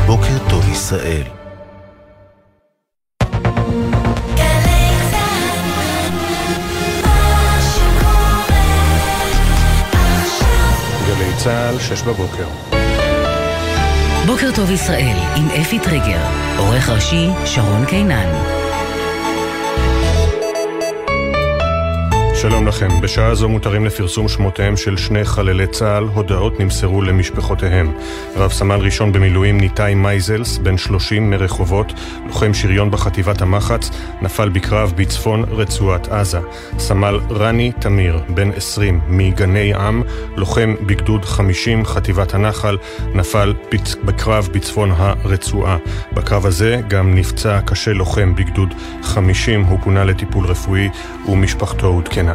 בוקר טוב ישראל. גלי צהל 6 בבוקר. בוקר טוב ישראל עם אפי טריגר, עורך ראשי שרון קינן. שלום לכם, בשעה זו מותרים לפרסום שמותיהם של 2 חללי צה"ל, הודעות נמסרו למשפחותיהם. רב סמל ראשון במילואים ניתאי מייזלס, בן 30 מרחובות, לוחם שריון בחטיבת המחץ, נפל בקרב בצפון רצועת עזה. סמל רני תמיר, בן 20 מגני עם, לוחם בגדוד 50 חטיבת הנחל, נפל בקרב בצפון הרצועה. בקרב הזה גם נפצע קשה לוחם בגדוד 50, הוא פונה לטיפול רפואי ומשפחתו עודכנה.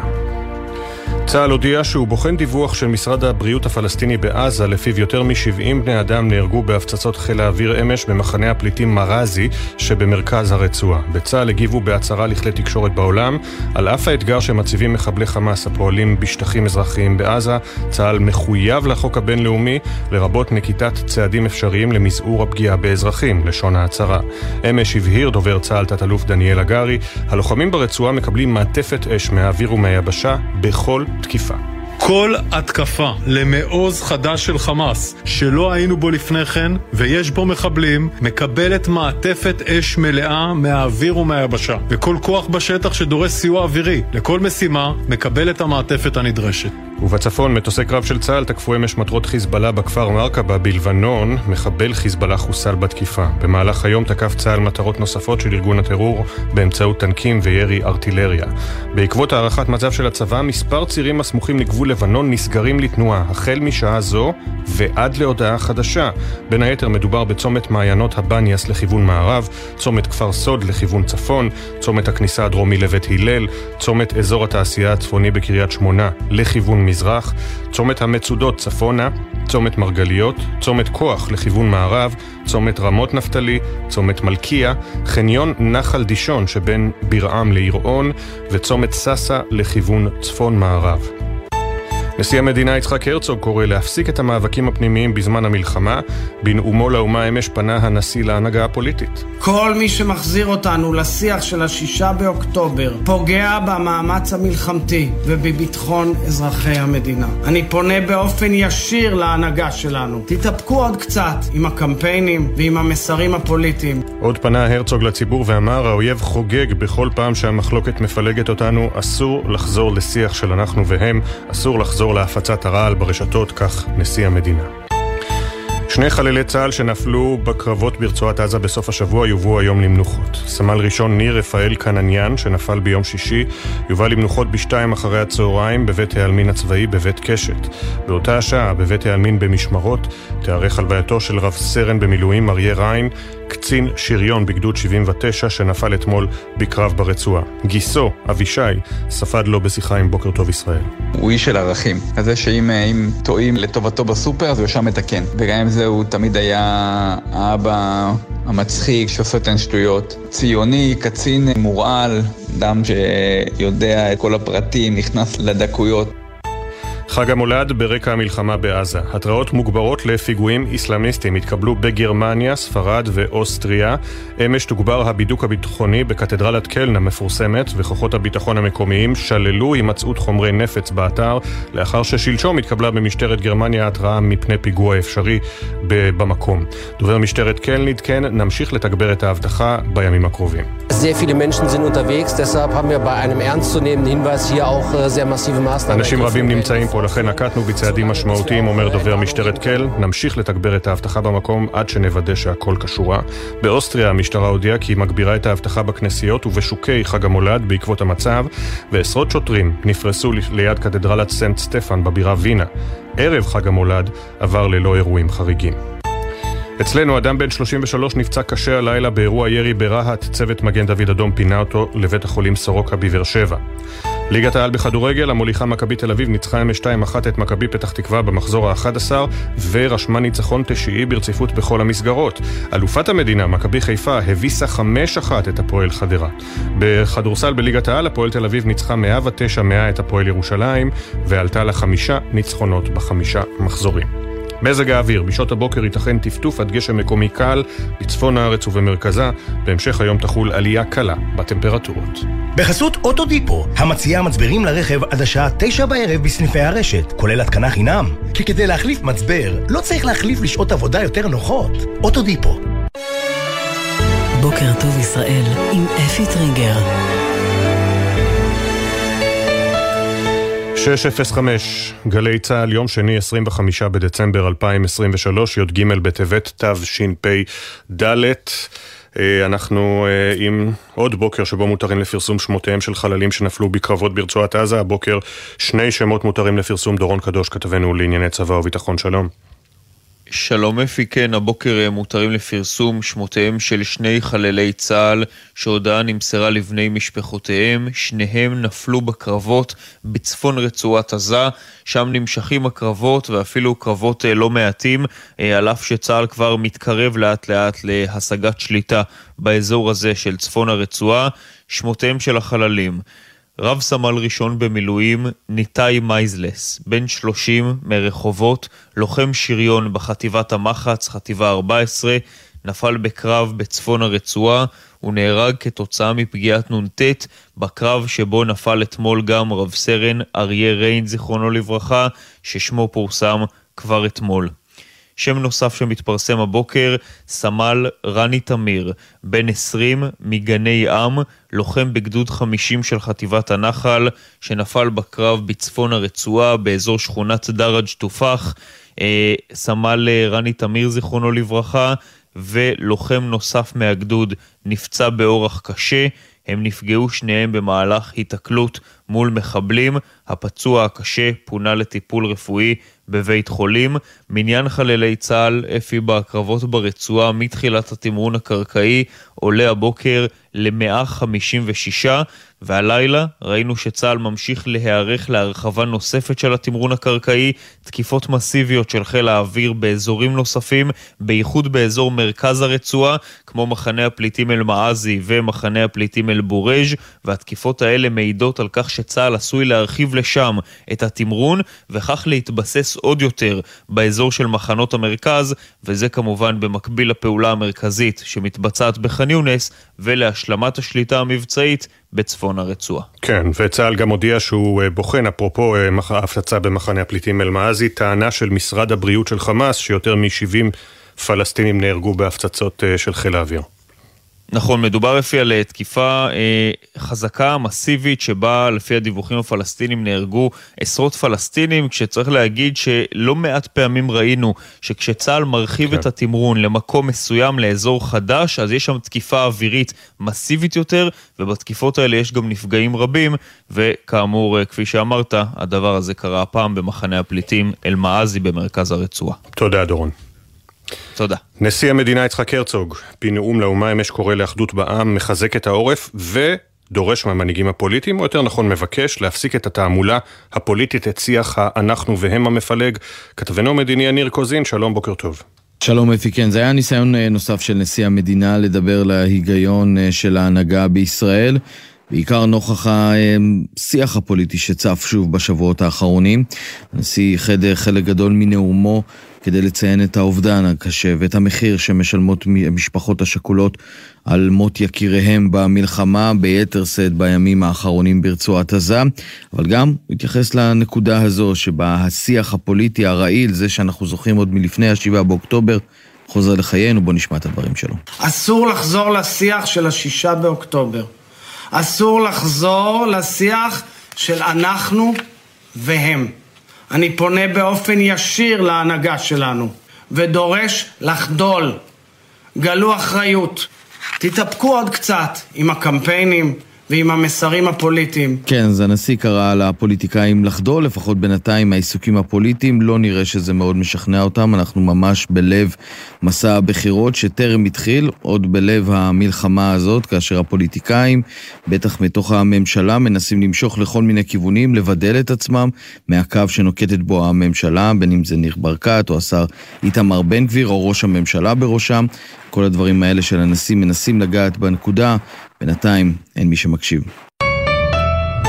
צה"ל הודיע שהוא בוחן דיווח של משרד הבריאות הפלסטיני בעזה, לפיו יותר מ-70 בני אדם נהרגו בהפצצות חיל האוויר אמש במחנה הפליטים מרזי שבמרכז הרצועה. בצה"ל הגיבו בהצהרה לכלי תקשורת בעולם, על אף האתגר שמציבים מחבלי חמאס הפועלים בשטחים אזרחיים בעזה, צה"ל מחויב לחוק הבינלאומי, לרבות נקיטת צעדים אפשריים למזעור הפגיעה באזרחים, לשון ההצהרה. אמש הבהיר דובר צה"ל תת-אלוף דניאל הגרי, הלוחמים ברצועה מקבלים מעטפת אש מהאוויר ומהיבשה בכל תקיפה. כל התקפה למעוז חדש של חמאס שלא היינו בו לפני כן ויש בו מחבלים מקבלת מעטפת אש מלאה מהאוויר ומהיבשה, וכל כוח בשטח שדורש סיוע אווירי לכל משימה מקבל את המעטפת הנדרשת. ובצפון מטוסי קרב של צה"ל תקפו אמש מטרות חיזבאללה בכפר מרקבה בלבנון. מחבל חיזבאללה חוסל בתקיפה. במהלך היום תקף צה"ל מטרות נוספות של ארגון הטרור באמצעות טנקים וירי ארטילריה. בעקבות הערכת מצב של הצבא, מספר צירים הסמוכים לגבול לבנון נסגרים לתנועה החל משעה זו ועד להודעה חדשה. בין היתר מדובר בצומת מעיינות הבניאס לכיוון מערב, צומת כפר סוד לכיוון צפון, צומת הכניסה הדרומי לבית הלל, צומת אזור התעשייה הצפוני בקריית שמונה לכיוון מזרח, צומת המצודות צפונה, צומת מרגליות, צומת כוח לכיוון מערב, צומת רמות נפתלי, צומת מלכיה, חניון נחל דישון שבין בירעם לעירעון, וצומת ססה לכיוון צפון מערב. נשיא המדינה יצחק הרצוג קורא להפסיק את המאבקים הפנימיים בזמן המלחמה. בנאומו לאומה אמש פנה הנשיא להנהגה הפוליטית. כל מי שמחזיר אותנו לשיח של 6 באוקטובר פוגע במאמץ המלחמתי ובביטחון אזרחי המדינה. אני פונה באופן ישיר להנהגה שלנו. תתאפקו עוד קצת עם הקמפיינים ועם המסרים הפוליטיים. עוד פנה הרצוג לציבור ואמר, האויב חוגג בכל פעם שהמחלוקת מפלגת אותנו, אסור לחזור לשיח של אנחנו והם, אסור לחזור להפצת הרעל ברשתות, כך נשיא המדינה. 2 חללי צה"ל שנפלו בקרבות ברצועת עזה בסוף השבוע יובאו היום למנוחות. סמל ראשון ניר רפאל קנניאן שנפל ביום שישי יובא למנוחות ב2 אחרי הצהריים בבית העלמין הצבאי בבית קשת. באותה השעה בבית העלמין במשמרות תארך הלווייתו של רב סרן במילואים אריה ריין, קצין שריון בגדוד 79 שנפל אתמול בקרב ברצועה. גיסו אבישי ספד לו בשיחה עם בוקר טוב ישראל. הוא איש של ערכים, כזה שאם טועים לטובתו בסופר אז הוא שם מתקן, וגם עם זה הוא תמיד היה האבא המצחיק שעושה את השטויות, ציוני, קצין מורעל, אדם שיודע את כל הפרטים, נכנס לדקויות. חג המולד ברקע המלחמה בעזה. התראות מוגברות לפיגועים איסלאמיסטיים התקבלו בגרמניה, ספרד ואוסטריה. אמש תוגבר הבידוק הביטחוני בקתדרלת קלן המפורסמת, וכוחות הביטחון המקומיים שללו הימצאות חומרי נפץ באתר, לאחר ששלשום התקבלה במשטרת גרמניה התראה מפני פיגוע אפשרי במקום. דובר משטרת קלן עדכן, נמשיך לתגבר את האבטחה בימים הקרובים. Sehr viele Menschen sind unterwegs, deshalb haben wir bei einem ernstzunehmenden Hinweis hier auch sehr massive Maßnahmen. אנשים רבים נמצאים פה, לכן נקטנו בצעדים משמעותיים, אומר דובר משטרת קל. נמשיך לתגבר את האבטחה במקום עד שנוודא שהכל קשורה. באוסטריה המשטרה הודיעה כי היא מגבירה את האבטחה בכנסיות ובשוקי חג המולד בעקבות המצב, ועשרות שוטרים נפרסו ליד קתדרלת סנט סטפן בבירה וינה. ערב חג המולד עבר ללא אירועים חריגים. אצלנו אדם בן 33 נפצע קשה הלילה באירוע ירי ברהט. צוות מגן דוד אדום פינה אותו לבית החולים סורוקה בבאר שבע. ליגת העל בכדורגל, המוליכה מכבי תל אביב ניצחה עם 2-1 את מכבי פתח תקווה במחזור ה-11 ורשמה ניצחון 9 ברציפות בכל המסגרות. אלופת המדינה מכבי חיפה הביסה 5-1 את הפועל חדרה. בכדורסל בליגת העל הפועל תל אביב ניצחה 109-100 את הפועל ירושלים ועלתה ל5 ניצחונות ב5 מחזורים. מזג האוויר, בשעות הבוקר ייתכן טפטוף עד גשם מקומי קל בצפון הארץ ובמרכזה. בהמשך היום תחול עלייה קלה בטמפרטורות. בחסות אוטודיפו, המציעה מצברים לרכב עד השעה 9 בערב בסניפי הרשת, כולל התקנה חינם. כי כדי להחליף מצבר, לא צריך להחליף לשעות עבודה יותר נוחות. אוטודיפו. בוקר טוב ישראל עם אפי טריגר. 6:05, גלי צהל, יום שני 25 בדצמבר 2023, י"ג בטבת תשפ"ד. אנחנו עם עוד בוקר שבו מותרים לפרסום שמותיהם של חללים שנפלו בקרבות ברצועת עזה. הבוקר 2 שמות מותרים לפרסום. דורון קדוש, כתבנו לענייני צבא וביטחון, שלום. שלום אפי, כן, הבוקר מותרים לפרסום שמותיהם של 2 חללי צה"ל שהודעה נמסרה לבני משפחותיהם. שניהם נפלו בקרבות בצפון רצועת עזה, שם נמשכים הקרבות ואפילו קרבות לא מעטים, על אף שצה"ל כבר מתקרב לאט לאט להשגת שליטה באזור הזה של צפון הרצועה. שמותיהם של החללים: רב סמל ראשון במילואים ניתאי מייזלס, בן 30 מרחובות, לוחם שריון בחטיבת המחץ, חטיבה 14, נפל בקרב בצפון הרצועה. הוא נהרג כתוצאה מפגיעת נונטט בקרב שבו נפל אתמול גם רב סרן אריה ריין, זיכרונו לברכה, ששמו פורסם כבר אתמול. שם נוסף שמתפרסם הבוקר, סמל רני תמיר, בן 20 מגני עם, לוחם בגדוד 50 של חטיבת הנחל, שנפל בקרב בצפון הרצועה באזור שכונת דרג' תופח. סמל רני תמיר, זיכרונו לברכה, ולוחם נוסף מהגדוד נפצע באורח קשה. הם נפגעו שניהם במהלך התקלות מול מחבלים. הפצוע הקשה פונה לטיפול רפואי בבית חולים. מניין חללי צה"ל אפי בקרבות ברצועה מתחילת התמרון הקרקעי עולה הבוקר ל-156, והלילה ראינו שצה"ל ממשיך להיערך להרחבה נוספת של התמרון הקרקעי. תקיפות מסיביות של חיל האוויר באזורים נוספים, בייחוד באזור מרכז הרצועה, כמו מחנה הפליטים אל-מעזי ומחנה הפליטים אל-בורג', והתקיפות האלה מעידות על כך שצה"ל עשוי להרחיב לשם את התמרון, וכך להתבסס עוד יותר באזור של מחנות המרכז, וזה כמובן במקביל לפעולה המרכזית שמתבצעת בח'אן יונס ולהשלמת השליטה המבצעית בצפון הרצועה. כן, וצה"ל גם הודיע שהוא בוחן, אפרופו ההפצצה במחנה הפליטים אל-מעזי, טענה של משרד הבריאות של חמאס שיותר מ-70 פלסטינים נהרגו בהפצצות של חיל האוויר. נכון, מדובר לפי על תקיפה חזקה, מסיבית, שבה לפי הדיווחים הפלסטינים נהרגו עשרות פלסטינים, כשצריך להגיד שלא מעט פעמים ראינו שכשצה"ל מרחיב את התמרון למקום מסוים, לאזור חדש, אז יש שם תקיפה אווירית מסיבית יותר, ובתקיפות האלה יש גם נפגעים רבים, וכאמור, כפי שאמרת, הדבר הזה קרה הפעם במחנה הפליטים אל-מעזי במרכז הרצועה. תודה, דורון. תודה. נשיא המדינה יצחק הרצוג, בנאום לאומה אמש, קורא לאחדות בעם, מחזק את העורף ודורש מהמנהיגים הפוליטיים, או יותר נכון מבקש, להפסיק את התעמולה הפוליטית, את שיח האנחנו והם המפלג. כתבנו מדיני יניר קוזין, שלום, בוקר טוב. שלום אפי, כן, זה היה ניסיון נוסף של נשיא המדינה לדבר להיגיון של ההנהגה בישראל, בעיקר נוכח השיח הפוליטי שצף שוב בשבועות האחרונים. הנשיא חדר חלק גדול מנאומו כדי לציין את האובדן הקשה ואת המחיר שמשלמות משפחות השכולות על מות יקיריהם במלחמה, ביתר שאת בימים האחרונים ברצועת עזה, אבל גם הוא התייחס לנקודה הזו שבה השיח הפוליטי הרעיל, זה שאנחנו זוכרים עוד מלפני 7 באוקטובר, חוזר לחיינו. בוא נשמע את הדברים שלו. אסור לחזור לשיח של 6 באוקטובר. אסור לחזור לשיח של אנחנו והם. אני פונה באופן ישיר להנהגה שלנו ודורש לחדול. גלו אחריות. תתאפקו עוד קצת עם הקמפיינים ועם המסרים הפוליטיים. כן, אז הנשיא קרא לפוליטיקאים לחדול, לפחות בינתיים העיסוקים הפוליטיים, לא נראה שזה מאוד משכנע אותם. אנחנו ממש בלב מסע הבחירות שטרם התחיל, עוד בלב המלחמה הזאת, כאשר הפוליטיקאים, בטח מתוך הממשלה, מנסים למשוך לכל מיני כיוונים, לבדל את עצמם מהקו שנוקטת בו הממשלה, בין אם זה ניר ברקת או השר איתמר בן גביר או ראש הממשלה בראשם. כל הדברים האלה של הנשיא מנסים לגעת בנקודה, בינתיים אין מי שמקשיב.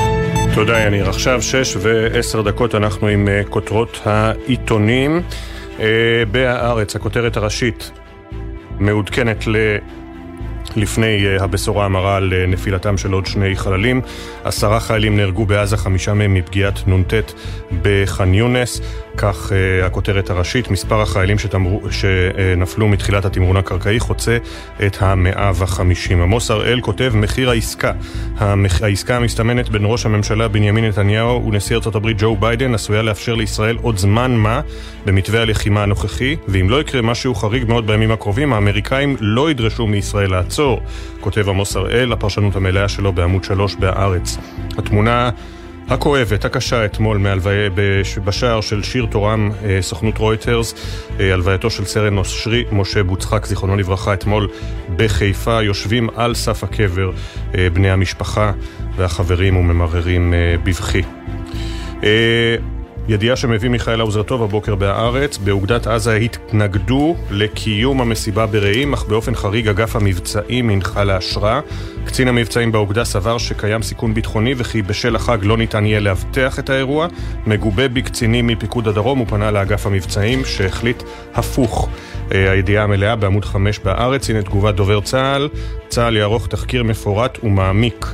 תודה יניר. עכשיו 6:10 אנחנו עם כותרות העיתונים. בהארץ, הכותרת הראשית מעודכנת לפני הבשורה המרה על נפילתם של עוד 2 חללים. 10 חיילים נהרגו בעזה, 5 מהם מפגיעת נונטט בח'אן יונס. כך הכותרת הראשית. מספר החיילים שנפלו מתחילת התמרון הקרקעי חוצה את 150. עמוס הראל כותב, מחיר העסקה. העסקה המסתמנת בין ראש הממשלה בנימין נתניהו ונשיא ארצות הברית ג'ו ביידן עשויה לאפשר לישראל עוד זמן מה במתווה הלחימה הנוכחי, ואם לא יקרה משהו חריג מאוד בימים הקרובים, האמריקאים לא ידרשו מישראל לעצור, כותב עמוס הראל, הפרשנות המלאה שלו בעמוד 3 בהארץ. התמונה הכואבת, הקשה אתמול בשער של שיר תורם, סוכנות רויטרס, הלווייתו של סרן אושרי משה בוצחק, זיכרונו לברכה, אתמול בחיפה. יושבים על סף הקבר בני המשפחה והחברים וממררים בבכי. ידיעה שמביא מיכאל עוזרטוב הבוקר בהארץ, באוגדת עזה התנגדו לקיום המסיבה ברעים, אך באופן חריג אגף המבצעים הנחה לאשרה. קצין המבצעים באוגדה סבר שקיים סיכון ביטחוני וכי בשל החג לא ניתן יהיה להבטח את האירוע. מגובה בקצינים מפיקוד הדרום הוא פנה לאגף המבצעים שהחליט הפוך. הידיעה המלאה בעמוד 5 בהארץ. הנה תגובת דובר צה"ל. צה"ל יערוך תחקיר מפורט ומעמיק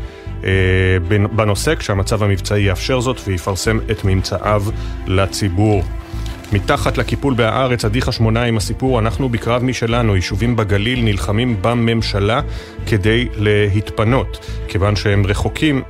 בנושא כשהמצב המבצעי יאפשר זאת ויפרסם את ממצאיו לציבור. מתחת לקיפול בהארץ, עדי חשמונאי עם הסיפור, אנחנו בקרב משלנו, יישובים בגליל נלחמים בממשלה כדי להתפנות, כיוון שהם רחוקים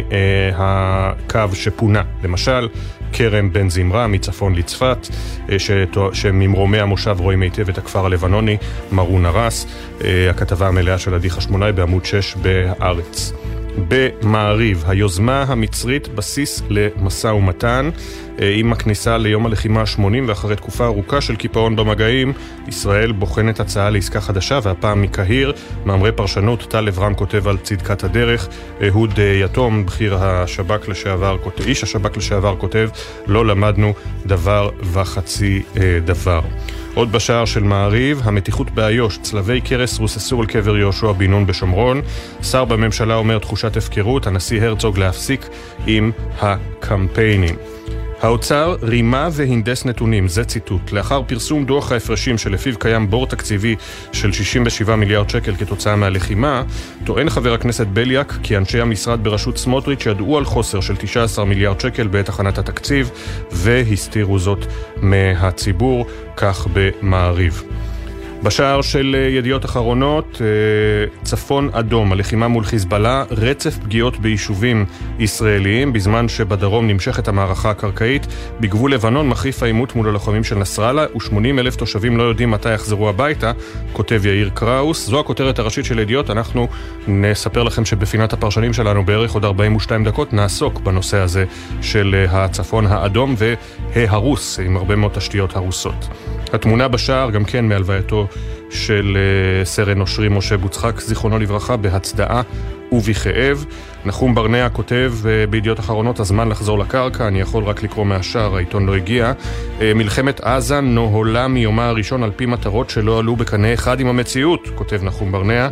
מהקו שפונה. למשל, כרם בן זמרה מצפון לצפת, שממרומי המושב רואים היטב את הכפר הלבנוני, מרון הרס. הכתבה המלאה של עדי חשמונאי בעמוד 6 בהארץ. במעריב, היוזמה המצרית בסיס למשא ומתן. עם הכניסה ליום הלחימה 80 ואחרי תקופה ארוכה של קיפאון במגעים, ישראל בוחנת הצעה לעסקה חדשה, והפעם מקהיר. מאמרי פרשנות, טל אברהם כותב על צדקת הדרך. אהוד יתום, בכיר השב"כ לשעבר, איש השב"כ לשעבר, כותב, לא למדנו דבר וחצי דבר. עוד בשער של מעריב, המתיחות באיו"ש, צלבי קרס רוססו על קבר יהושע בן נון בשומרון. שר בממשלה אומר תחושת הפקרות, הנשיא הרצוג להפסיק עם הקמפיינים. האוצר רימה והנדס נתונים, זה ציטוט. לאחר פרסום דוח ההפרשים שלפיו קיים בור תקציבי של 67 מיליארד שקל כתוצאה מהלחימה, טוען חבר הכנסת בליאק כי אנשי המשרד בראשות סמוטריץ' ידעו על חוסר של 19 מיליארד שקל בעת הכנת התקציב והסתירו זאת מהציבור, כך במעריב. בשער של ידיעות אחרונות, צפון אדום, הלחימה מול חיזבאללה, רצף פגיעות ביישובים ישראליים, בזמן שבדרום נמשכת המערכה הקרקעית. בגבול לבנון מחריף העימות מול הלוחמים של נסראללה, ו80,000 תושבים לא יודעים מתי יחזרו הביתה, כותב יאיר קראוס. זו הכותרת הראשית של ידיעות. אנחנו נספר לכם שבפינת הפרשנים שלנו בערך עוד 42 דקות נעסוק בנושא הזה של הצפון האדום וההרוס, עם הרבה מאוד תשתיות הרוסות. התמונה בשער גם כן מהלווייתו של סרן אושרי משה בוצחק, זיכרונו לברכה, בהצדעה ובכאב. נחום ברנע כותב בידיעות אחרונות, הזמן לחזור לקרקע, אני יכול רק לקרוא מהשער, העיתון לא הגיע. מלחמת עזה נוהלה מיומה הראשון על פי מטרות שלא עלו בקנה אחד עם המציאות, כותב נחום ברנע.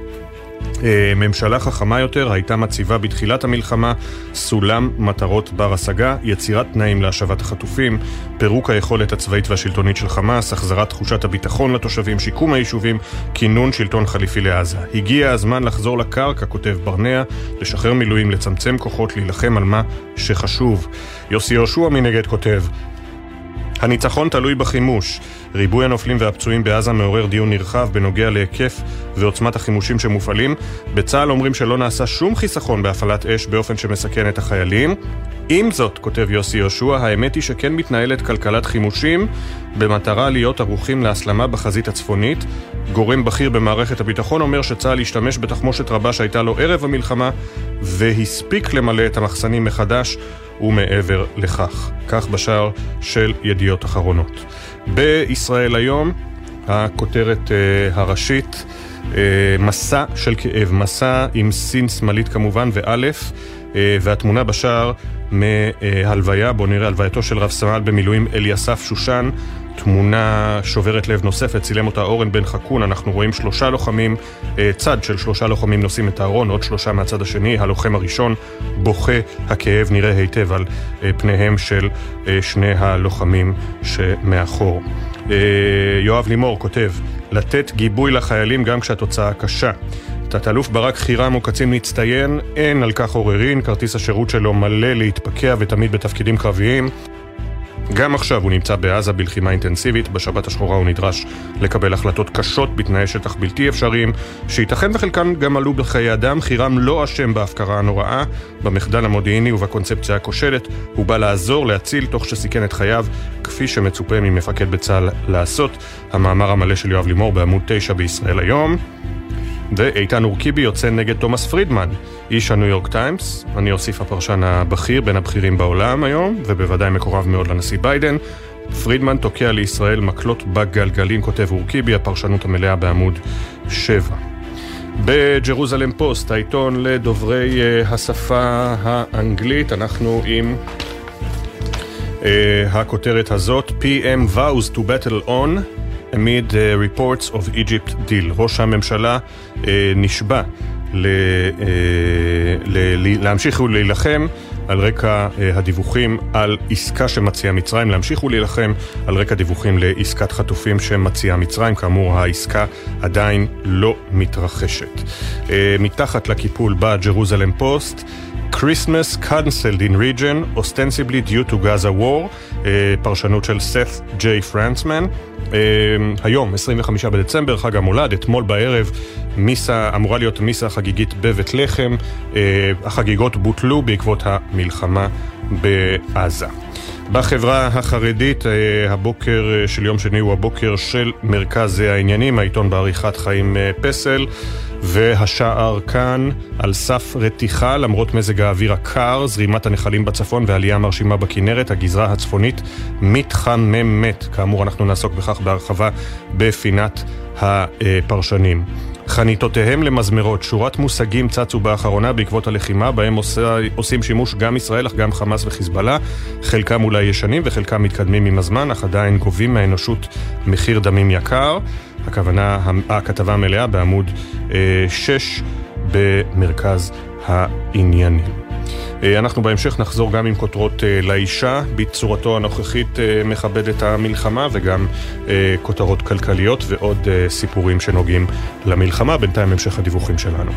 ממשלה חכמה יותר הייתה מציבה בתחילת המלחמה סולם מטרות בר השגה, יצירת תנאים להשבת החטופים, פירוק היכולת הצבאית והשלטונית של חמאס, החזרת תחושת הביטחון לתושבים, שיקום היישובים, כינון שלטון חליפי לעזה. הגיע הזמן לחזור לקרקע, כותב ברנע, לשחרר מילואים, לצמצם כוחות, להילחם על מה שחשוב. יוסי יהושע מנגד כותב, הניצחון תלוי בחימוש. ריבוי הנופלים והפצועים בעזה מעורר דיון נרחב בנוגע להיקף ועוצמת החימושים שמופעלים. בצה"ל אומרים שלא נעשה שום חיסכון בהפעלת אש באופן שמסכן את החיילים. עם זאת, כותב יוסי יהושע, האמת היא שכן מתנהלת כלכלת חימושים במטרה להיות ערוכים להסלמה בחזית הצפונית. גורם בכיר במערכת הביטחון אומר שצה"ל ישתמש בתחמושת רבה שהייתה לו ערב המלחמה והספיק למלא את המחסנים מחדש ומעבר לכך. כך בשער של ידיעות אחרונות. בישראל היום, הכותרת הראשית, מסע של כאב, מסע עם סין שמאלית כמובן ואלף, והתמונה בשער מהלוויה, בוא נראה הלווייתו של רב סמל במילואים אליסף שושן, תמונה שוברת לב נוספת, צילם אותה אורן בן חכון. אנחנו רואים 3 לוחמים, צד של 3 לוחמים נושאים את הארון, עוד 3 מהצד השני. הלוחם הראשון בוכה, הכאב נראה היטב על פניהם של 2 הלוחמים שמאחור. יואב לימור כותב, לתת גיבוי לחיילים גם כשהתוצאה קשה. תת-אלוף ברק חירם הוא קצין מצטיין, אין על כך עוררין, כרטיס השירות שלו מלא להתפקע ותמיד בתפקידים קרביים. גם עכשיו הוא נמצא בעזה בלחימה אינטנסיבית, בשבת השחורה הוא נדרש לקבל החלטות קשות בתנאי שטח בלתי אפשריים, שייתכן וחלקן גם עלו בחיי אדם. חירם לא אשם בהפקרה הנוראה, במחדל המודיעיני ובקונספציה הכושלת, הוא בא לעזור, להציל, תוך שסיכן את חייו, כפי שמצופה ממפקד בצה"ל לעשות. המאמר המלא של יואב לימור בעמוד 9 בישראל היום. ואיתן אורקיבי יוצא נגד תומאס פרידמן, איש הניו יורק טיימס. אני אוסיף הפרשן הבכיר בין הבכירים בעולם היום, ובוודאי מקורב מאוד לנשיא ביידן. פרידמן תוקע לישראל מקלות בגלגלים, כותב אורקיבי, הפרשנות המלאה בעמוד 7. בג'רוזלם פוסט, העיתון לדוברי השפה האנגלית, אנחנו עם הכותרת הזאת, PM vows to battle on amid reports of Egypt deal. ראש הממשלה נשבע להמשיך ולהילחם על רקע הדיווחים על עסקה שמציעה מצרים, להמשיך ולהילחם על רקע דיווחים לעסקת חטופים שמציעה מצרים. כאמור, העסקה עדיין לא מתרחשת. מתחת לקיפול בג'רוזלם פוסט, Christmas cancelled in region ostensibly due to Gaza war, פרשנות של סף ג'יי פרנסמן. היום 25 בדצמבר, חג המולד, אתמול בערב אמורה להיות מיסה חגיגית בבית לחם. החגיגות בוטלו בעקבות המלחמה בעזה. בחברה החרדית, הבוקר של יום שני הוא הבוקר של מרכז העניינים, העיתון בעריכת חיים פסל, והשער כאן על סף רתיחה למרות מזג האוויר הקר, זרימת הנחלים בצפון ועלייה מרשימה בכנרת, הגזרה הצפונית מתחממת. כאמור אנחנו נעסוק בכך בהרחבה בפינת הפרשנים. חניתותיהם למזמרות, שורת מושגים צצו באחרונה בעקבות הלחימה, בהם עושים שימוש גם ישראל אך גם חמאס וחיזבאללה, חלקם אולי ישנים וחלקם מתקדמים עם הזמן, אך עדיין גובים מהאנושות מחיר דמים יקר. הכתבה המלאה בעמוד 6 במרכז העניינים. אנחנו בהמשך נחזור גם עם כותרות לאישה, בצורתו הנוכחית מכבד את המלחמה, וגם כותרות כלכליות ועוד סיפורים שנוגעים למלחמה. בינתיים המשך הדיווחים שלנו.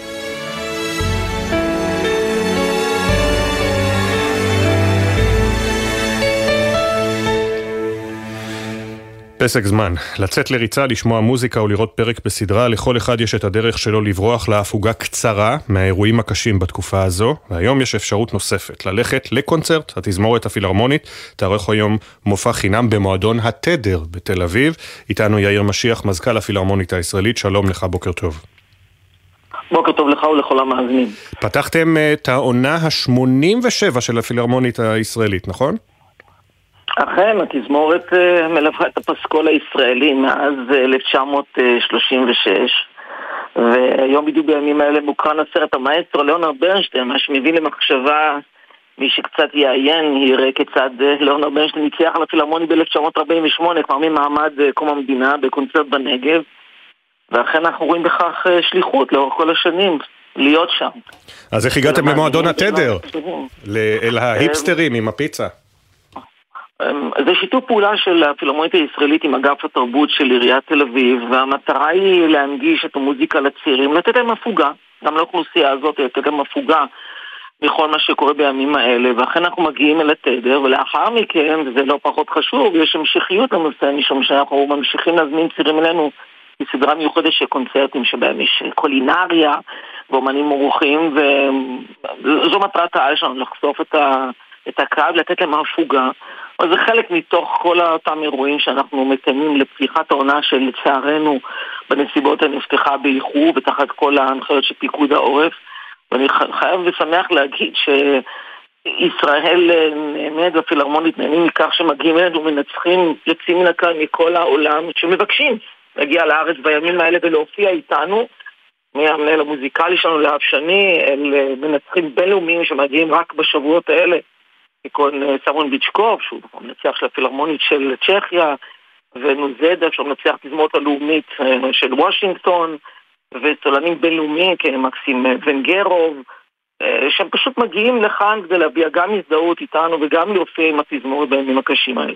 פסק זמן, לצאת לריצה, לשמוע מוזיקה או לראות פרק בסדרה, לכל אחד יש את הדרך שלו לברוח להפוגה קצרה מהאירועים הקשים בתקופה הזו, והיום יש אפשרות נוספת, ללכת לקונצרט. התזמורת הפילהרמונית תערוך היום מופע חינם במועדון התדר בתל אביב. איתנו יאיר משיח, מזכ"ל הפילהרמונית הישראלית, שלום לך, בוקר טוב. בוקר טוב לך ולכל המאזינים. פתחתם את העונה ה-87 של הפילהרמונית הישראלית, נכון? אכן, התזמורת מלווה את הפסקול הישראלי מאז 1936, והיום בדיוק בימים האלה מוקרן הסרט המאסטרו ליאונרד ברנשטיין, מה שמביא למחשבה, מי שקצת יעיין יראה כיצד ליאונרד ברנשטיין ניצח על הפילהרמונית ב-1948, כבר ממעמד קום המדינה בקונצרט בנגב, ואכן אנחנו רואים בכך שליחות לאורך כל השנים, להיות שם. אז איך הגעתם למועדון התדר? אל ההיפסטרים עם הפיצה? זה שיתוף פעולה של הפילהרמונית הישראלית עם אגף התרבות של עיריית תל אביב, והמטרה היא להנגיש את המוזיקה לצעירים, לתת להם הפוגה, גם לאוכלוסייה הזאת, לתת להם הפוגה מכל מה שקורה בימים האלה, ואכן אנחנו מגיעים אל התדר, ולאחר מכן, וזה לא פחות חשוב, יש המשכיות לנושא, משום שאנחנו ממשיכים להזמין צעירים אלינו בסדרה מיוחדת של קונצרטים שבהם יש קולינריה ואומנים אורחים, וזו מטרת העל שלנו, לחשוף את הקהל, לתת להם הפוגה. אבל זה חלק מתוך כל אותם אירועים שאנחנו מקיימים לפתיחת העונה של לצערנו בנסיבות הנפתחה באיחור ותחת כל ההנחיות של פיקוד העורף. ואני חייב ושמח להגיד שישראל נהנית והפילהרמונית נהנים מכך שמגיעים אלינו מנצחים יוצאים מן הקהל מכל העולם שמבקשים להגיע לארץ בימים האלה ולהופיע איתנו, מהמנהל המוזיקלי שלנו לאב שני, אל מנצחים בינלאומיים שמגיעים רק בשבועות האלה, כגון סמון ביצ'קוב, שהוא מנצח של הפילהרמונית של צ'כיה, ונוזדה, שהוא מנצח תזמורת הלאומית של וושינגטון, וסולנים בינלאומיים כמקסים ונגרוב, שהם פשוט מגיעים לכאן כדי להביע גם הזדהות איתנו וגם להופיע עם התזמורת בימים הקשים האלה.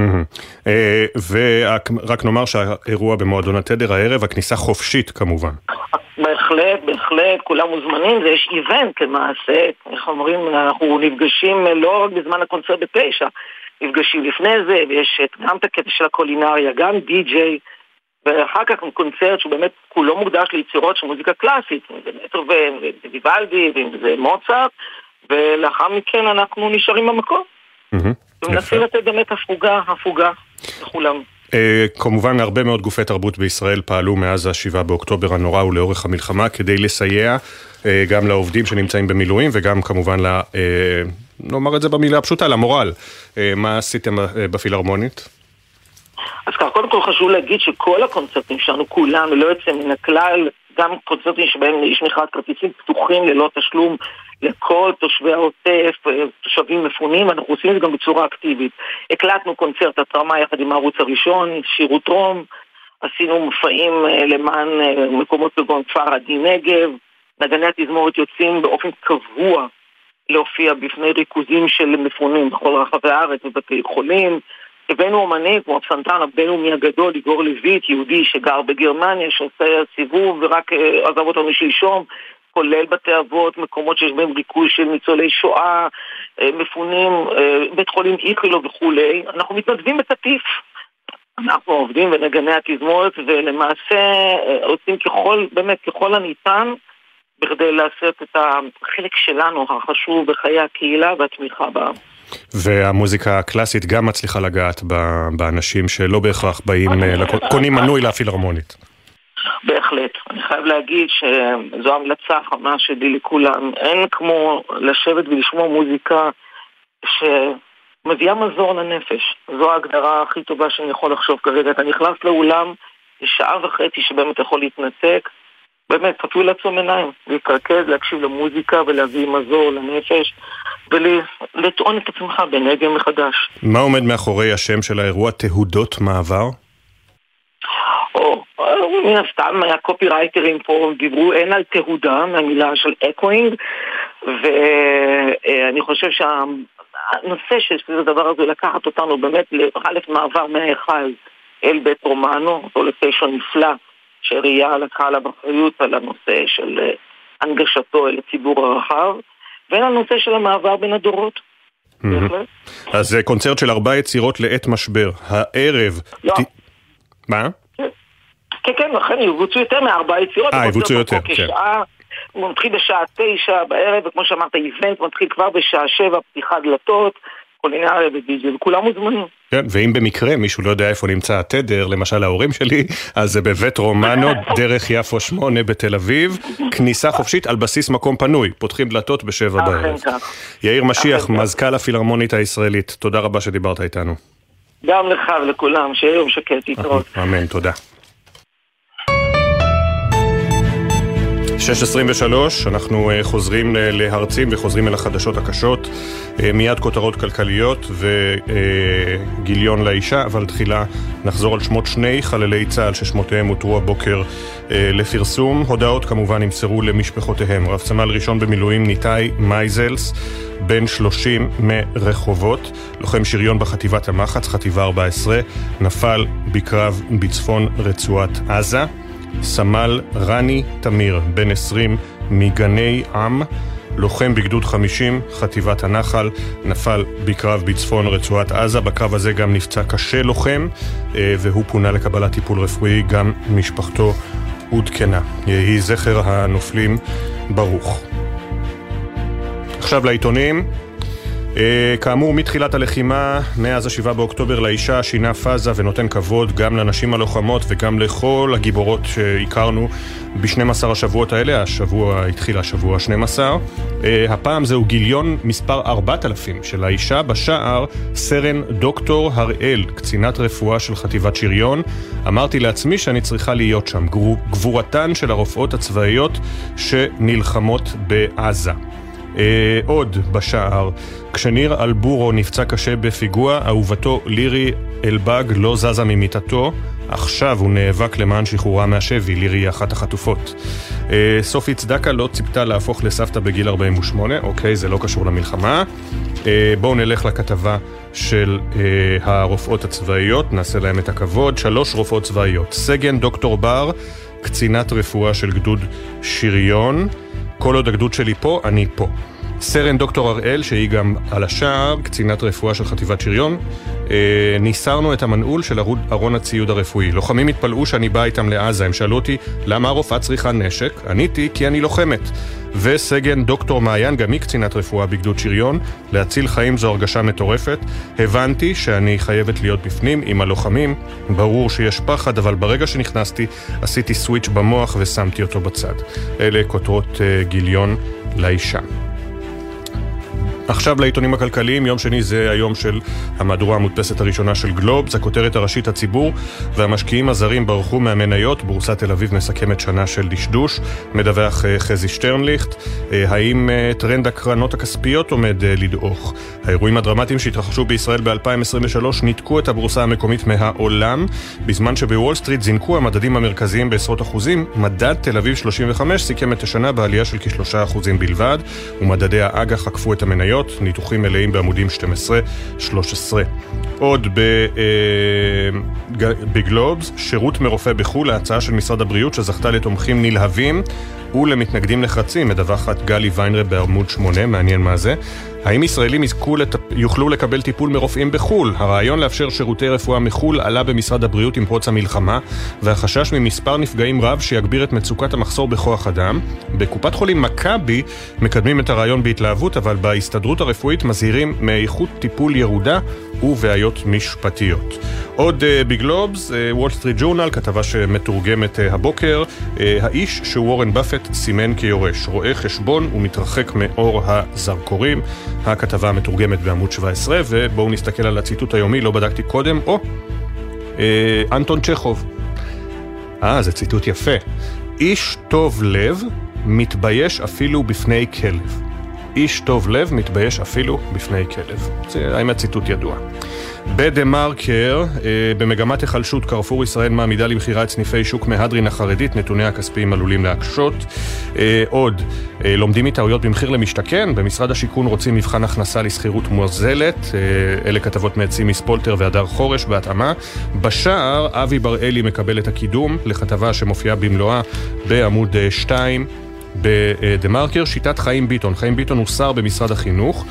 ורק נאמר שהאירוע במועדון התדר הערב, הכניסה חופשית כמובן. בהחלט, כולם מוזמנים, זה יש איבנט למעשה, איך אומרים, אנחנו נפגשים לא רק בזמן הקונצרט ב9, נפגשים לפני זה, ויש גם את הקטע של הקולינריה, גם די-ג'יי, ואחר כך קונצרט שהוא באמת כולו מוקדש ליצירות של מוזיקה קלאסית, אם זה בטהובן, ואם זה ויוולדי, ואם זה מוצרט, ולאחר מכן אנחנו נשארים במקום. ומנסים לתת באמת הפוגה לכולם. כמובן הרבה מאוד גופי תרבות בישראל פעלו מאז ה7 באוקטובר הנורא ולאורך המלחמה כדי לסייע גם לעובדים שנמצאים במילואים וגם כמובן נאמר את זה במילה הפשוטה, למורל. מה עשיתם בפילהרמונית? אז כך, קודם כל חשוב להגיד שכל הקונצרטים שלנו, כולם, ללא יוצא מן הכלל, גם קונצרטים שבהם יש מכירת כרטיסים פתוחים ללא תשלום לכל תושבי העוטף, תושבים מפונים, אנחנו עושים את זה גם בצורה אקטיבית. הקלטנו קונצרט התרמה יחד עם הערוץ הראשון, שירות רום, עשינו מופעים למען מקומות כגון כפר עדי נגב, נגני התזמורת יוצאים באופן קבוע להופיע בפני ריכוזים של מפונים בכל רחבי הארץ ובתי חולים, הבאנו אומנים כמו הפסנתרן הבינלאומי הגדול, איגור לויט, יהודי שגר בגרמניה, שעושה סיבוב ורק עזב אותנו שלשום, כולל בתי אבות, מקומות שיש בהם ריכוז של ניצולי שואה, מפונים, בית חולים איכילו וכולי. אנחנו מתנדבים בקטיף. אנחנו עובדים ונגני התזמורת, ולמעשה עושים ככל הניתן, בכדי לעשות את החלק שלנו החשוב בחיי הקהילה והתמיכה בה. והמוזיקה הקלאסית גם מצליחה לגעת באנשים שלא בהכרח באים, קונים מנוי לפילהרמונית. בהחלט. אני חייב להגיד שזו המלצה חמה שלי לכולם. אין כמו לשבת ולשמוע מוזיקה שמביאה מזור לנפש. זו ההגדרה הכי טובה שאני יכול לחשוב כרגע. אתה נכנס לאולם, שעה וחצי שבאמת יכול להתנתק, באמת, פתוי לעצום עיניים, להתרכז, להקשיב למוזיקה ולהביא מזור לנפש, ולטעון את עצמך בנגן מחדש. מה עומד מאחורי השם של האירוע תהודות מעבר? מן הסתם, הקופירייטרים פה דיברו אין על תהודה, מהמילה של אקוינג, ואני חושב שהנושא של הדבר הזה לקחת אותנו באמת לחלף מעבר מההיכל אל בית רומנו, אותו לפשע נפלא, שראייה לקחה עליו אחריות על הנושא של הנגשתו אל הציבור הרחב, ואין הנושא של המעבר בין הדורות. אז זה קונצרט של 4 יצירות לעת משבר. הערב... מה? כן, לכן יבוצעו יותר מ4 יצירות. יבוצעו יותר, כן. הוא מתחיל בשעה 9 בערב, וכמו שאמרת, איבנט מתחיל כבר בשעה 7, פתיחת דלתות, קולינריה ודיג'י, וכולם מוזמנים. כן, ואם במקרה מישהו לא יודע איפה נמצא התדר, למשל ההורים שלי, אז זה בבית רומנו, דרך יפו 8 בתל אביב, כניסה חופשית על בסיס מקום פנוי, פותחים דלתות ב7 בערב. יאיר משיח, מזכ"ל הפילהרמונית הישראלית, תודה רבה שדיברת איתנו. גם לך ולכולם, שיהיה יום שקט, להתראות. אמן, תודה. 6:23, אנחנו חוזרים להרצים וחוזרים אל החדשות הקשות, מיד כותרות כלכליות וגיליון לאישה, אבל תחילה נחזור על שמות 2 חללי צה"ל ששמותיהם הותרו הבוקר לפרסום. הודעות כמובן נמסרו למשפחותיהם. רב סמל ראשון במילואים ניתאי מייזלס, בן 30 מרחובות, לוחם שריון בחטיבת המחץ, חטיבה 14, נפל בקרב בצפון רצועת עזה. סמל רני תמיר, בן 20 מגני עם, לוחם בגדוד 50, חטיבת הנחל, נפל בקרב בצפון רצועת עזה. בקרב הזה גם נפצע קשה לוחם, והוא פונה לקבלת טיפול רפואי, גם משפחתו עודכנה. יהי זכר הנופלים ברוך. עכשיו לעיתונים. כאמור, מתחילת הלחימה, מאז ה7 באוקטובר, לאישה שינה פאזה ונותן כבוד גם לנשים הלוחמות וגם לכל הגיבורות שהכרנו ב12 השבועות האלה. השבוע התחיל השבוע 12. הפעם זהו גיליון מספר 4000 של האישה בשער. סרן דוקטור הראל, קצינת רפואה של חטיבת שריון. אמרתי לעצמי שאני צריכה להיות שם, גבורתן של הרופאות הצבאיות שנלחמות בעזה. עוד בשער, כשניר אלבורו נפצע קשה בפיגוע, אהובתו לירי אלבג לא זזה ממיטתו, עכשיו הוא נאבק למען שחרורה מהשבי, לירי היא אחת החטופות. סופי צדקה לא ציפתה להפוך לסבתא בגיל 48, אוקיי, זה לא קשור למלחמה. בואו נלך לכתבה של הרופאות הצבאיות, נעשה להם את הכבוד. 3 רופאות צבאיות, סגן דוקטור בר, קצינת רפואה של גדוד שריון, כל עוד הגדוד שלי פה, אני פה. סרן דוקטור הראל, שהיא גם על השער, קצינת רפואה של חטיבת שריון, ניסרנו את המנעול של ארון הציוד הרפואי. לוחמים התפלאו שאני בא איתם לעזה, הם שאלו אותי למה הרופאה צריכה נשק? עניתי כי אני לוחמת. וסגן דוקטור מעיין, גם היא קצינת רפואה בגדוד שריון, להציל חיים זו הרגשה מטורפת. הבנתי שאני חייבת להיות בפנים עם הלוחמים, ברור שיש פחד, אבל ברגע שנכנסתי עשיתי סוויץ' במוח ושמתי אותו בצד. אלה כותרות גיליון לאישה. עכשיו לעיתונים הכלכליים, יום שני זה היום של המהדורה המודפסת הראשונה של גלובס, הכותרת הראשית הציבור והמשקיעים הזרים ברחו מהמניות, בורסת תל אביב מסכמת שנה של דשדוש, מדווח חזי שטרנליכט, האם טרנד הקרנות הכספיות עומד לדעוך? האירועים הדרמטיים שהתרחשו בישראל ב-2023 ניתקו את הבורסה המקומית מהעולם, בזמן שבוול סטריט זינקו המדדים המרכזיים בעשרות אחוזים, מדד תל אביב 35 סיכם את השנה בעלייה של כ3% בלבד, ומדדי האג"ח עקפו את המניות, ניתוחים מלאים בעמודים 12-13. עוד בגלובס, שירות מרופא בחול, ההצעה של משרד הבריאות שזכתה לתומכים נלהבים ולמתנגדים נחרצים, מדווחת גלי ויינרב בעמוד 8, מעניין מה זה. האם ישראלים יוכלו לקבל טיפול מרופאים בחול? הרעיון לאפשר שירותי רפואה מחול עלה במשרד הבריאות עם פרוץ המלחמה, והחשש ממספר נפגעים רב שיגביר את מצוקת המחסור בכוח אדם. בקופת חולים מכבי מקדמים את הרעיון בהתלהבות, אבל בהסתדרות הרפואית מזהירים מאיכות טיפול ירודה ובעיות משפטיות. עוד בגלובס, וול סטריט ג'ורנל, כתבה שמתורגמת הבוקר, האיש שוורן באפט סימן כיורש, רואה חשבון ומתרחק מאור הזרקורים. הכתבה מתורגמת בעמוד 17, ובואו נסתכל על הציטוט היומי, לא בדקתי קודם, אנטון צ'כוב. זה ציטוט יפה. איש טוב לב מתבייש אפילו בפני כלב. איש טוב לב מתבייש אפילו בפני כלב. האם הציטוט ידוע? בדה-מרקר, במגמת החלשות קרפור ישראל מעמידה למחירה את סניפי שוק מהדרין החרדית, נתוני הכספיים עלולים להקשות. עוד, לומדים מטעויות במחיר למשתכן, במשרד השיכון רוצים מבחן הכנסה לסחירות מוזלת, אלה כתבות מעצים מספולטר והדר חורש בהתאמה. בשער, אבי בראלי מקבל את הקידום לכתבה שמופיעה במלואה בעמוד 2 בדה-מרקר, שיטת חיים ביטון. חיים ביטון הוא שר במשרד החינוך,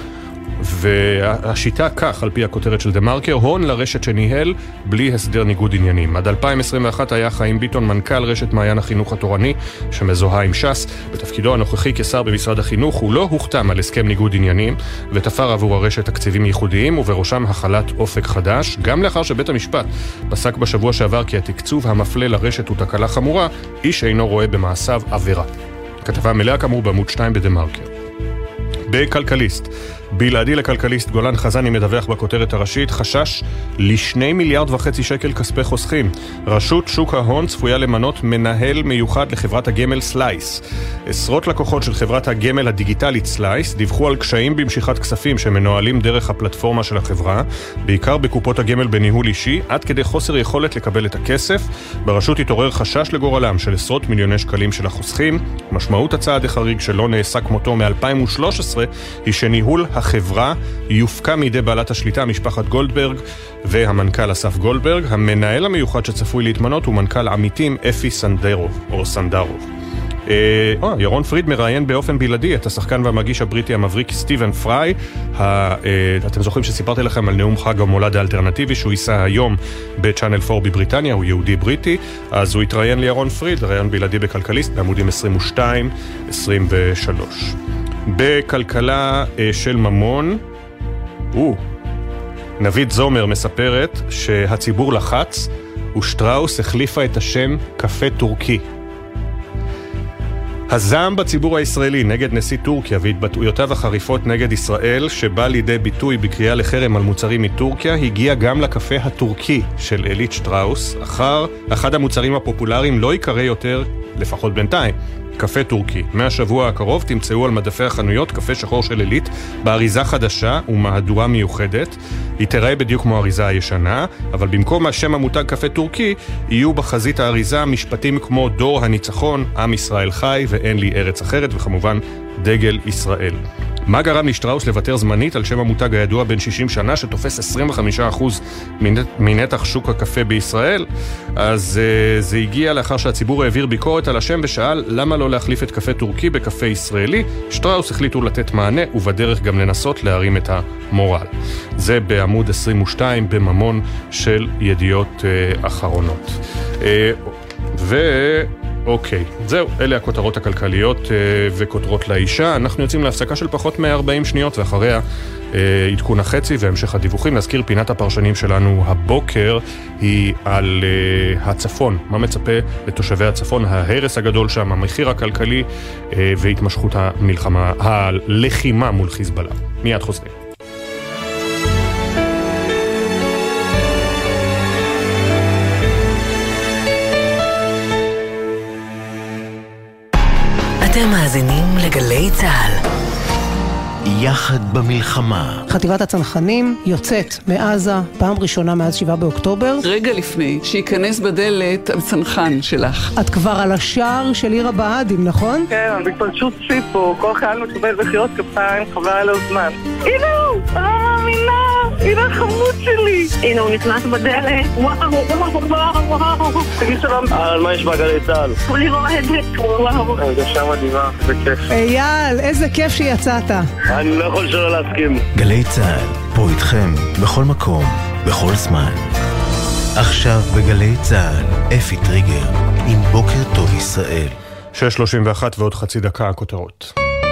והשיטה כך, על פי הכותרת של דה-מרקר, הון לרשת שניהל בלי הסדר ניגוד עניינים. עד 2021 היה חיים ביטון מנכ"ל רשת מעיין החינוך התורני, שמזוהה עם ש"ס. בתפקידו הנוכחי כשר במשרד החינוך הוא לא הוחתם על הסכם ניגוד עניינים, ותפר עבור הרשת תקציבים ייחודיים, ובראשם החלת אופק חדש, גם לאחר שבית המשפט פסק בשבוע שעבר כי התקצוב המפלה לרשת הוא תקלה חמורה, איש אינו רואה במעשיו עבירה. כתבה מלאה כאמור בעמוד 2 בדה-מרקר. בכלכליסט, בלעדי לכלכליסט, גולן חזני מדווח בכותרת הראשית, חשש ל2.5 מיליארד שקל כספי חוסכים. רשות שוק ההון צפויה למנות מנהל מיוחד לחברת הגמל סלייס. עשרות לקוחות של חברת הגמל הדיגיטלית סלייס דיווחו על קשיים במשיכת כספים שמנוהלים דרך הפלטפורמה של החברה, בעיקר בקופות הגמל בניהול אישי, עד כדי חוסר יכולת לקבל את הכסף. ברשות התעורר חשש לגורלם של עשרות מיליוני שקלים של החוסכים. משמעות הצעד החריג שלא נעשה כמותו מ-2013 היא שניהול החברה יופקע מידי בעלת השליטה משפחת גולדברג והמנכ"ל אסף גולדברג. המנהל המיוחד שצפוי להתמנות הוא מנכ"ל עמיתים אפי סנדרוב. ירון פריד מראיין באופן בלעדי את השחקן והמגיש הבריטי המבריק סטיבן פריי. אתם זוכרים שסיפרתי לכם על נאום חג המולד האלטרנטיבי שהוא יישא היום בצ'אנל 4 בבריטניה, הוא יהודי בריטי, אז הוא התראיין לירון פריד, ראיין בלעדי בכלכליסט בעמודים 22-23. בכלכלה של ממון, נבית זומר מספרת שהציבור לחץ ושטראוס החליפה את השם קפה טורקי. הזעם בציבור הישראלי נגד נשיא טורקיה והתבטאויותיו החריפות נגד ישראל, שבא לידי ביטוי בקריאה לחרם על מוצרים מטורקיה, הגיע גם לקפה הטורקי של אלית שטראוס. אחד המוצרים הפופולריים לא יקרא יותר לפחות בינתיים, קפה טורקי. מהשבוע הקרוב תמצאו על מדפי החנויות קפה שחור של עילית באריזה חדשה ומהדורה מיוחדת. היא תראה בדיוק כמו האריזה הישנה, אבל במקום השם המותג קפה טורקי, יהיו בחזית האריזה משפטים כמו דור הניצחון, עם ישראל חי ואין לי ארץ אחרת, וכמובן דגל ישראל. מה גרם לשטראוס לוותר זמנית על שם המותג הידוע בין 60 שנה שתופס 25% מנתח שוק הקפה בישראל? אז זה הגיע לאחר שהציבור העביר ביקורת על השם ושאל למה לא להחליף את קפה טורקי בקפה ישראלי. שטראוס החליטו לתת מענה ובדרך גם לנסות להרים את המורל. זה בעמוד 22 בממון של ידיעות אחרונות. אוקיי, זהו, אלה הכותרות הכלכליות וכותרות לאישה. אנחנו יוצאים להפסקה של פחות מ-40 שניות, ואחריה עדכון החצי והמשך הדיווחים. נזכיר, פינת הפרשנים שלנו הבוקר היא על הצפון. מה מצפה לתושבי הצפון? ההרס הגדול שם, המחיר הכלכלי והתמשכות המלחמה, הלחימה מול חיזבאללה. מיד חוזרים. אתם מאזינים לגלי צהל. יחד במלחמה. חטיבת הצנחנים יוצאת מעזה פעם ראשונה מאז 7 באוקטובר. רגע לפני שיכנס בדלת הצנחן שלך. את כבר על השער של עיר הבה"דים, נכון? כן, בפלשות סיפו, כל חייל מקבל בחירות כפיים, חבל עליו זמן. הנה הוא, אני לא מאמינה, הנה החמוד שלי. הנה הוא נכנס בדלת, וואו. תגיד שלום. על מה יש בגלי צהל? כולי רועדת, וואו. הרגשה מדהימה, זה כיף. אייל, איזה כיף שיצאת. אני לא יכול שלא להסכים. גלי צהל, פה איתכם, בכל מקום, בכל זמן. עכשיו בגלי צהל, אפי טריגר, עם בוקר טוב ישראל. 6:31 ועוד חצי דקה הכותרות.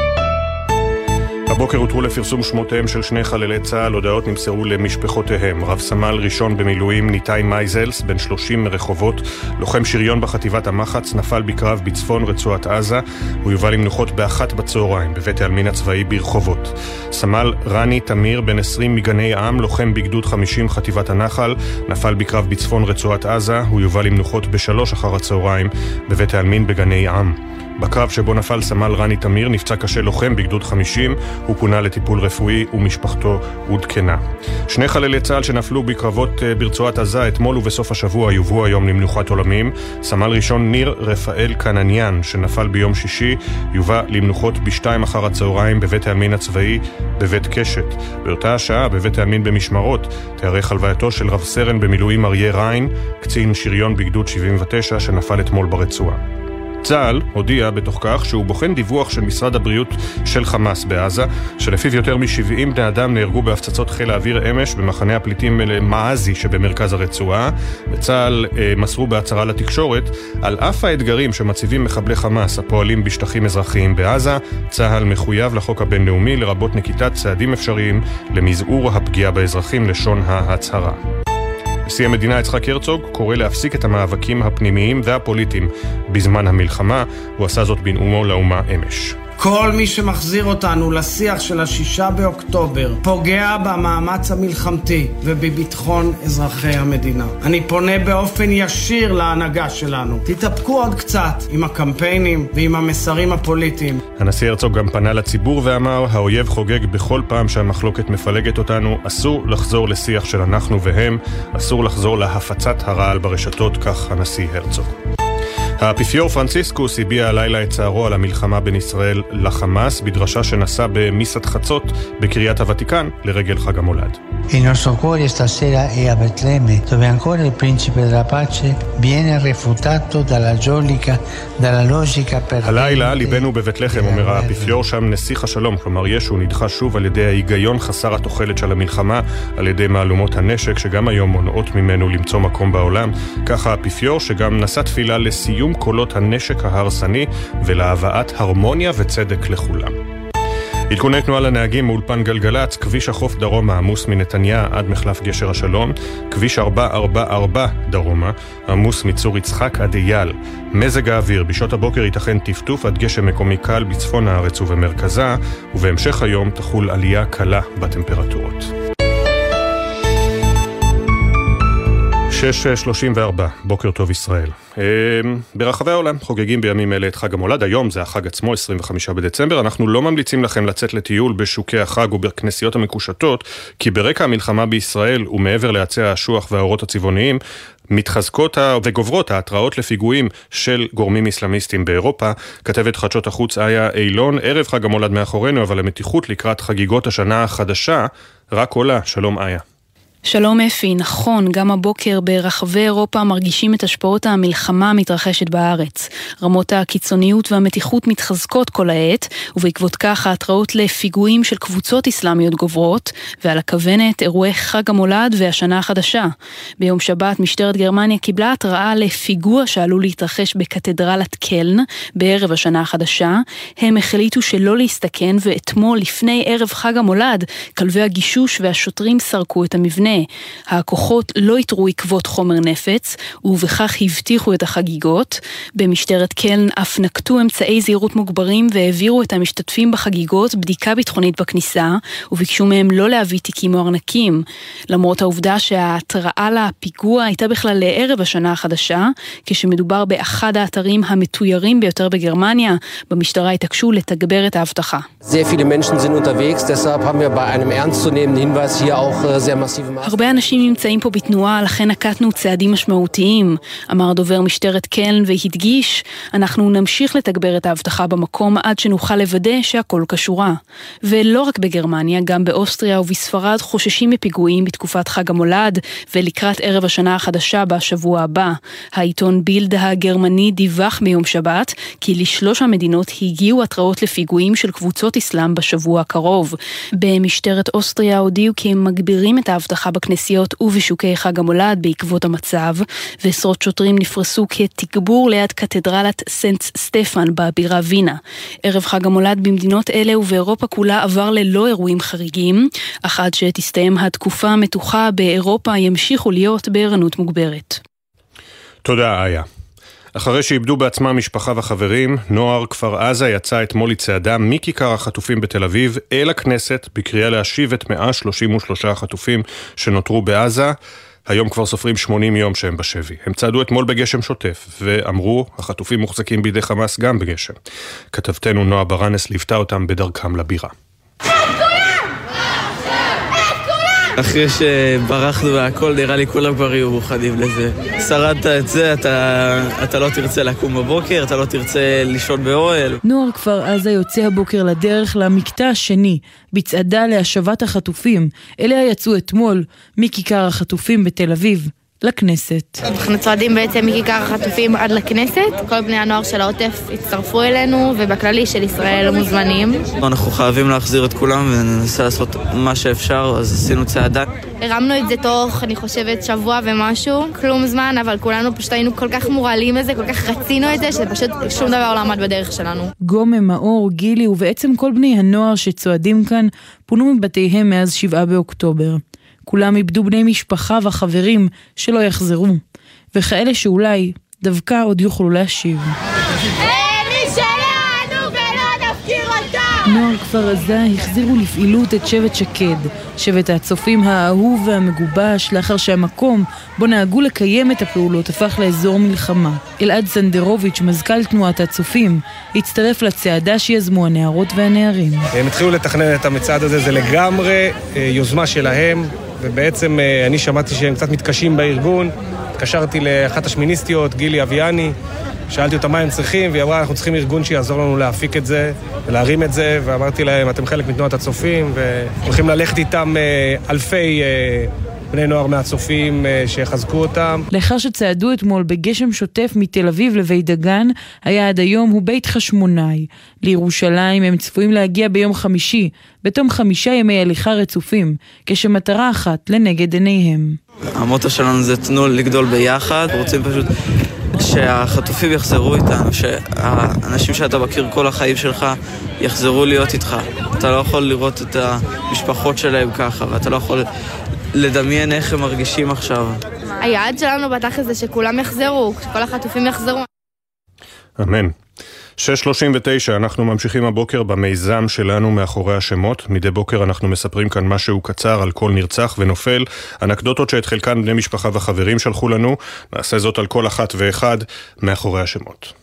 הבוקר הותרו לפרסום שמותיהם של שני חללי צה"ל, הודעות נמסרו למשפחותיהם. רב סמל ראשון במילואים ניתאי מייזלס, בן 30 מרחובות, לוחם שריון בחטיבת המחץ, נפל בקרב בצפון רצועת עזה, הוא יובא למנוחות ב13:00 בבית העלמין הצבאי ברחובות. סמל רני תמיר, בן 20 מגני העם, לוחם בגדוד 50 חטיבת הנחל, נפל בקרב בצפון רצועת עזה, הוא יובא למנוחות ב15:00 בבית העלמין בגני העם. בקרב שבו נפל סמל רני תמיר נפצע קשה לוחם בגדוד 50, הוא פונה לטיפול רפואי ומשפחתו עודכנה. שני חללי צה"ל שנפלו בקרבות ברצועת עזה אתמול ובסוף השבוע יובאו היום למנוחת עולמים. סמל ראשון ניר רפאל קנניאן שנפל ביום שישי יובא למנוחות ב14:00 בבית העלמין הצבאי בבית קשת. באותה השעה בבית העלמין במשמרות תארך הלווייתו של רב סרן במילואים אריה ריין, קצין שריון בגדוד 79 שנפל אתמול ברצועה. צה"ל הודיע בתוך כך שהוא בוחן דיווח של משרד הבריאות של חמאס בעזה, שלפיו יותר מ70 בני אדם נהרגו בהפצצות חיל האוויר אמש במחנה הפליטים מעזי שבמרכז הרצועה. וצה"ל מסרו בהצהרה לתקשורת, על אף האתגרים שמציבים מחבלי חמאס הפועלים בשטחים אזרחיים בעזה, צה"ל מחויב לחוק הבינלאומי לרבות נקיטת צעדים אפשריים למזעור הפגיעה באזרחים, לשון ההצהרה. נשיא המדינה יצחק הרצוג קורא להפסיק את המאבקים הפנימיים והפוליטיים בזמן המלחמה. הוא עשה זאת בנאומו לאומה אמש. כל מי שמחזיר אותנו לשיח של 6 באוקטובר פוגע במאמץ המלחמתי ובביטחון אזרחי המדינה. אני פונה באופן ישיר להנהגה שלנו. תתאפקו עוד קצת עם הקמפיינים ועם המסרים הפוליטיים. הנשיא הרצוג גם פנה לציבור ואמר, האויב חוגג בכל פעם שהמחלוקת מפלגת אותנו, אסור לחזור לשיח של אנחנו והם, אסור לחזור להפצת הרעל ברשתות, כך הנשיא הרצוג. האפיפיור פרנציסקוס הביע הלילה את צערו על המלחמה בין ישראל לחמאס בדרשה שנשא במיסת חצות בקריית הוותיקן לרגל חג המולד. Il nostro cuore stasera è a Betlemme, dove ancora il principe della pace viene refutato dalla logica per... הלילה ליבנו בבית-לחם, אומר האפיפיור, שם נסיך השלום, כלומר ישו, נדחה שוב על ידי ההיגיון חסר התוחלת של המלחמה, על ידי מהלומות הנשק שגם היום מונעות ממנו למצוא מקום בעולם. ככה האפיפיור שגם נשא תפילה לסיום קולות הנשק ההרסני ולהבאת הרמוניה וצדק לכולם. עדכוני תנועה לנהגים מאולפן גלגלץ, כביש החוף דרומה עמוס מנתניה עד מחלף גשר השלום, כביש 444 דרומה עמוס מצור יצחק עד אייל. מזג האוויר, בשעות הבוקר ייתכן טפטוף עד גשם מקומי קל בצפון הארץ ובמרכזה, ובהמשך היום תחול עלייה קלה בטמפרטורות. 6:34, בוקר טוב ישראל. ברחבי העולם חוגגים בימים אלה את חג המולד, היום זה החג עצמו, 25 בדצמבר. אנחנו לא ממליצים לכם לצאת לטיול בשוקי החג ובכנסיות המקושטות, כי ברקע המלחמה בישראל ומעבר לעצי האשוח והאורות הצבעוניים, מתחזקות וגוברות ההתראות לפיגועים של גורמים אסלאמיסטים באירופה. כתבת חדשות החוץ איה אילון, ערב חג המולד מאחורינו, אבל המתיחות לקראת חגיגות השנה החדשה רק עולה. שלום איה. שלום אפי, נכון, גם הבוקר ברחבי אירופה מרגישים את השפעות המלחמה המתרחשת בארץ. רמות הקיצוניות והמתיחות מתחזקות כל העת, ובעקבות כך ההתראות לפיגועים של קבוצות אסלאמיות גוברות, ועל הכוונת אירועי חג המולד והשנה החדשה. ביום שבת משטרת גרמניה קיבלה התראה לפיגוע שעלול להתרחש בקתדרלת קלן בערב השנה החדשה. הם החליטו שלא להסתכן, ואתמול לפני ערב חג המולד, כלבי הגישוש והשוטרים סרקו את המבנה. הכוחות לא יתרו עקבות חומר נפץ, ובכך הבטיחו את החגיגות. במשטרת קלן אף נקטו אמצעי זהירות מוגברים, והעבירו את המשתתפים בחגיגות בדיקה ביטחונית בכניסה, וביקשו מהם לא להביא תיקים או ארנקים. למרות העובדה שההתראה לפיגוע הייתה בכלל לערב השנה החדשה, כשמדובר באחד האתרים המתוירים ביותר בגרמניה, במשטרה התעקשו לתגבר את ההבטחה. Sehr viele Menschen sind unterwegs, deshalb haben wir bei einem ernstzunehmenden Hinweis hier auch sehr massive הרבה אנשים נמצאים פה בתנועה, לכן נקטנו צעדים משמעותיים, אמר דובר משטרת קלן והדגיש, אנחנו נמשיך לתגבר את ההבטחה במקום עד שנוכל לוודא שהכל קשורה. ולא רק בגרמניה, גם באוסטריה ובספרד חוששים מפיגועים בתקופת חג המולד ולקראת ערב השנה החדשה בשבוע הבא. העיתון בילד הגרמני דיווח ביום שבת כי לשלוש המדינות הגיעו התראות לפיגועים של קבוצות אסלאם בשבוע הקרוב. במשטרת אוסטריה הודיעו כי הם מגבירים את ההבטחה בכנסיות ובשוקי חג המולד בעקבות המצב, ועשרות שוטרים נפרסו כתגבור ליד קתדרלת סנט סטפן בבירה וינה. ערב חג המולד במדינות אלה ובאירופה כולה עבר ללא אירועים חריגים, אך עד שתסתיים התקופה המתוחה באירופה ימשיכו להיות בערנות מוגברת. תודה איה. אחרי שאיבדו בעצמם משפחה וחברים, נוער כפר עזה יצא אתמול לצעדה מכיכר החטופים בתל אביב אל הכנסת בקריאה להשיב את 133 החטופים שנותרו בעזה. היום כבר סופרים 80 יום שהם בשבי. הם צעדו אתמול בגשם שוטף ואמרו, החטופים מוחזקים בידי חמאס גם בגשם. כתבתנו נועה ברנס ליוותה אותם בדרכם לבירה. אחרי שברחנו והכל, נראה לי כולם כבר יהיו מוכנים לזה. שרדת את זה, אתה לא תרצה לקום בבוקר, אתה לא תרצה לישון באוהל. נוער כפר עזה יוצא הבוקר לדרך למקטע השני, בצעדה להשבת החטופים. אליה יצאו אתמול מכיכר החטופים בתל אביב לכנסת. אנחנו צועדים בעצם מכיכר החטופים עד לכנסת. כל בני הנוער של העוטף הצטרפו אלינו, ובכללי של ישראל מוזמנים. אנחנו חייבים להחזיר את כולם וננסה לעשות מה שאפשר, אז עשינו צעדה. הרמנו את זה תוך, אני חושבת, שבוע ומשהו, כלום זמן, אבל כולנו פשוט היינו כל כך מורלים לזה, כל כך רצינו את זה, שפשוט שום דבר לא עמד בדרך שלנו. גומא, מאור, גילי ובעצם כל בני הנוער שצועדים כאן פונו מבתיהם מאז 7 באוקטובר. כולם איבדו בני משפחה וחברים שלא יחזרו, וכאלה שאולי דווקא עוד יוכלו להשיב. מי שלנו ולא נפקיר אותה! נוער כפר עזה החזירו לפעילות את שבט שקד, שבט הצופים האהוב והמגובש, לאחר שהמקום בו נהגו לקיים את הפעולות הפך לאזור מלחמה. אלעד סנדרוביץ', מזכ"ל תנועת הצופים, הצטרף לצעדה שיזמו הנערות והנערים. הם התחילו לתכנן את המצעד הזה, זה לגמרי יוזמה שלהם, ובעצם אני שמעתי שהם קצת מתקשים בארגון. התקשרתי לאחת השמיניסטיות, גילי אביאני, שאלתי אותה מה הם צריכים, והיא אמרה, אנחנו צריכים ארגון שיעזור לנו להפיק את זה, ולהרים את זה, ואמרתי להם, אתם חלק מתנועת הצופים, והולכים ללכת איתם אלפי בני נוער מהצופים שיחזקו אותם. לאחר שצעדו אתמול בגשם שוטף מתל אביב לבית דגן, היעד היום הוא בית חשמונאי. לירושלים הם צפויים להגיע ביום חמישי, בתום 5 ימי הליכה רצופים, כשמטרה אחת לנגד עיניהם. המוטו שלנו זה תנו לגדול ביחד, רוצים פשוט שהחטופים יחזרו איתנו, שהאנשים שאתה מכיר כל החיים שלך יחזרו להיות איתך. אתה לא יכול לראות את המשפחות שלהם ככה, ואתה לא יכול לדמיין איך הם מרגישים עכשיו. היעד שלנו בתכל'ס זה שכולם יחזרו, שכל החטופים יחזרו. אמן. 6:39, אנחנו ממשיכים הבוקר במיזם שלנו מאחורי השמות. מדי בוקר אנחנו מספרים כאן משהו קצר על כל נרצח ונופל, אנקדוטות שאת חלקן בני משפחה וחברים שלחו לנו. נעשה זאת על כל אחת ואחד מאחורי השמות.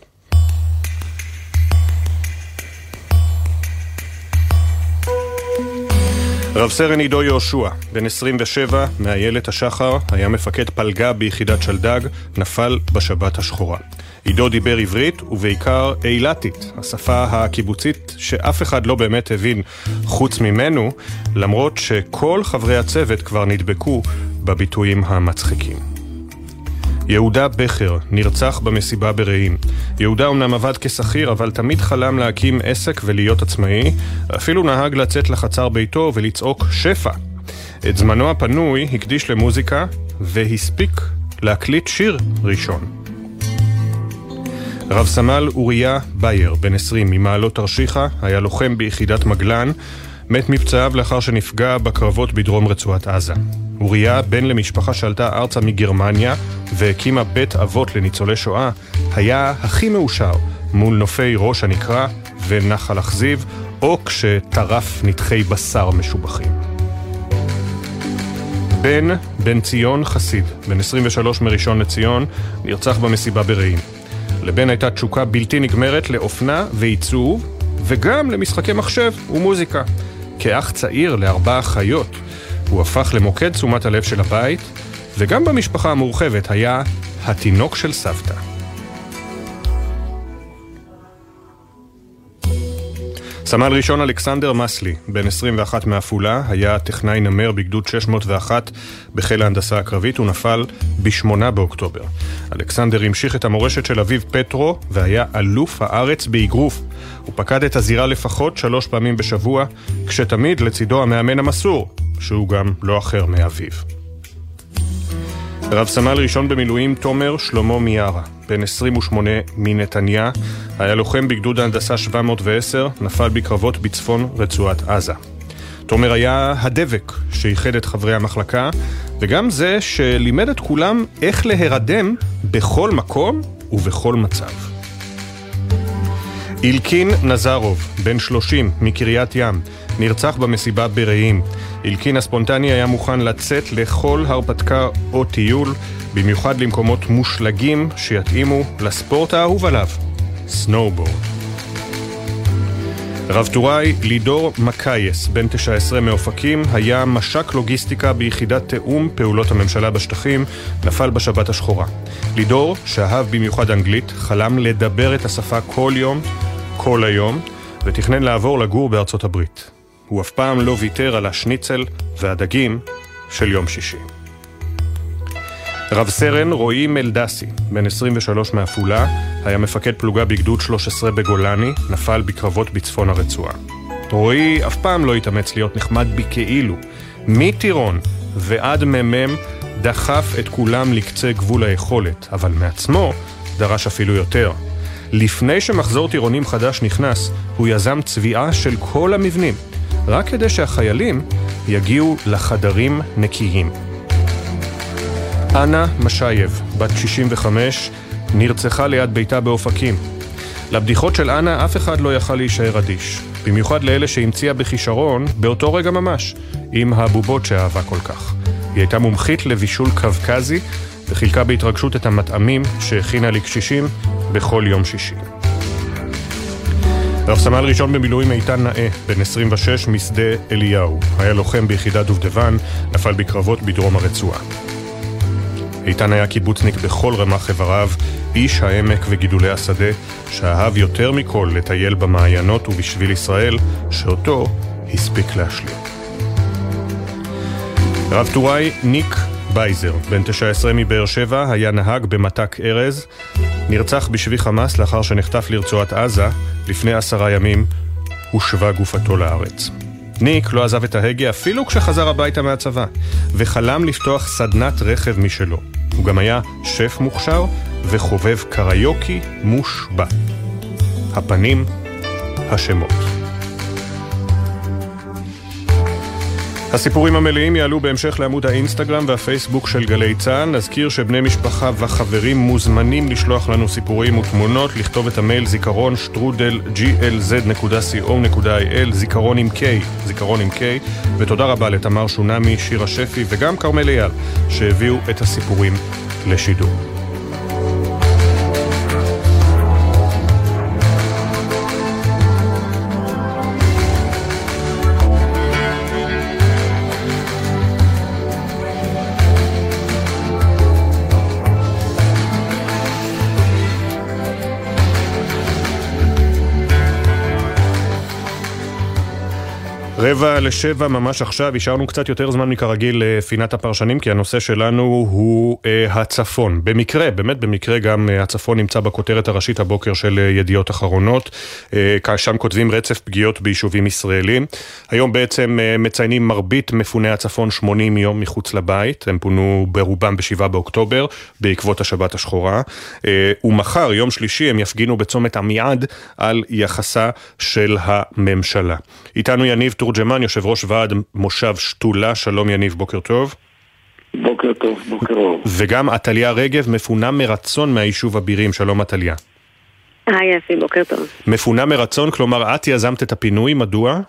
רב סרן עידו יהושע, בן 27, מאיילת השחר, היה מפקד פלגה ביחידת שלדג, נפל בשבת השחורה. עידו דיבר עברית ובעיקר אילתית, השפה הקיבוצית שאף אחד לא באמת הבין חוץ ממנו, למרות שכל חברי הצוות כבר נדבקו בביטויים המצחיקים. יהודה בכר נרצח במסיבה ברעים. יהודה אומנם עבד כשכיר, אבל תמיד חלם להקים עסק ולהיות עצמאי, אפילו נהג לצאת לחצר ביתו ולצעוק שפע. את זמנו הפנוי הקדיש למוזיקה והספיק להקליט שיר ראשון. רב סמל אוריה בייר, בן 20, ממעלות תרשיחא, היה לוחם ביחידת מגלן, מת מפצעיו לאחר שנפגע בקרבות בדרום רצועת עזה. אוריה, בן למשפחה שעלתה ארצה מגרמניה והקימה בית אבות לניצולי שואה, היה הכי מאושר מול נופי ראש הנקרה ונחל אכזיב, או כשטרף נתחי בשר משובחים. בן ציון חסיד, בן 23 מראשון לציון, נרצח במסיבה ברעים. לבן הייתה תשוקה בלתי נגמרת לאופנה ועיצוב, וגם למשחקי מחשב ומוזיקה. כאח צעיר ל4 אחיות, הוא הפך למוקד תשומת הלב של הבית, וגם במשפחה המורחבת היה התינוק של סבתא. סמל ראשון אלכסנדר מסלי, בן 21 מאפולה, היה טכנאי נמר בגדוד 601 בחיל ההנדסה הקרבית, הוא נפל ב8 באוקטובר. אלכסנדר המשיך את המורשת של אביו פטרו, והיה אלוף הארץ באגרוף. הוא פקד את הזירה לפחות 3 פעמים בשבוע, כשתמיד לצידו המאמן המסור, שהוא גם לא אחר מאביו. רב סמל ראשון במילואים תומר שלמה מיארה, בן 28 מנתניה, היה לוחם בגדוד ההנדסה 710, נפל בקרבות בצפון רצועת עזה. תומר היה הדבק שייחד את חברי המחלקה, וגם זה שלימד את כולם איך להירדם בכל מקום ובכל מצב. אילקין נזרוב, בן 30 מקריית ים, נרצח במסיבה ברעים. אילקין הספונטני היה מוכן לצאת לכל הרפתקה או טיול, במיוחד למקומות מושלגים שיתאימו לספורט האהוב עליו, סנואובורד. רב טוראי לידור מקייס, בן 19 מאופקים, היה משק לוגיסטיקה ביחידת תאום פעולות הממשלה בשטחים, נפל בשבת השחורה. לידור, שאהב במיוחד אנגלית, חלם לדבר את השפה כל יום, כל היום, ותכנן לעבור לגור בארצות הברית. הוא אף פעם לא ויתר על השניצל והדגים של יום שישי. רב סרן רועי מלדסי, בן 23 מאפולה, היה מפקד פלוגה בגדוד 13 בגולני, נפל בקרבות בצפון הרצועה. רועי אף פעם לא התאמץ להיות נחמד בכאילו. מטירון ועד ממם דחף את כולם לקצה גבול היכולת, אבל מעצמו דרש אפילו יותר. לפני שמחזור טירונים חדש נכנס, הוא יזם צביעה של כל המבנים, רק כדי שהחיילים יגיעו לחדרים נקיים. אנה משייב, בת 65, נרצחה ליד ביתה באופקים. לבדיחות של אנה אף אחד לא יכל להישאר אדיש, במיוחד לאלה שהמציאה בכישרון באותו רגע ממש, עם הבובות שאהבה כל כך. היא הייתה מומחית לבישול קווקזי, וחילקה בהתרגשות את המטעמים שהכינה לקשישים בכל יום שישי. רב סמל ראשון במילואים איתן נאה, בן 26 משדה אליהו, היה לוחם ביחידת דובדבן, נפל בקרבות בדרום הרצועה. איתן היה קיבוצניק בכל רמ"ח איבריו, איש העמק וגידולי השדה, שאהב יותר מכל לטייל במעיינות ובשביל ישראל, שאותו הספיק להשלים. רב טוראי ניק בייזר, בן 19 מבאר שבע, היה נהג במתק ארז, נרצח בשבי חמאס לאחר שנחטף לרצועת עזה. לפני 10 ימים הושבה גופתו לארץ. ניק לא עזב את ההגה אפילו כשחזר הביתה מהצבא, וחלם לפתוח סדנת רכב משלו. הוא גם היה שף מוכשר וחובב קריוקי מושבע. הפנים, השמות. הסיפורים המלאים יעלו בהמשך לעמוד האינסטגרם והפייסבוק של גלי צה"ל. נזכיר שבני משפחה וחברים מוזמנים לשלוח לנו סיפורים ותמונות, לכתוב את המייל zikaron@glz.co.il, זיכרון עם K, ותודה רבה לתמר שונמי, שירה שפי וגם קרמל אייל שהביאו את הסיפורים לשידור. רבע לשבע ממש עכשיו, השארנו קצת יותר זמן מכרגיל לפינת הפרשנים, כי הנושא שלנו הוא הצפון. במקרה, באמת במקרה גם הצפון נמצא בכותרת הראשית הבוקר של ידיעות אחרונות, שם כותבים רצף פגיעות ביישובים ישראלים. היום בעצם מציינים מרבית מפוני הצפון 80 יום מחוץ לבית, הם פונו ברובם ב7 באוקטובר, בעקבות השבת השחורה, ומחר, יום שלישי, הם יפגינו בצומת עמיעד על יחסה של הממשלה. איתנו יניב תורג'מן, יושב ראש ועד מושב שתולה. שלום יניב, בוקר טוב. בוקר טוב, בוקר טוב. וגם עתליה רגב, מפונה מרצון מהיישוב הבירים. שלום עתליה. היי יפי, בוקר טוב. מפונה מרצון, כלומר את יזמת את הפינוי, מדוע?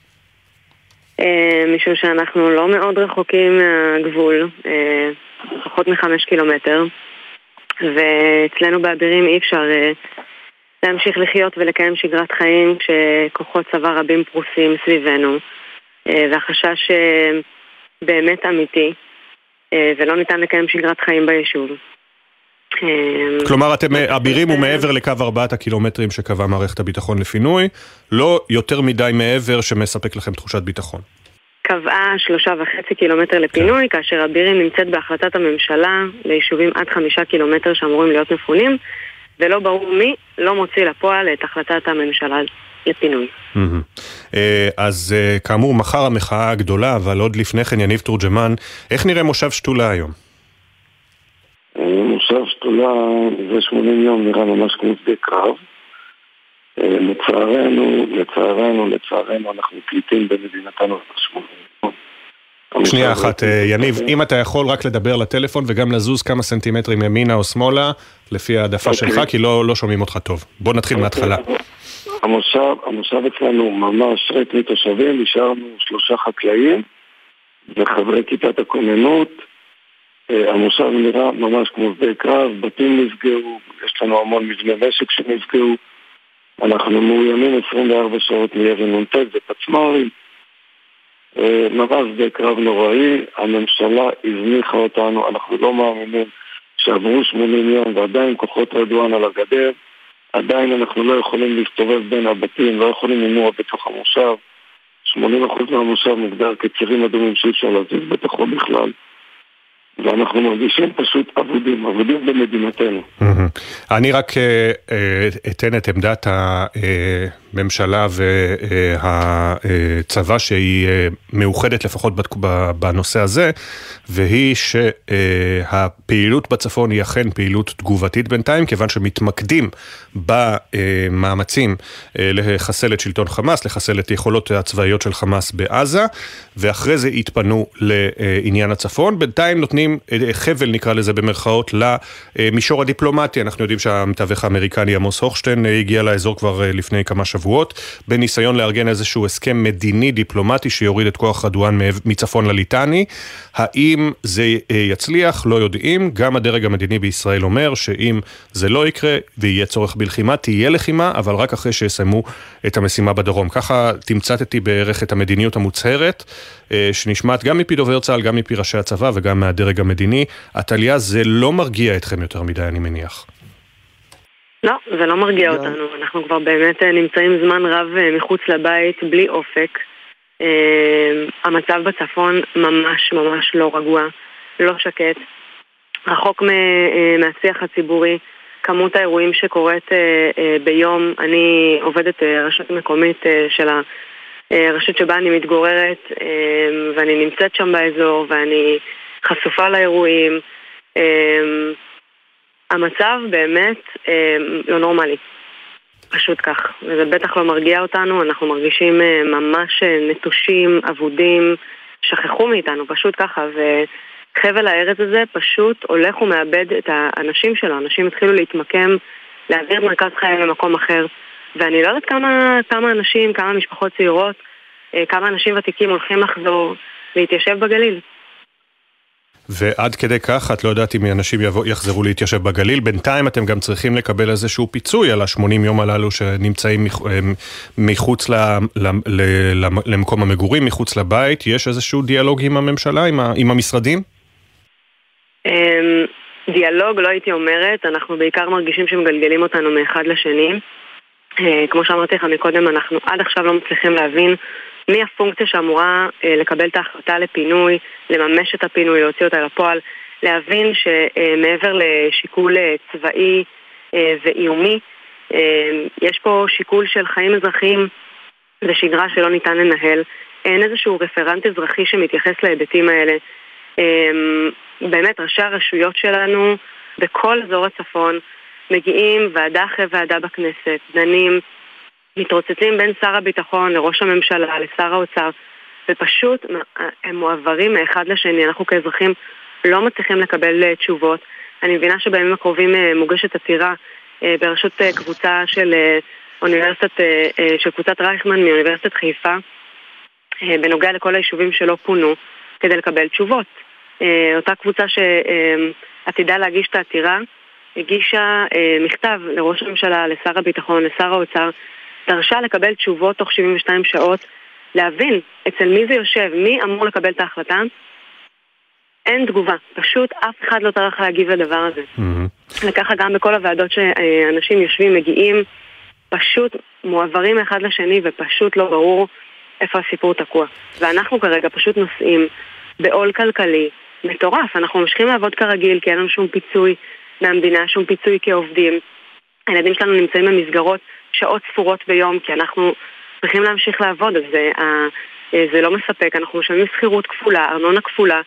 משום שאנחנו לא מאוד רחוקים מהגבול, פחות מ5 קילומטר, ואצלנו באבירים אי אפשר להמשיך לחיות ולקיים שגרת חיים כשכוחות צבא רבים פרוסים סביבנו, והחשש באמת אמיתי, ולא ניתן לקיים שגרת חיים ביישוב. כלומר, אבירים הוא מעבר לקו 4 הקילומטרים שקבע מערכת הביטחון לפינוי, לא יותר מדי מעבר שמספק לכם תחושת ביטחון. קבעה 3.5 קילומטר לפינוי, כאשר אבירים נמצאת בהחלטת הממשלה ליישובים עד 5 קילומטר שאמורים להיות מפונים, ולא ברור מי לא מוציא לפועל את החלטת הממשלה לפינוי. אז כאמור, מחר המחאה הגדולה, אבל עוד לפני כן, יניב תורג'מן, איך נראה מושב שתולה היום? מושב שתולה זה 80 יום נראה ממש כמו שדה קרב. לצערנו, אנחנו פליטים במדינתנו 80 יום. שנייה אחת, יניב, אם אתה יכול רק לדבר לטלפון וגם לזוז כמה סנטימטרים ימינה או שמאלה, לפי העדפה שלך, כי לא שומעים אותך טוב. בוא נתחיל מההתחלה. המושב אצלנו ממש ריק מתושבים, נשארנו 3 חקלאים וחברי כיתת הכוננות. המושב נראה ממש כמו שדה קרב, בתים נפגעו, יש לנו המון מבני משק שנפגעו, אנחנו מאוימים 24 שעות מירי נ"ט ופצמ"רים. ממש שדה קרב נוראי, הממשלה הזניחה אותנו, אנחנו לא מאמינים שעברו 80 יום ועדיין כוחות רדואן על הגדר, עדיין אנחנו לא יכולים להסתובב בין הבתים, לא יכולים לנוע בתוך המושב, 80% מהמושב מוגדר כצירים אדומים שאי אפשר להזיז בתוכו בכלל, ואנחנו מרגישים פשוט עבודים במדינתנו. אני רק אתן את עמדת הממשלה והצבא שהיא מאוחדת לפחות בנושא הזה, והיא שהפעילות בצפון היא אכן פעילות תגובתית בינתיים, כיוון שמתמקדים במאמצים לחסל את שלטון חמאס, לחסל את יכולות הצבאיות של חמאס בעזה, ואחרי זה התפנו לעניין הצפון. בינתיים נותנים חבל, נקרא לזה במרכאות, למישור הדיפלומטי. אנחנו יודעים שהמתווך האמריקני עמוס הוכשטיין הגיע לאזור כבר לפני כמה שבועות, בניסיון לארגן איזשהו הסכם מדיני דיפלומטי שיוריד את כוח רדואן מצפון לליטני. האם זה יצליח? לא יודעים. גם הדרג המדיני בישראל אומר שאם זה לא יקרה ויהיה צורך בלחימה, תהיה לחימה, אבל רק אחרי שיסיימו את המשימה בדרום. ככה תמצאתי בערך את המדיניות המוצהרת, שנשמעת גם מפי דובר צה"ל, גם מפי ראשי הצבא וגם מהדרג המדיני. עתליה, זה לא מרגיע אתכם יותר מדי, אני מניח. לא, זה לא מרגיע אותנו. אנחנו כבר באמת נמצאים זמן רב מחוץ לבית, בלי אופק. המצב בצפון ממש לא רגוע, לא שקט, רחוק מהשיח הציבורי. כמות האירועים שקורית ביום, אני עובדת רשות מקומית של הרשות שבה אני מתגוררת, ואני נמצאת שם באזור ואני חשופה לאירועים. המצב באמת לא נורמלי, פשוט כך, וזה בטח לא מרגיע אותנו. אנחנו מרגישים ממש נטושים, עבודים, שכחו מאיתנו, פשוט ככה, וחבל הארץ הזה פשוט הולך ומאבד את האנשים שלו, אנשים התחילו להתמקם, להעביר את מרכז חיים למקום אחר, ואני לא יודעת כמה אנשים, כמה משפחות צעירות, כמה אנשים ותיקים הולכים לחזור להתיישב בגליל. ועד כדי כך, את לא יודעת אם אנשים יחזרו להתיישב בגליל, בינתיים אתם גם צריכים לקבל איזשהו פיצוי על ה-80 יום הללו שנמצאים מחוץ למקום המגורים, מחוץ לבית. יש איזשהו דיאלוג עם הממשלה, עם המשרדים? דיאלוג לא הייתי אומרת, אנחנו בעיקר מרגישים שמגלגלים אותנו מאחד לשני. כמו שאמרתי לך מקודם, אנחנו עד עכשיו לא מצליחים להבין מי הפונקציה שאמורה לקבל את ההחלטה לפינוי, לממש את הפינוי, להוציא אותה לפועל, להבין שמעבר לשיקול צבאי ואיומי, יש פה שיקול של חיים אזרחיים ושגרה שלא ניתן לנהל. אין איזשהו רפרנט אזרחי שמתייחס להיבטים האלה. באמת ראשי הרשויות שלנו בכל אזור הצפון מגיעים ועדה אחרי ועדה בכנסת, דנים, מתרוצצים בין שר הביטחון לראש הממשלה, לשר האוצר, ופשוט הם מועברים מאחד לשני. אנחנו כאזרחים לא מצליחים לקבל תשובות. אני מבינה שבימים הקרובים מוגשת עתירה ברשות קבוצה של קבוצת רייכמן מאוניברסיטת חיפה, בנוגע לכל היישובים שלא פונו, כדי לקבל תשובות. אותה קבוצה שעתידה להגיש את העתירה, הגישה מכתב לראש הממשלה, לשר הביטחון, לשר האוצר, דרשה לקבל תשובות תוך 72 שעות, להבין אצל מי זה יושב, מי אמור לקבל את ההחלטה. אין תגובה, פשוט אף אחד לא טרח להגיב לדבר הזה. וככה גם בכל הוועדות שאנשים יושבים, מגיעים, פשוט מועברים אחד לשני, ופשוט לא ברור איפה הסיפור תקוע. ואנחנו כרגע פשוט נוסעים בעול כלכלי מטורף. אנחנו ממשיכים לעבוד כרגיל, כי אין לנו שום פיצוי מהמדינה, שום פיצוי כעובדים. הילדים שלנו נמצאים במסגרות שעות ספורות ביום, כי אנחנו צריכים להמשיך לעבוד, אז זה לא מספק. אנחנו משלמים שכירות כפולה, ארנונה כפולה.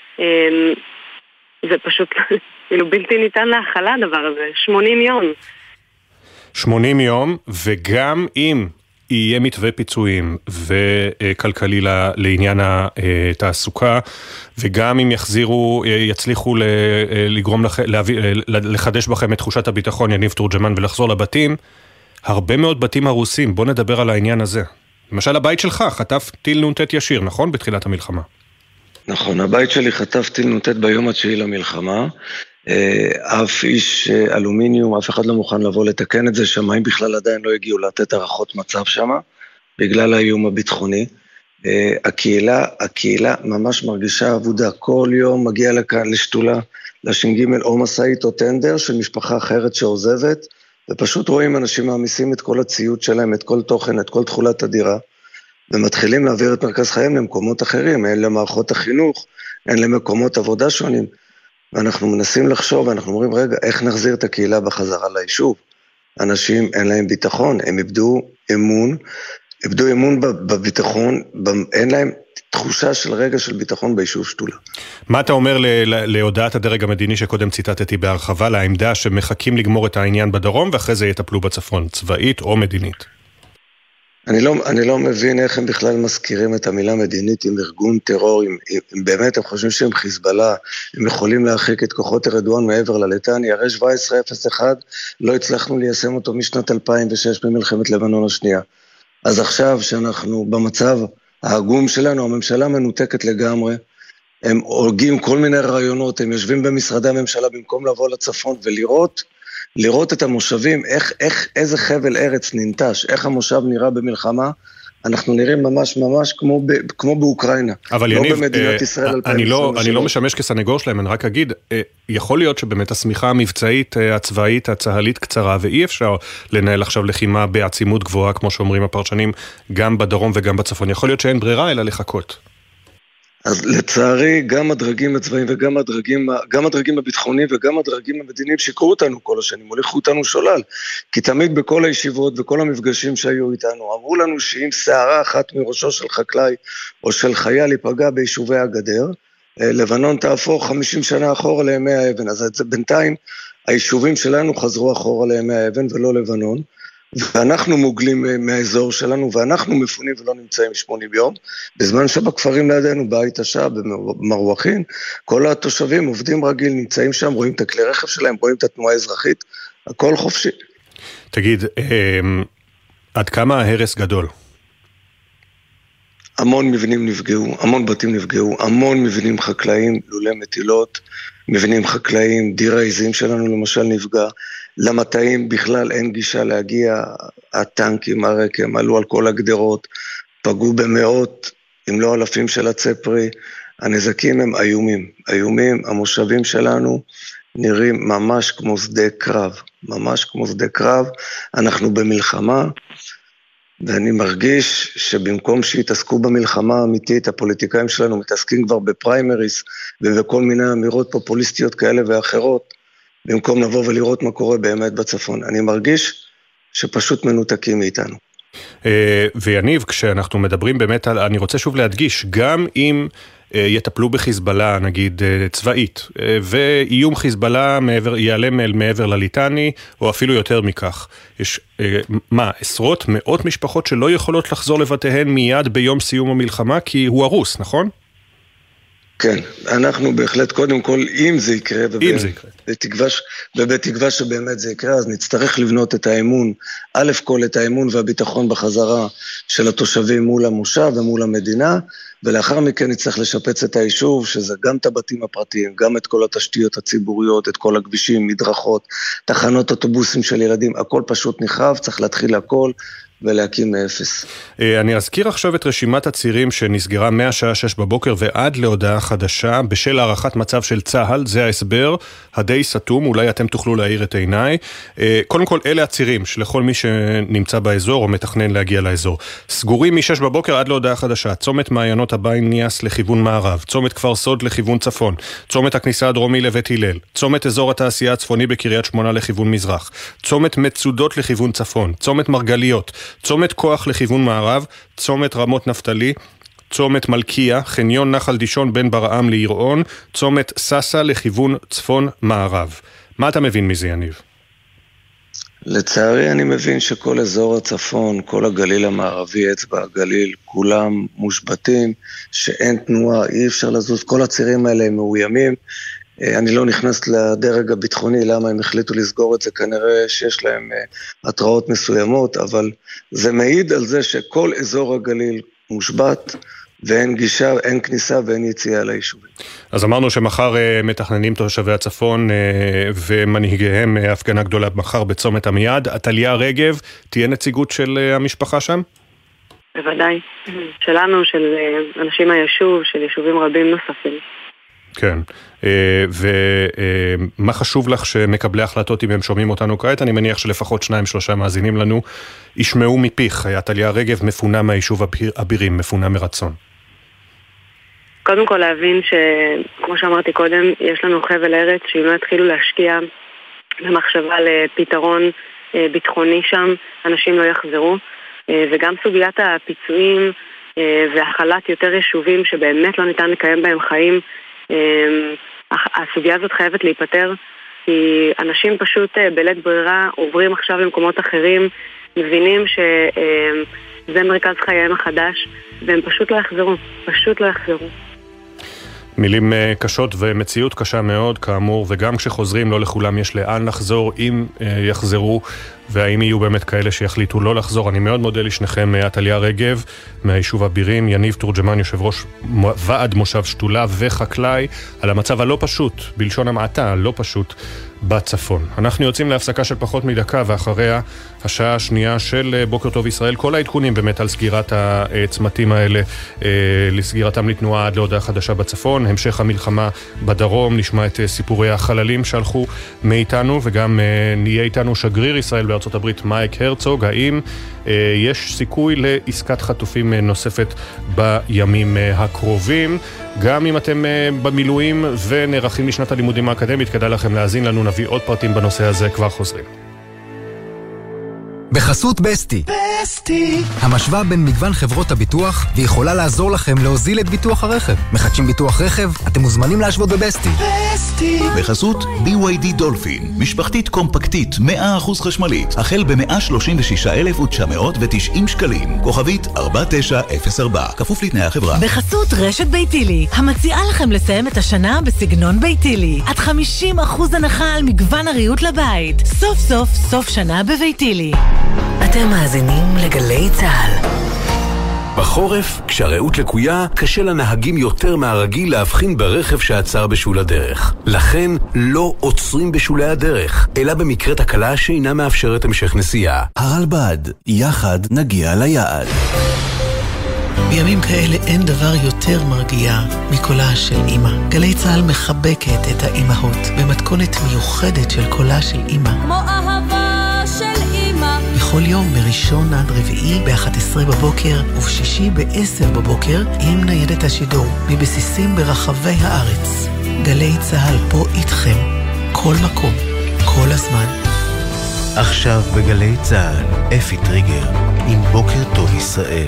זה פשוט בלתי ניתן להכלה הדבר הזה. 80 יום. 80 יום, וגם אם יהיה מתווה פיצויים וכלכלי לעניין התעסוקה, וגם אם יצליחו לגרום לחדש בכם את תחושת הביטחון, יניב תורג'מן, ולחזור לבתים, הרבה מאוד בתים הרוסים. בוא נדבר על העניין הזה. למשל הבית שלך חטף טיל נ"ט ישיר, נכון? בתחילת המלחמה. נכון, הבית שלי חטף טיל נ"ט ביום התשיעי למלחמה. אף איש אלומיניום, אף אחד לא מוכן לבוא לתקן את זה, שמיים בכלל עדיין לא הגיעו לתת הערכות מצב שם, בגלל האיום הביטחוני. הקהילה ממש מרגישה עבודה, כל יום מגיע לכאן לשתולה, לש"ג או מסעית או טנדר של משפחה אחרת שעוזבת, ופשוט רואים אנשים מעמיסים את כל הציוד שלהם, את כל תוכן, את כל תכולת הדירה, ומתחילים להעביר את מרכז חיים למקומות אחרים, אין למערכות החינוך, אין למקומות עבודה שונים, ואנחנו מנסים לחשוב, ואנחנו אומרים, רגע, איך נחזיר את הקהילה בחזרה ליישוב? אנשים אין להם ביטחון, הם איבדו אמון בביטחון, אין להם תחושה של רגע של ביטחון ביישוב שתולה. מה אתה אומר להודעת הדרג המדיני שקודם ציטטתי בהרחבה, לעמדה שמחכים לגמור את העניין בדרום, ואחרי זה יטפלו בצפון, צבאית או מדינית? אני לא מבין איך הם בכלל מזכירים את המילה מדינית עם ארגון טרור, אם באמת הם חושבים שהם חיזבאללה, הם יכולים להרחיק את כוחות ארדואן מעבר לליטני, הרי 1701 לא הצלחנו ליישם אותו משנת 2006 במלחמת לבנון השנייה. אז עכשיו שאנחנו במצב העגום שלנו, הממשלה מנותקת לגמרי, הם הוגים כל מיני רעיונות, הם יושבים במשרדי הממשלה במקום לבוא לצפון ולראות את המושבים, איזה חבל ארץ ננטש, איך המושב נראה במלחמה, אנחנו נראים ממש כמו באוקראינה. אבל לא יניב, במדינת ישראל 2023. אני לא משמש כסנגור שלהם, אני רק אגיד, יכול להיות שבאמת הסמיכה המבצעית, הצבאית, הצהלית קצרה, ואי אפשר לנהל עכשיו לחימה בעצימות גבוהה, כמו שאומרים הפרשנים, גם בדרום וגם בצפון. יכול להיות שאין ברירה אלא לחכות. אז לצערי, גם הדרגים הצבאיים וגם הדרגים הביטחוניים וגם הדרגים המדיניים שיקרו אותנו כל השנים, הוליכו אותנו שולל, כי תמיד בכל הישיבות וכל המפגשים שהיו איתנו, אמרו לנו שאם שערה אחת מראשו של חקלאי או של חייל ייפגע ביישובי הגדר, לבנון תהפוך 50 שנה אחורה לימי האבן, אז בינתיים היישובים שלנו חזרו אחורה לימי האבן ולא לבנון, ואנחנו מוגלים מהאזור שלנו, ואנחנו מפונים ולא נמצאים 80 יום, בזמן שבכפרים לידינו, בית השעה, במרוחין, כל התושבים עובדים רגיל, נמצאים שם, רואים את הכלי רכב שלהם, רואים את התנועה האזרחית, הכל חופשי. תגיד, עד כמה ההרס גדול? המון מבנים נפגעו, המון בתים נפגעו, המון מבנים חקלאיים, לולי מטילות, מבנים חקלאיים, דיר העיזים שלנו למשל נפגע, למטעים בכלל אין גישה להגיע, הטנקים, הרקם, עלו על כל הגדרות, פגעו במאות, אם לא אלפים של הצפרי, הנזקים הם איומים, איומים, המושבים שלנו נראים ממש כמו שדה קרב, ממש כמו שדה קרב, אנחנו במלחמה, ואני מרגיש שבמקום שיתעסקו במלחמה האמיתית, הפוליטיקאים שלנו מתעסקים כבר בפריימריס, ובכל מיני אמירות פופוליסטיות כאלה ואחרות, במקום לבוא ולראות מה קורה באמת בצפון. אני מרגיש שפשוט מנותקים מאיתנו. ויניב, כשאנחנו מדברים באמת על, אני רוצה שוב להדגיש, גם אם יטפלו בחיזבאללה, נגיד צבאית, ואיום חיזבאללה יעלה מעבר לליטני, או אפילו יותר מכך. יש, עשרות, מאות משפחות שלא יכולות לחזור לבתיהן מיד ביום סיום המלחמה, כי הוא הרוס, נכון? כן, אנחנו בהחלט, קודם כל, אם זה יקרה, ובתקווה שבאמת זה יקרה, אז נצטרך לבנות את האמון, א' כל את האמון והביטחון בחזרה של התושבים מול המושב ומול המדינה, ולאחר מכן נצטרך לשפץ את היישוב, שזה גם את הבתים הפרטיים, גם את כל התשתיות הציבוריות, את כל הכבישים, מדרכות, תחנות אוטובוסים של ילדים, הכל פשוט נחרב, צריך להתחיל הכל, ולהקים מאפס. אני אזכיר עכשיו את רשימת הצירים שנסגרה מהשעה 6 בבוקר ועד להודעה חדשה, בשל הערכת מצב של צה"ל, זה ההסבר, הדי סתום, אולי אתם תוכלו להאיר את עיניי. קודם כל, אלה הצירים שלכל מי שנמצא באזור או מתכנן להגיע לאזור. סגורים מ-6 בבוקר עד להודעה חדשה, צומת מעיינות הבית ניאס לכיוון מערב, צומת כפר סוד לכיוון צפון, צומת הכניסה הדרומי לבית הלל, צומת אזור התעשייה הצפוני בקריית שמונה לכיוון מזרח, צומת מצודות לכיוון צפון, צומת מרגליות, צומת כוח לכיוון מערב, צומת רמות נפתלי, צומת מלכיה, חניון נחל דישון בין ברעם לעירון, צומת ססה לכיוון צפון מערב. מה אתה מבין מזה, יניב? לצערי אני מבין שכל אזור הצפון, כל הגליל המערבי, אצבע הגליל, כולם מושבתים, שאין תנועה, אי אפשר לזוז, כל הצירים האלה הם מאוימים. אני לא נכנס לדרג הביטחוני, למה הם החליטו לסגור את זה, כנראה שיש להם התראות מסוימות, אבל זה מעיד על זה שכל אזור הגליל מושבת, ואין גישה, אין כניסה ואין יציאה ליישובים. אז אמרנו שמחר מתכננים תושבי הצפון ומנהיגיהם הפגנה גדולה מחר בצומת עמיעד. עתליה רגב, תהיה נציגות של המשפחה שם? בוודאי. שלנו, של אנשים מהיישוב, של יישובים רבים נוספים. כן, ומה חשוב לך שמקבלי החלטות אם הם שומעים אותנו כעת? אני מניח שלפחות 2-3 מאזינים לנו ישמעו מפיך, עתליה רגב מפונה מהיישוב אבירים, מפונה מרצון. קודם כל להבין שכמו שאמרתי קודם, יש לנו חבל ארץ שאם לא התחילו להשקיע במחשבה לפתרון ביטחוני שם, אנשים לא יחזרו, וגם סוגיית הפיצויים והחלת יותר יישובים שבאמת לא ניתן לקיים בהם חיים, הסוגיה הזאת חייבת להיפטר, כי אנשים פשוט בלית ברירה עוברים עכשיו למקומות אחרים, מבינים שזה מרכז חייהם החדש, והם פשוט לא יחזרו, פשוט לא יחזרו. מילים קשות ומציאות קשה מאוד, כאמור, וגם כשחוזרים לא לכולם יש לאן לחזור, אם יחזרו, והאם יהיו באמת כאלה שיחליטו לא לחזור. אני מאוד מודה לשניכם, עתליה רגב מהיישוב אבירים, יניב תורג'מן, יושב ראש ועד מושב שתולה וחקלאי, על המצב הלא פשוט, בלשון המעטה, הלא פשוט בצפון. אנחנו יוצאים להפסקה של פחות מדקה, ואחריה השעה השנייה של בוקר טוב ישראל, כל העדכונים באמת על סגירת הצמתים האלה, לסגירתם לתנועה עד להודעה חדשה בצפון, המשך המלחמה בדרום, נשמע את סיפורי החללים שהלכו מאיתנו, וגם נהיה איתנו שגריר ישראל בארצות הברית מייק הרצוג. האם יש סיכוי לעסקת חטופים נוספת בימים הקרובים? גם אם אתם במילואים ונערכים לשנת הלימודים האקדמית, כדאי לכם להאזין לנו, נביא עוד פרטים בנושא הזה, כבר חוזרים. בחסות בסטי. בסטי. המשוואה בין מגוון חברות הביטוח, ויכולה לעזור לכם להוזיל את ביטוח הרכב. מחדשים ביטוח רכב, אתם מוזמנים להשוות בבסטי. בסטי. בחסות BYD דולפין, משפחתית קומפקטית 100% חשמלית, החל ב-136,990 שקלים. כוכבית 4904, כפוף לתנאי החברה. בחסות רשת ביתילי, המציעה לכם לסיים את השנה בסגנון ביתילי. עד 50% הנחה על מגוון הריהוט לבית. סוף סוף סוף שנה בביתילי. אתם מאזינים לגלי צהל. בחורף, כשהראות לקויה, קשה לנהגים יותר מהרגיל להבחין ברכב שעצר בשול הדרך. לכן, לא עוצרים בשולי הדרך, אלא במקרה תקלה שאינה מאפשרת המשך נסיעה. הרלב"ד, יחד נגיע ליעד. בימים כאלה אין דבר יותר מרגיע מקולה של אמא. גלי צהל מחבקת את האמהות במתכונת מיוחדת של קולה של אמא. כמו אהבה של אמא. בכל יום מראשון עד רביעי ב-11 בבוקר ובשישי ב-10 בבוקר עם ניידת השידור מבסיסים ברחבי הארץ. גלי צהל פה איתכם, כל מקום, כל הזמן. עכשיו בגלי צהל, אפי טריגר עם בוקר טוב ישראל.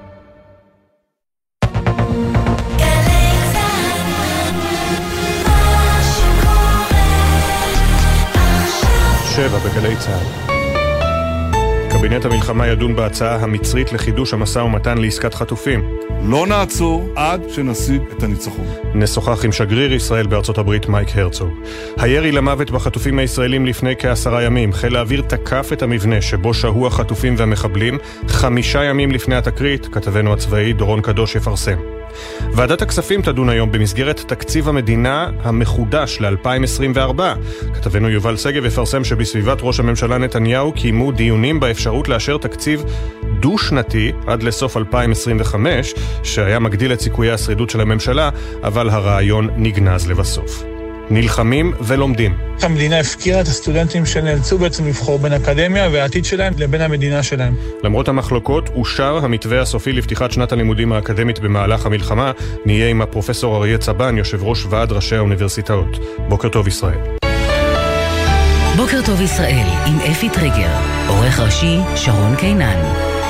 בגלי צהל. קבינט המלחמה ידון בהצעה המצרית לחידוש המשא ומתן לעסקת חטופים. לא נעצור עד שנשיג את הניצחון. נשוחח עם שגריר ישראל בארצות הברית מייק הרצוג. הירי למוות בחטופים הישראלים לפני כ10 ימים. חיל האוויר תקף את המבנה שבו שהו החטופים והמחבלים 5 ימים לפני התקרית. כתבנו הצבאי דורון קדוש יפרסם. ועדת הכספים תדון היום במסגרת תקציב המדינה המחודש ל-2024. כתבנו יובל סגב יפרסם שבסביבת ראש הממשלה נתניהו קיימו דיונים באפשרות לאשר תקציב דו-שנתי עד לסוף 2025, שהיה מגדיל את סיכויי השרידות של הממשלה, אבל הרעיון נגנז לבסוף. נלחמים ולומדים. המדינה הפקירה את הסטודנטים שנאלצו בעצם לבחור בין אקדמיה והעתיד שלהם לבין המדינה שלהם. למרות המחלוקות, אושר המתווה הסופי לפתיחת שנת הלימודים האקדמית במהלך המלחמה. נהיה עם הפרופסור אריה צבן, יושב ראש ועד ראשי האוניברסיטאות. בוקר טוב ישראל. בוקר טוב ישראל עם אפי טריגר, עורך ראשי שרון קינן.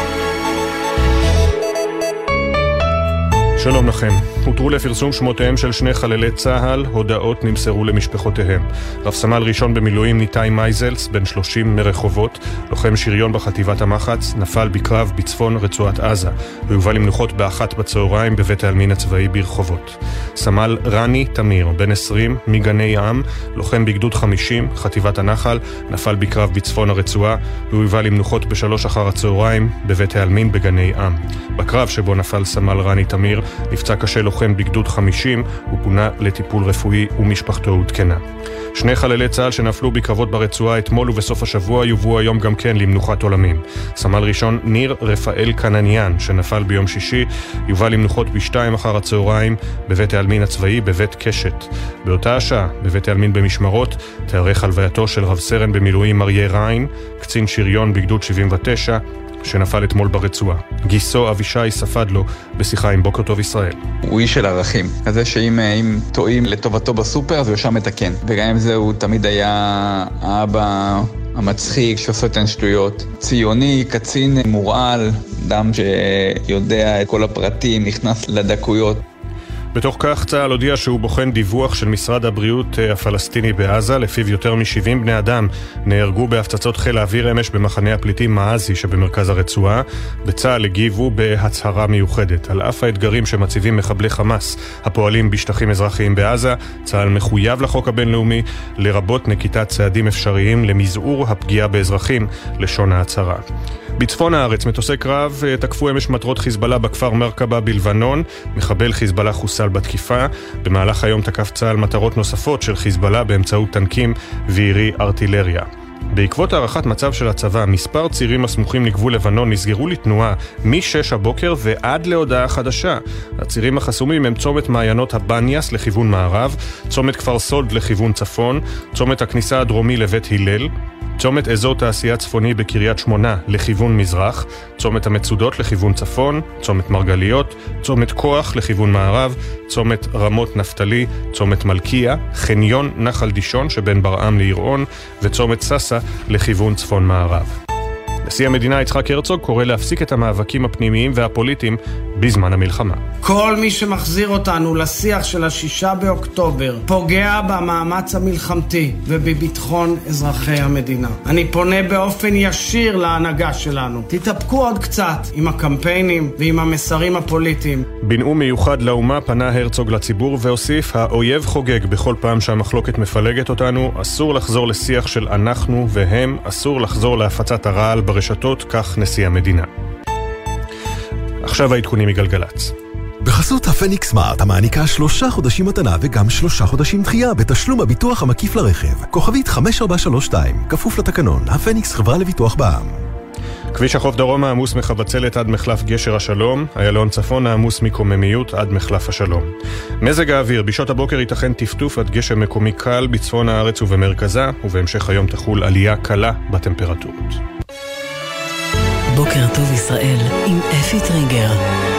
שלום לכם. הותרו לפרסום שמותיהם של 2 חללי צהל, הודעות נמסרו למשפחותיהם. רב סמל ראשון במילואים ניתאי מייזלס, בן 30 מרחובות, לוחם שריון בחטיבת המחץ, נפל בקרב בצפון רצועת עזה, והובא למנוחות ב13:00 בבית העלמין הצבאי ברחובות. סמל רני תמיר, בן 20 מגני ים, לוחם בגדוד 50, חטיבת הנחל, נפל בקרב בצפון הרצועה, והובא למנוחות ב15:00 בבית העלמין בגני ים. בקרב שבו נפל סמל רני תמיר, נפצע קשה לוחם בגדוד 50 ופונה לטיפול רפואי ומשפחתו עודכנה. 2 חללי צה"ל שנפלו בקרבות ברצועה אתמול ובסוף השבוע יובאו היום גם כן למנוחת עולמים. סמל ראשון ניר רפאל קנניאן שנפל ביום שישי יובא למנוחות ב14:00 בבית העלמין הצבאי בבית קשת. באותה השעה בבית העלמין במשמרות תארך הלווייתו של רב סרן במילואים אריה ריין, קצין שריון בגדוד 79 שנפל אתמול ברצועה. גיסו אבישי ספד לו בשיחה עם בוקר טוב ישראל. הוא איש של ערכים, כזה שאם טועים לטובתו בסופר אז הוא ישר מתקן, וגם עם זה הוא תמיד היה האבא המצחיק שעושה את השטויות, ציוני, קצין מורעל, אדם שיודע את כל הפרטים, נכנס לדקויות. בתוך כך צה"ל הודיע שהוא בוחן דיווח של משרד הבריאות הפלסטיני בעזה, לפיו יותר מ-70 בני אדם נהרגו בהפצצות חיל האוויר אמש במחנה הפליטים מעזי שבמרכז הרצועה. בצה"ל הגיבו בהצהרה מיוחדת. על אף האתגרים שמציבים מחבלי חמאס הפועלים בשטחים אזרחיים בעזה, צה"ל מחויב לחוק הבינלאומי, לרבות נקיטת צעדים אפשריים למזעור הפגיעה באזרחים, לשון ההצהרה. בצפון הארץ מטוסי קרב תקפו אמש מטרות חיזבאללה בכפר מרקבה בלבנון. מחבל חיזבאללה חוסל בתקיפה. במהלך היום תקף צה"ל מטרות נוספות של חיזבאללה באמצעות טנקים וירי ארטילריה. בעקבות הערכת מצב של הצבא, מספר צירים הסמוכים לגבול לבנון נסגרו לתנועה מ-6 הבוקר ועד להודעה חדשה. הצירים החסומים הם צומת מעיינות הבניאס לכיוון מערב, צומת כפר סולד לכיוון צפון, צומת הכניסה הדרומי לבית הלל, צומת אזור תעשייה צפוני בקריית שמונה לכיוון מזרח, צומת המצודות לכיוון צפון, צומת מרגליות, צומת כוח לכיוון מערב, צומת רמות נפתלי, צומת מלכיה, חניון נחל דישון שבין ברעם לעירון, וצומת ססה לכיוון צפון מערב. נשיא המדינה יצחק הרצוג קורא להפסיק את המאבקים הפנימיים והפוליטיים בזמן המלחמה. כל מי שמחזיר אותנו לשיח של 6 באוקטובר פוגע במאמץ המלחמתי ובביטחון אזרחי המדינה. אני פונה באופן ישיר להנהגה שלנו. תתאפקו עוד קצת עם הקמפיינים ועם המסרים הפוליטיים. בנאום מיוחד לאומה פנה הרצוג לציבור והוסיף, האויב חוגג בכל פעם שהמחלוקת מפלגת אותנו, אסור לחזור לשיח של אנחנו והם, אסור לחזור להפצת הרעל ברשתות, כך נשיא המדינה. עכשיו העדכונים מגלגלץ. בחסות הפניקס סמארט המעניקה 3 חודשים מתנה וגם 3 חודשים דחייה בתשלום הביטוח המקיף לרכב. כוכבית 5432, כפוף לתקנון, הפניקס חברה לביטוח בע"מ. כביש החוף דרומה עמוס מחבצלת עד מחלף גשר השלום, איילון צפון עמוס מקוממיות עד מחלף השלום. מזג האוויר, בשעות הבוקר ייתכן טפטוף עד גשם מקומי קל בצפון הארץ ובמרכזה, ובהמשך היום תחול עלייה קלה בטמפרטורות. בוקר טוב ישראל עם אפי טריגר.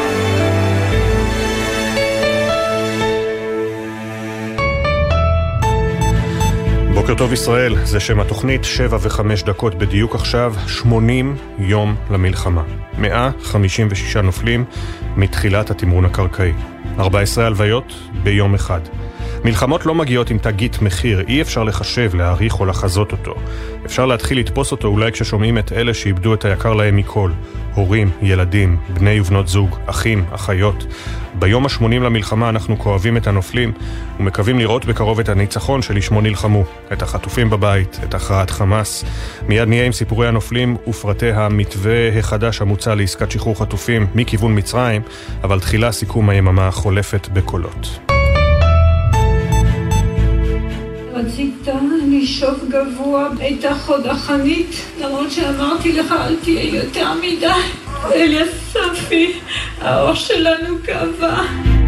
בוקר טוב ישראל, זה שם התוכנית, 7:05 בדיוק עכשיו, 80 יום למלחמה. 156 נופלים מתחילת התמרון הקרקעי. 14 הלוויות ביום אחד. מלחמות לא מגיעות עם תגית מחיר, אי אפשר לחשב, להעריך או לחזות אותו. אפשר להתחיל לתפוס אותו אולי כששומעים את אלה שאיבדו את היקר להם מכל. הורים, ילדים, בני ובנות זוג, אחים, אחיות. ביום ה-80 למלחמה אנחנו כואבים את הנופלים ומקווים לראות בקרוב את הניצחון שלשמו נלחמו. את החטופים בבית, את הכרעת חמאס. מיד נהיה עם סיפורי הנופלים ופרטי המתווה החדש המוצע לעסקת שחרור חטופים מכיוון מצרים, אבל תחילה סיכום היממה החולפת בקולות. רצית לשאוף גבוה, הייתה חוד החנית, למרות שאמרתי לך אל תהיה יותר מדי. אליה ספי, האור שלנו קבע.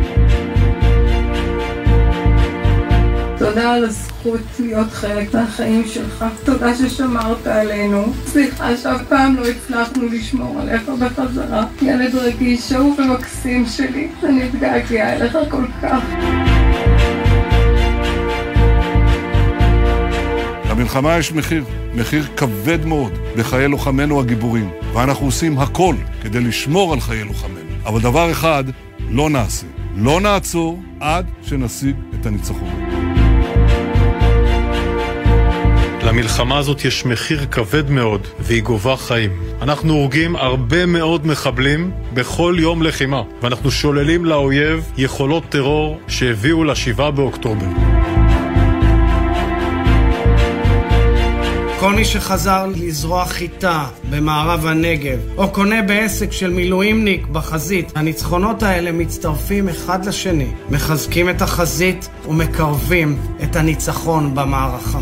תודה על הזכות להיות חלק מהחיים שלך. תודה ששמרת עלינו. סליחה שאף פעם לא הצלחנו לשמור עליך בחזרה. ילד רגיש, אהוב ומקסים שלי. אני מתגעגעה אליך כל כך. למלחמה יש מחיר כבד מאוד בחיי לוחמינו הגיבורים, ואנחנו עושים הכל כדי לשמור על חיי לוחמינו. אבל דבר אחד לא נעשה, לא נעצור עד שנשיג את הניצחון. למלחמה הזאת יש מחיר כבד מאוד, והיא גובה חיים. אנחנו הורגים הרבה מאוד מחבלים בכל יום לחימה, ואנחנו שוללים לאויב יכולות טרור שהביאו ל7 באוקטובר. כל מי שחזר לזרוע חיטה במערב הנגב, או קונה בעסק של מילואימניק בחזית, הניצחונות האלה מצטרפים אחד לשני, מחזקים את החזית ומקרבים את הניצחון במערכה.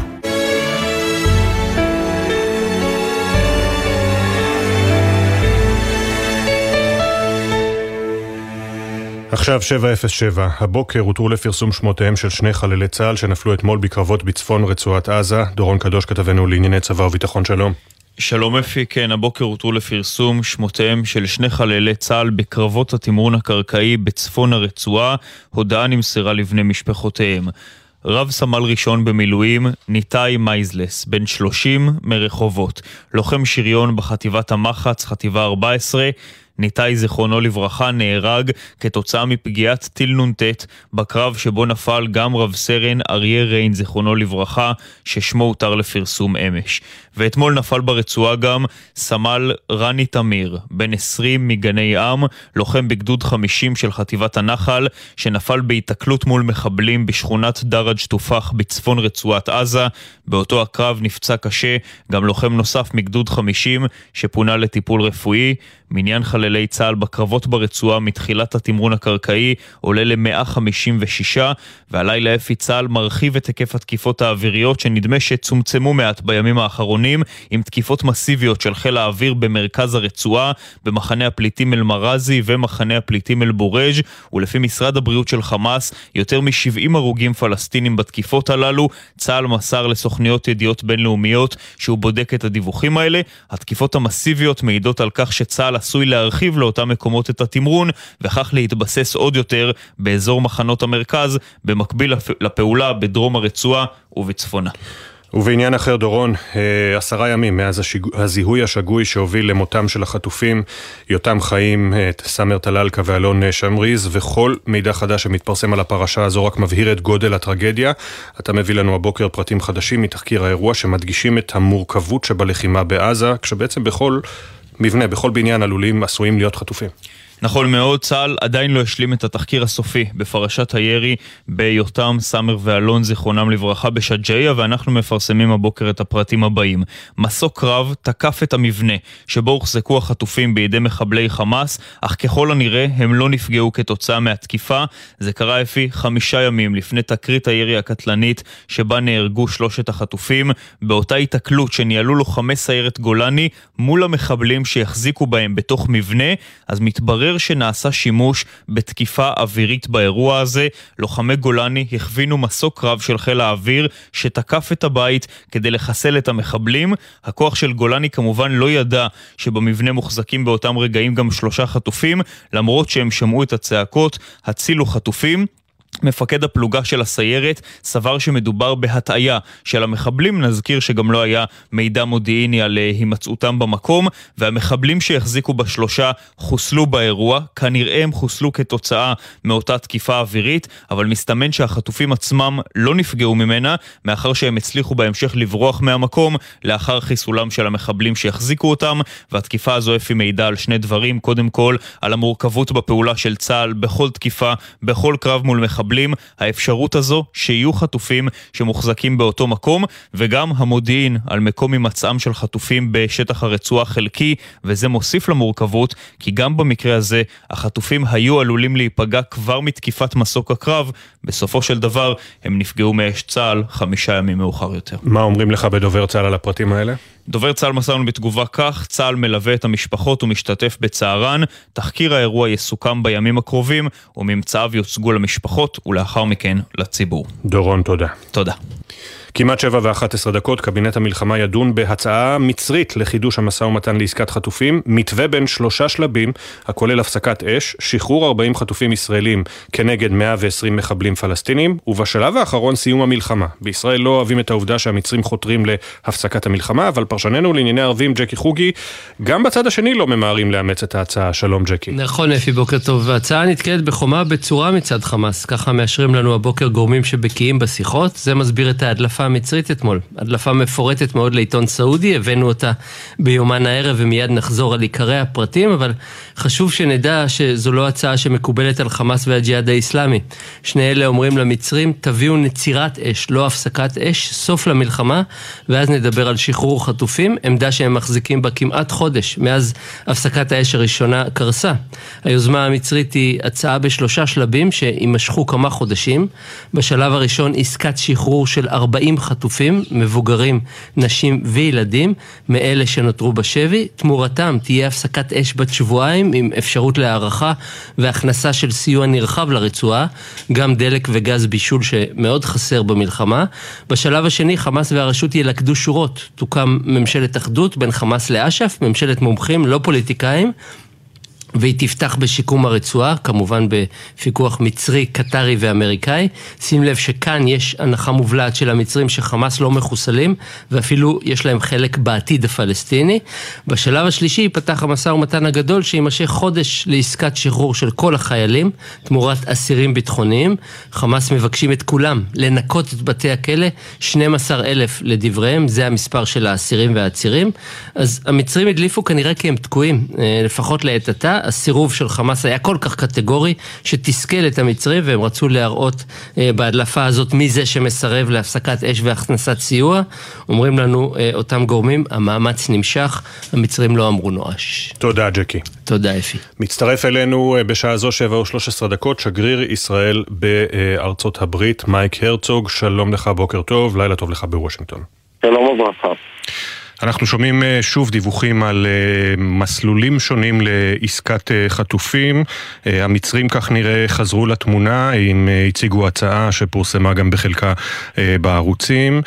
עכשיו 7:07, הבוקר הותרו לפרסום שמותיהם של 2 חללי צה"ל שנפלו אתמול בקרבות בצפון רצועת עזה. דורון קדוש כתבנו לענייני צבא וביטחון, שלום. שלום אפי, כן, הבוקר הותרו לפרסום שמותיהם של 2 חללי צה"ל בקרבות התמרון הקרקעי בצפון הרצועה. הודעה נמסרה לבני משפחותיהם. רב סמל ראשון במילואים ניתאי מייזלס, בן 30 מרחובות, לוחם שריון בחטיבת המחץ, חטיבה 14. ניתאי זכרונו לברכה נהרג כתוצאה מפגיעת טיל נ"ט בקרב שבו נפל גם רב סרן אריה ריין זכרונו לברכה, ששמו הותר לפרסום אמש. ואתמול נפל ברצועה גם סמל רני תמיר, בן 20 מגני עם, לוחם בגדוד 50 של חטיבת הנחל, שנפל בהתקלות מול מחבלים בשכונת דרג' תופח בצפון רצועת עזה. באותו הקרב נפצע קשה גם לוחם נוסף מגדוד 50 שפונה לטיפול רפואי. מניין חללי צה"ל בקרבות ברצועה מתחילת התמרון הקרקעי עולה ל-156, והלילה אפי צה"ל מרחיב את היקף התקיפות האוויריות שנדמה שצומצמו מעט בימים האחרונים, עם תקיפות מסיביות של חיל האוויר במרכז הרצועה, במחנה הפליטים אל מרזי ומחנה הפליטים אל בורג', ולפי משרד הבריאות של חמאס, יותר מ-70 הרוגים פלסטינים בתקיפות הללו. צה"ל מסר לסוכניות ידיעות בינלאומיות שהוא בודק את הדיווחים האלה. התקיפות המסיביות מעידות על כך שצה"ל עשוי להרחיב לאותם מקומות את התמרון, וכך להתבסס עוד יותר באזור מחנות המרכז, במקביל לפעולה בדרום הרצועה ובצפונה. ובעניין אחר דורון, 10 ימים מאז הזיהוי השגוי שהוביל למותם של החטופים יותם חיים, סמר טללקה ואלון שמריז, וכל מידע חדש שמתפרסם על הפרשה הזו רק מבהיר את גודל הטרגדיה. אתה מביא לנו הבוקר פרטים חדשים מתחקיר האירוע שמדגישים את המורכבות שבלחימה בעזה, כשבעצם בכל מבנה, בכל בניין עשויים להיות חטופים. נכון מאוד, צה"ל עדיין לא השלים את התחקיר הסופי בפרשת הירי ביותם, סמר ואלון זיכרונם לברכה בשג'איה, ואנחנו מפרסמים הבוקר את הפרטים הבאים. מסוק קרב תקף את המבנה שבו הוחזקו החטופים בידי מחבלי חמאס, אך ככל הנראה הם לא נפגעו כתוצאה מהתקיפה. זה קרה 5 ימים לפני תקרית הירי הקטלנית שבה נהרגו 3 החטופים, באותה התקלות שניהלו לוחמי סיירת גולני מול המחבלים שיחזיקו בהם בתוך מבנה. אז מתברר שנעשה שימוש בתקיפה אווירית באירוע הזה. לוחמי גולני הכווינו מסוק קרב של חיל האוויר שתקף את הבית כדי לחסל את המחבלים. הכוח של גולני כמובן לא ידע שבמבנה מוחזקים באותם רגעים גם 3 חטופים, למרות שהם שמעו את הצעקות הצילו חטופים. מפקד הפלוגה של הסיירת סבר שמדובר בהטעיה של המחבלים. נזכיר שגם לא היה מידע מודיעיני על הימצאותם במקום, והמחבלים שהחזיקו ב3 חוסלו באירוע. כנראה הם חוסלו כתוצאה מאותה תקיפה אווירית, אבל מסתמן שהחטופים עצמם לא נפגעו ממנה, מאחר שהם הצליחו בהמשך לברוח מהמקום לאחר חיסולם של המחבלים שהחזיקו אותם. והתקיפה הזו אפי מידע על 2 דברים. קודם כל, על המורכבות בפעולה של צה"ל בכל תקיפה, בכל קרב מול מחבלים, האפשרות הזו שיהיו חטופים שמוחזקים באותו מקום, וגם המודיעין על מקום הימצאם של חטופים בשטח הרצועה חלקי, וזה מוסיף למורכבות, כי גם במקרה הזה החטופים היו עלולים להיפגע כבר מתקיפת מסוק הקרב. בסופו של דבר הם נפגעו מאש צה"ל 5 ימים מאוחר יותר. מה אומרים לך בדובר צה"ל על הפרטים האלה? דובר צה"ל מסרנו בתגובה כך: צה"ל מלווה את המשפחות ומשתתף בצערן. תחקיר האירוע יסוכם בימים הקרובים, וממצאיו יוצגו למשפחות ולאחר מכן לציבור. דורון, תודה. תודה. כמעט 7:11, קבינט המלחמה ידון בהצעה מצרית לחידוש המשא ומתן לעסקת חטופים, מתווה בין 3 שלבים, הכולל הפסקת אש, שחרור 40 חטופים ישראלים כנגד 120 מחבלים פלסטינים, ובשלב האחרון סיום המלחמה. בישראל לא אוהבים את העובדה שהמצרים חותרים להפסקת המלחמה, אבל פרשננו לענייני ערבים ג'קי חוגי, גם בצד השני לא ממהרים לאמץ את ההצעה. שלום ג'קי. נכון אפי, בוקר טוב. ההצעה נתקלת בחומה בצורה מצד חמאס, ככה מאשרים לנו הבוקר גורמים שבקיאים בשיחות. זה מסביר את ההדלפה המצרית אתמול. הדלפה מפורטת מאוד לעיתון סעודי, הבאנו אותה ביומן הערב ומיד נחזור על עיקרי הפרטים, אבל חשוב שנדע שזו לא הצעה שמקובלת על חמאס והג'יהאד האסלאמי. שני אלה אומרים למצרים, תביאו נצירת אש, לא הפסקת אש, סוף למלחמה, ואז נדבר על שחרור חטופים, עמדה שהם מחזיקים בה כמעט חודש, מאז הפסקת האש הראשונה קרסה. היוזמה המצרית היא הצעה ב3 שלבים שימשכו כמה חודשים. בשלב הראשון עסקת שחרור של 40 חטופים, מבוגרים, נשים וילדים, מאלה שנותרו בשבי. תמורתם תהיה הפסקת אש בת שבועיים עם אפשרות להערכה והכנסה של סיוע נרחב לרצועה, גם דלק וגז בישול שמאוד חסר במלחמה. בשלב השני חמאס והרשות ילכדו שורות, תוקם ממשלת אחדות בין חמאס לאש"ף, ממשלת מומחים, לא פוליטיקאים, והיא תפתח בשיקום הרצועה, כמובן בפיקוח מצרי, קטרי ואמריקאי. שים לב שכאן יש הנחה מובלעת של המצרים שחמאס לא מחוסלים, ואפילו יש להם חלק בעתיד הפלסטיני. בשלב השלישי ייפתח המשא ומתן הגדול שימשך חודש לעסקת שחרור של כל החיילים, תמורת אסירים ביטחוניים. חמאס מבקשים את כולם לנקות את בתי הכלא, 12,000 לדבריהם, זה המספר של האסירים והעצירים. אז המצרים הדליפו כנראה כי הם תקועים, לפחות לעת עתה. הסירוב של חמאס היה כל כך קטגורי שתסכל את המצרים, והם רצו להראות בהדלפה הזאת מי זה שמסרב להפסקת אש והכנסת סיוע. אומרים לנו אותם גורמים, המאמץ נמשך, המצרים לא אמרו נואש. תודה ג'קי. תודה אפי. מצטרף אלינו בשעה זו 7:13, שגריר ישראל בארצות הברית, מייק הרצוג. שלום לך, בוקר טוב, לילה טוב לך בוושינגטון. שלום וברכה. אנחנו שומעים שוב דיווחים על מסלולים שונים לעסקת חטופים. המצרים כך נראה חזרו לתמונה, הם הציגו הצעה שפורסמה גם בחלקה בערוצים,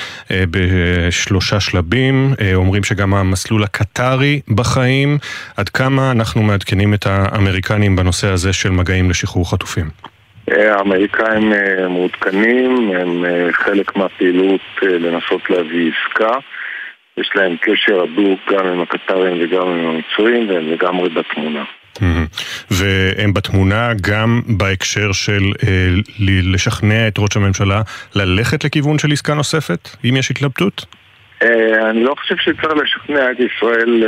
ב3 שלבים. אומרים שגם המסלול הקטרי בחיים. עד כמה אנחנו מעדכנים את האמריקנים בנושא הזה של מגעים לשחרור חטופים? האמריקאים מעודכנים, הם חלק מהפעילות לנסות להביא עסקה. יש להם קשר הדוק גם עם הקטרים וגם עם המצרים, והם לגמרי בתמונה. והם בתמונה גם בהקשר של לשכנע את ראש הממשלה ללכת לכיוון של עסקה נוספת, אם יש התלבטות? אני לא חושב שצריך לשכנע את ישראל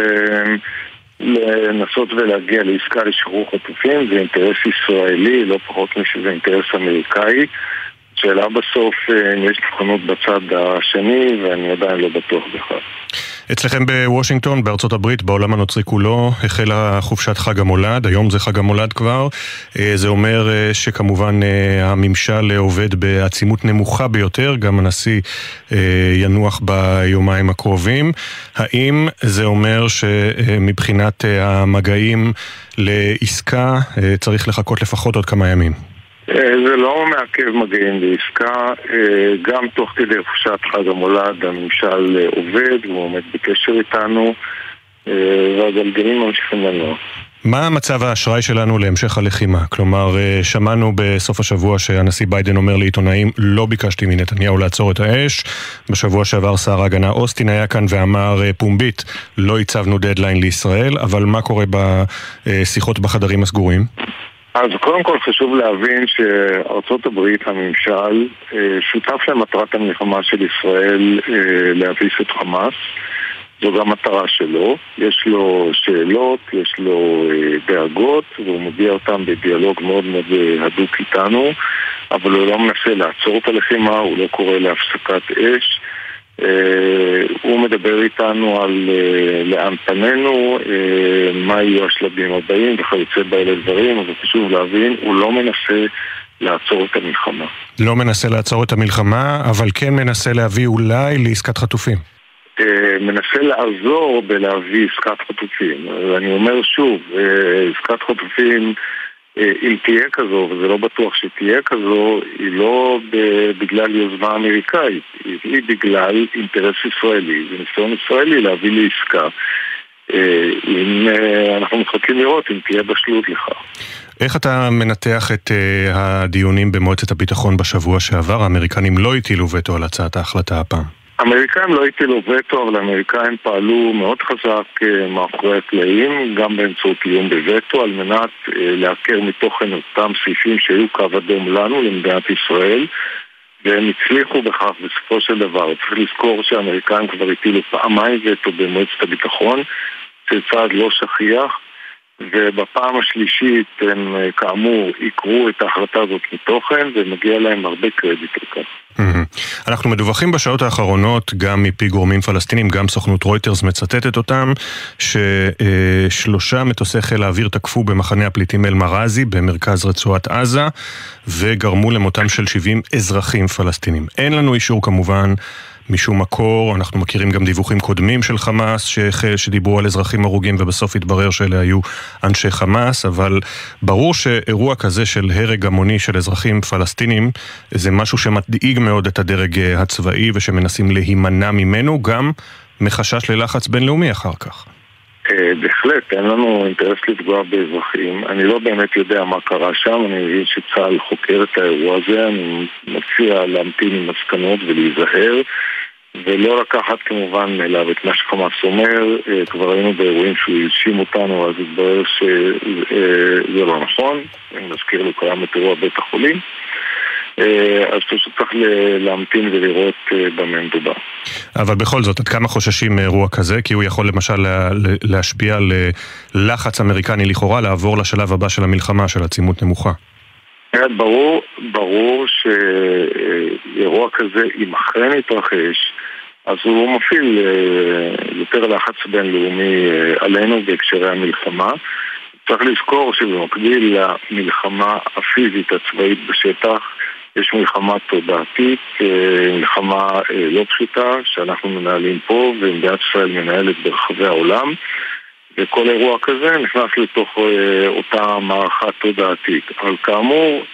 לנסות ולהגיע לעסקה לשחרור חטופים. זה אינטרס ישראלי, לא פחות משזה אינטרס אמריקאי. שאלה בסוף אם יש נכונות בצד השני, ואני עדיין לא בטוח בכלל. אצלכם בוושינגטון, בארצות הברית, בעולם הנוצרי כולו, החלה חופשת חג המולד, היום זה חג המולד כבר. זה אומר שכמובן הממשל עובד בעצימות נמוכה ביותר, גם הנשיא ינוח ביומיים הקרובים. האם זה אומר שמבחינת המגעים לעסקה צריך לחכות לפחות עוד כמה ימים? זה לא מעכב מגעים בעסקה, גם תוך כדי חופשת חג המולד הממשל עובד, הוא עומד בקשר איתנו, והגלגלים ממשיכים לנוע. מה המצב האשראי שלנו להמשך הלחימה? כלומר, שמענו בסוף השבוע שהנשיא ביידן אומר לעיתונאים, לא ביקשתי מנתניהו לעצור את האש. בשבוע שעבר שר ההגנה אוסטין היה כאן ואמר פומבית, לא הצבנו דדליין לישראל, אבל מה קורה בשיחות בחדרים הסגורים? אז קודם כל חשוב להבין שארצות הברית, הממשל, שותף למטרת המלחמה של ישראל להביס את חמאס. זו גם מטרה שלו. יש לו שאלות, יש לו דאגות, והוא מביע אותם בדיאלוג מאוד מאוד הדוק איתנו, אבל הוא לא מנסה לעצור את הלחימה, הוא לא קורא להפסקת אש. הוא מדבר איתנו על לאן פנינו, מה יהיו השלבים הבאים וכיוצא באלה דברים, אבל חשוב להבין, הוא לא מנסה לעצור את המלחמה. לא מנסה לעצור את המלחמה, אבל כן מנסה להביא אולי לעסקת חטופים. מנסה לעזור בלהביא עסקת חטופים. אני אומר שוב, עסקת חטופים, אם תהיה כזו, וזה לא בטוח שתהיה כזו, היא לא בגלל יוזמה אמריקאית, היא בגלל אינטרס ישראלי, וניסיון ישראלי להביא לעסקה. אם אנחנו מחכים לראות אם תהיה בשלות לך. איך אתה מנתח את הדיונים במועצת הביטחון בשבוע שעבר? האמריקנים לא הטילו וטו על הצעת ההחלטה הפעם. האמריקאים לא הטילו וטו, אבל האמריקאים פעלו מאוד חזק מאחורי הקלעים, גם באמצעות איום בווטו, על מנת להכר מתוכן אותם סעיפים שהיו קו אדום לנו, למדינת ישראל, והם הצליחו בכך בסופו של דבר. צריך לזכור שהאמריקאים כבר הטילו פעמיים וטו במועצת הביטחון, זה צעד לא שכיח, ובפעם השלישית הם כאמור יקרו את ההחלטה הזאת מתוכן, ומגיע להם הרבה קרדיט לכך. אנחנו מדווחים בשעות האחרונות גם מפי גורמים פלסטינים, גם סוכנות רויטרס מצטטת אותם, ששלושה מטוסי חיל האוויר תקפו במחנה הפליטים אל-מראזי במרכז רצועת עזה, וגרמו למותם של 70 אזרחים פלסטינים. אין לנו אישור כמובן משום מקור, אנחנו מכירים גם דיווחים קודמים של חמאס שדיברו על אזרחים הרוגים ובסוף התברר שאלה היו אנשי חמאס, אבל ברור שאירוע כזה של הרג המוני של אזרחים פלסטינים זה משהו שמדאיג מאוד את הדרג הצבאי ושמנסים להימנע ממנו, גם מחשש ללחץ בינלאומי אחר כך. בהחלט, אין לנו אינטרס לפגוע באזרחים. אני לא באמת יודע מה קרה שם, אני מבין שצה"ל חוקר את האירוע הזה, אני מציע להמתין עם מסקנות ולהיזהר, ולא לקחת כמובן אליו את מה שחמאס אומר. כבר היינו באירועים שהוא ישים אותנו, אז התברר שזה לא נכון. אני מזכיר לו קיים את אירוע בית החולים. אז פשוט צריך להמתין ולראות במה מדובר. אבל בכל זאת, עד כמה חוששים מאירוע כזה? כי הוא יכול למשל להשפיע על לחץ אמריקני לכאורה לעבור לשלב הבא של המלחמה, של עצימות נמוכה. ברור שאירוע כזה, אם אכן יתרחש, אז הוא מפעיל יותר לחץ בינלאומי עלינו בהקשרי המלחמה. צריך לזכור שבמקביל למלחמה הפיזית הצבאית בשטח, יש מלחמה תודעתית, מלחמה לא פשוטה שאנחנו מנהלים פה ומדינת ישראל מנהלת ברחבי העולם, וכל אירוע כזה נכנס לתוך אותה מערכה תודעתית. אבל כאמור,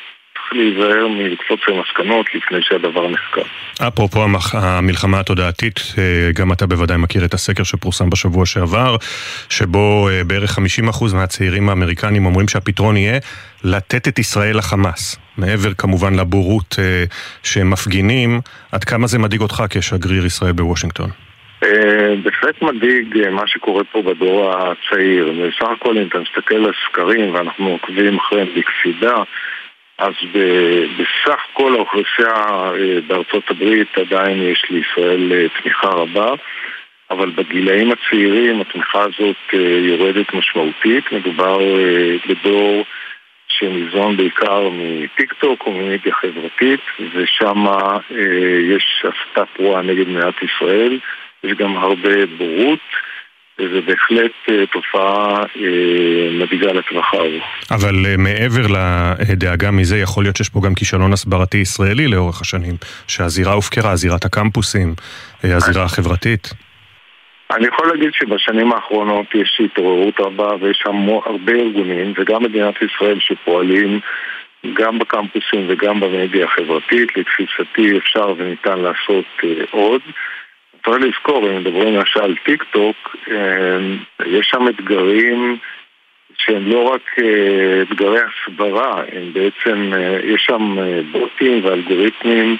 להיזהר מלקפוץ למסקנות לפני שהדבר נחקר. אפרופו המלחמה התודעתית, גם אתה בוודאי מכיר את הסקר שפורסם בשבוע שעבר, שבו בערך 50% מהצעירים האמריקנים אומרים שהפתרון יהיה לתת את ישראל לחמאס. מעבר כמובן לבורות שהם מפגינים, עד כמה זה מדאיג אותך כשגריר ישראל בוושינגטון? בהחלט מדאיג מה שקורה פה בדור הצעיר. בסך הכל אם אתה מסתכל על סקרים ואנחנו עוקבים אחריהם בקפידה, אז בסך כל האוכלוסייה בארצות הברית עדיין יש לישראל תמיכה רבה, אבל בגילאים הצעירים התמיכה הזאת יורדת משמעותית. מדובר בדור שניזון בעיקר מטיק טוק או ממדיה חברתית, ושם יש הסתה פרועה נגד מדינת ישראל, יש גם הרבה בורות, וזה בהחלט תופעה מדאיגה לטווח הארוך. אבל מעבר לדאגה מזה, יכול להיות שיש פה גם כישלון הסברתי ישראלי לאורך השנים, שהזירה הופקרה, זירת הקמפוסים, הזירה החברתית. אני יכול להגיד שבשנים האחרונות יש התעוררות רבה, ויש הרבה ארגונים, וגם מדינת ישראל שפועלים גם בקמפוסים וגם במדיה החברתית. לתפיסתי אפשר וניתן לעשות עוד. צריך לזכור, אם מדברים למשל על טיק טוק, יש שם אתגרים שהם לא רק אתגרי הסברה, הם בעצם, יש שם בוטים ואלגוריתמים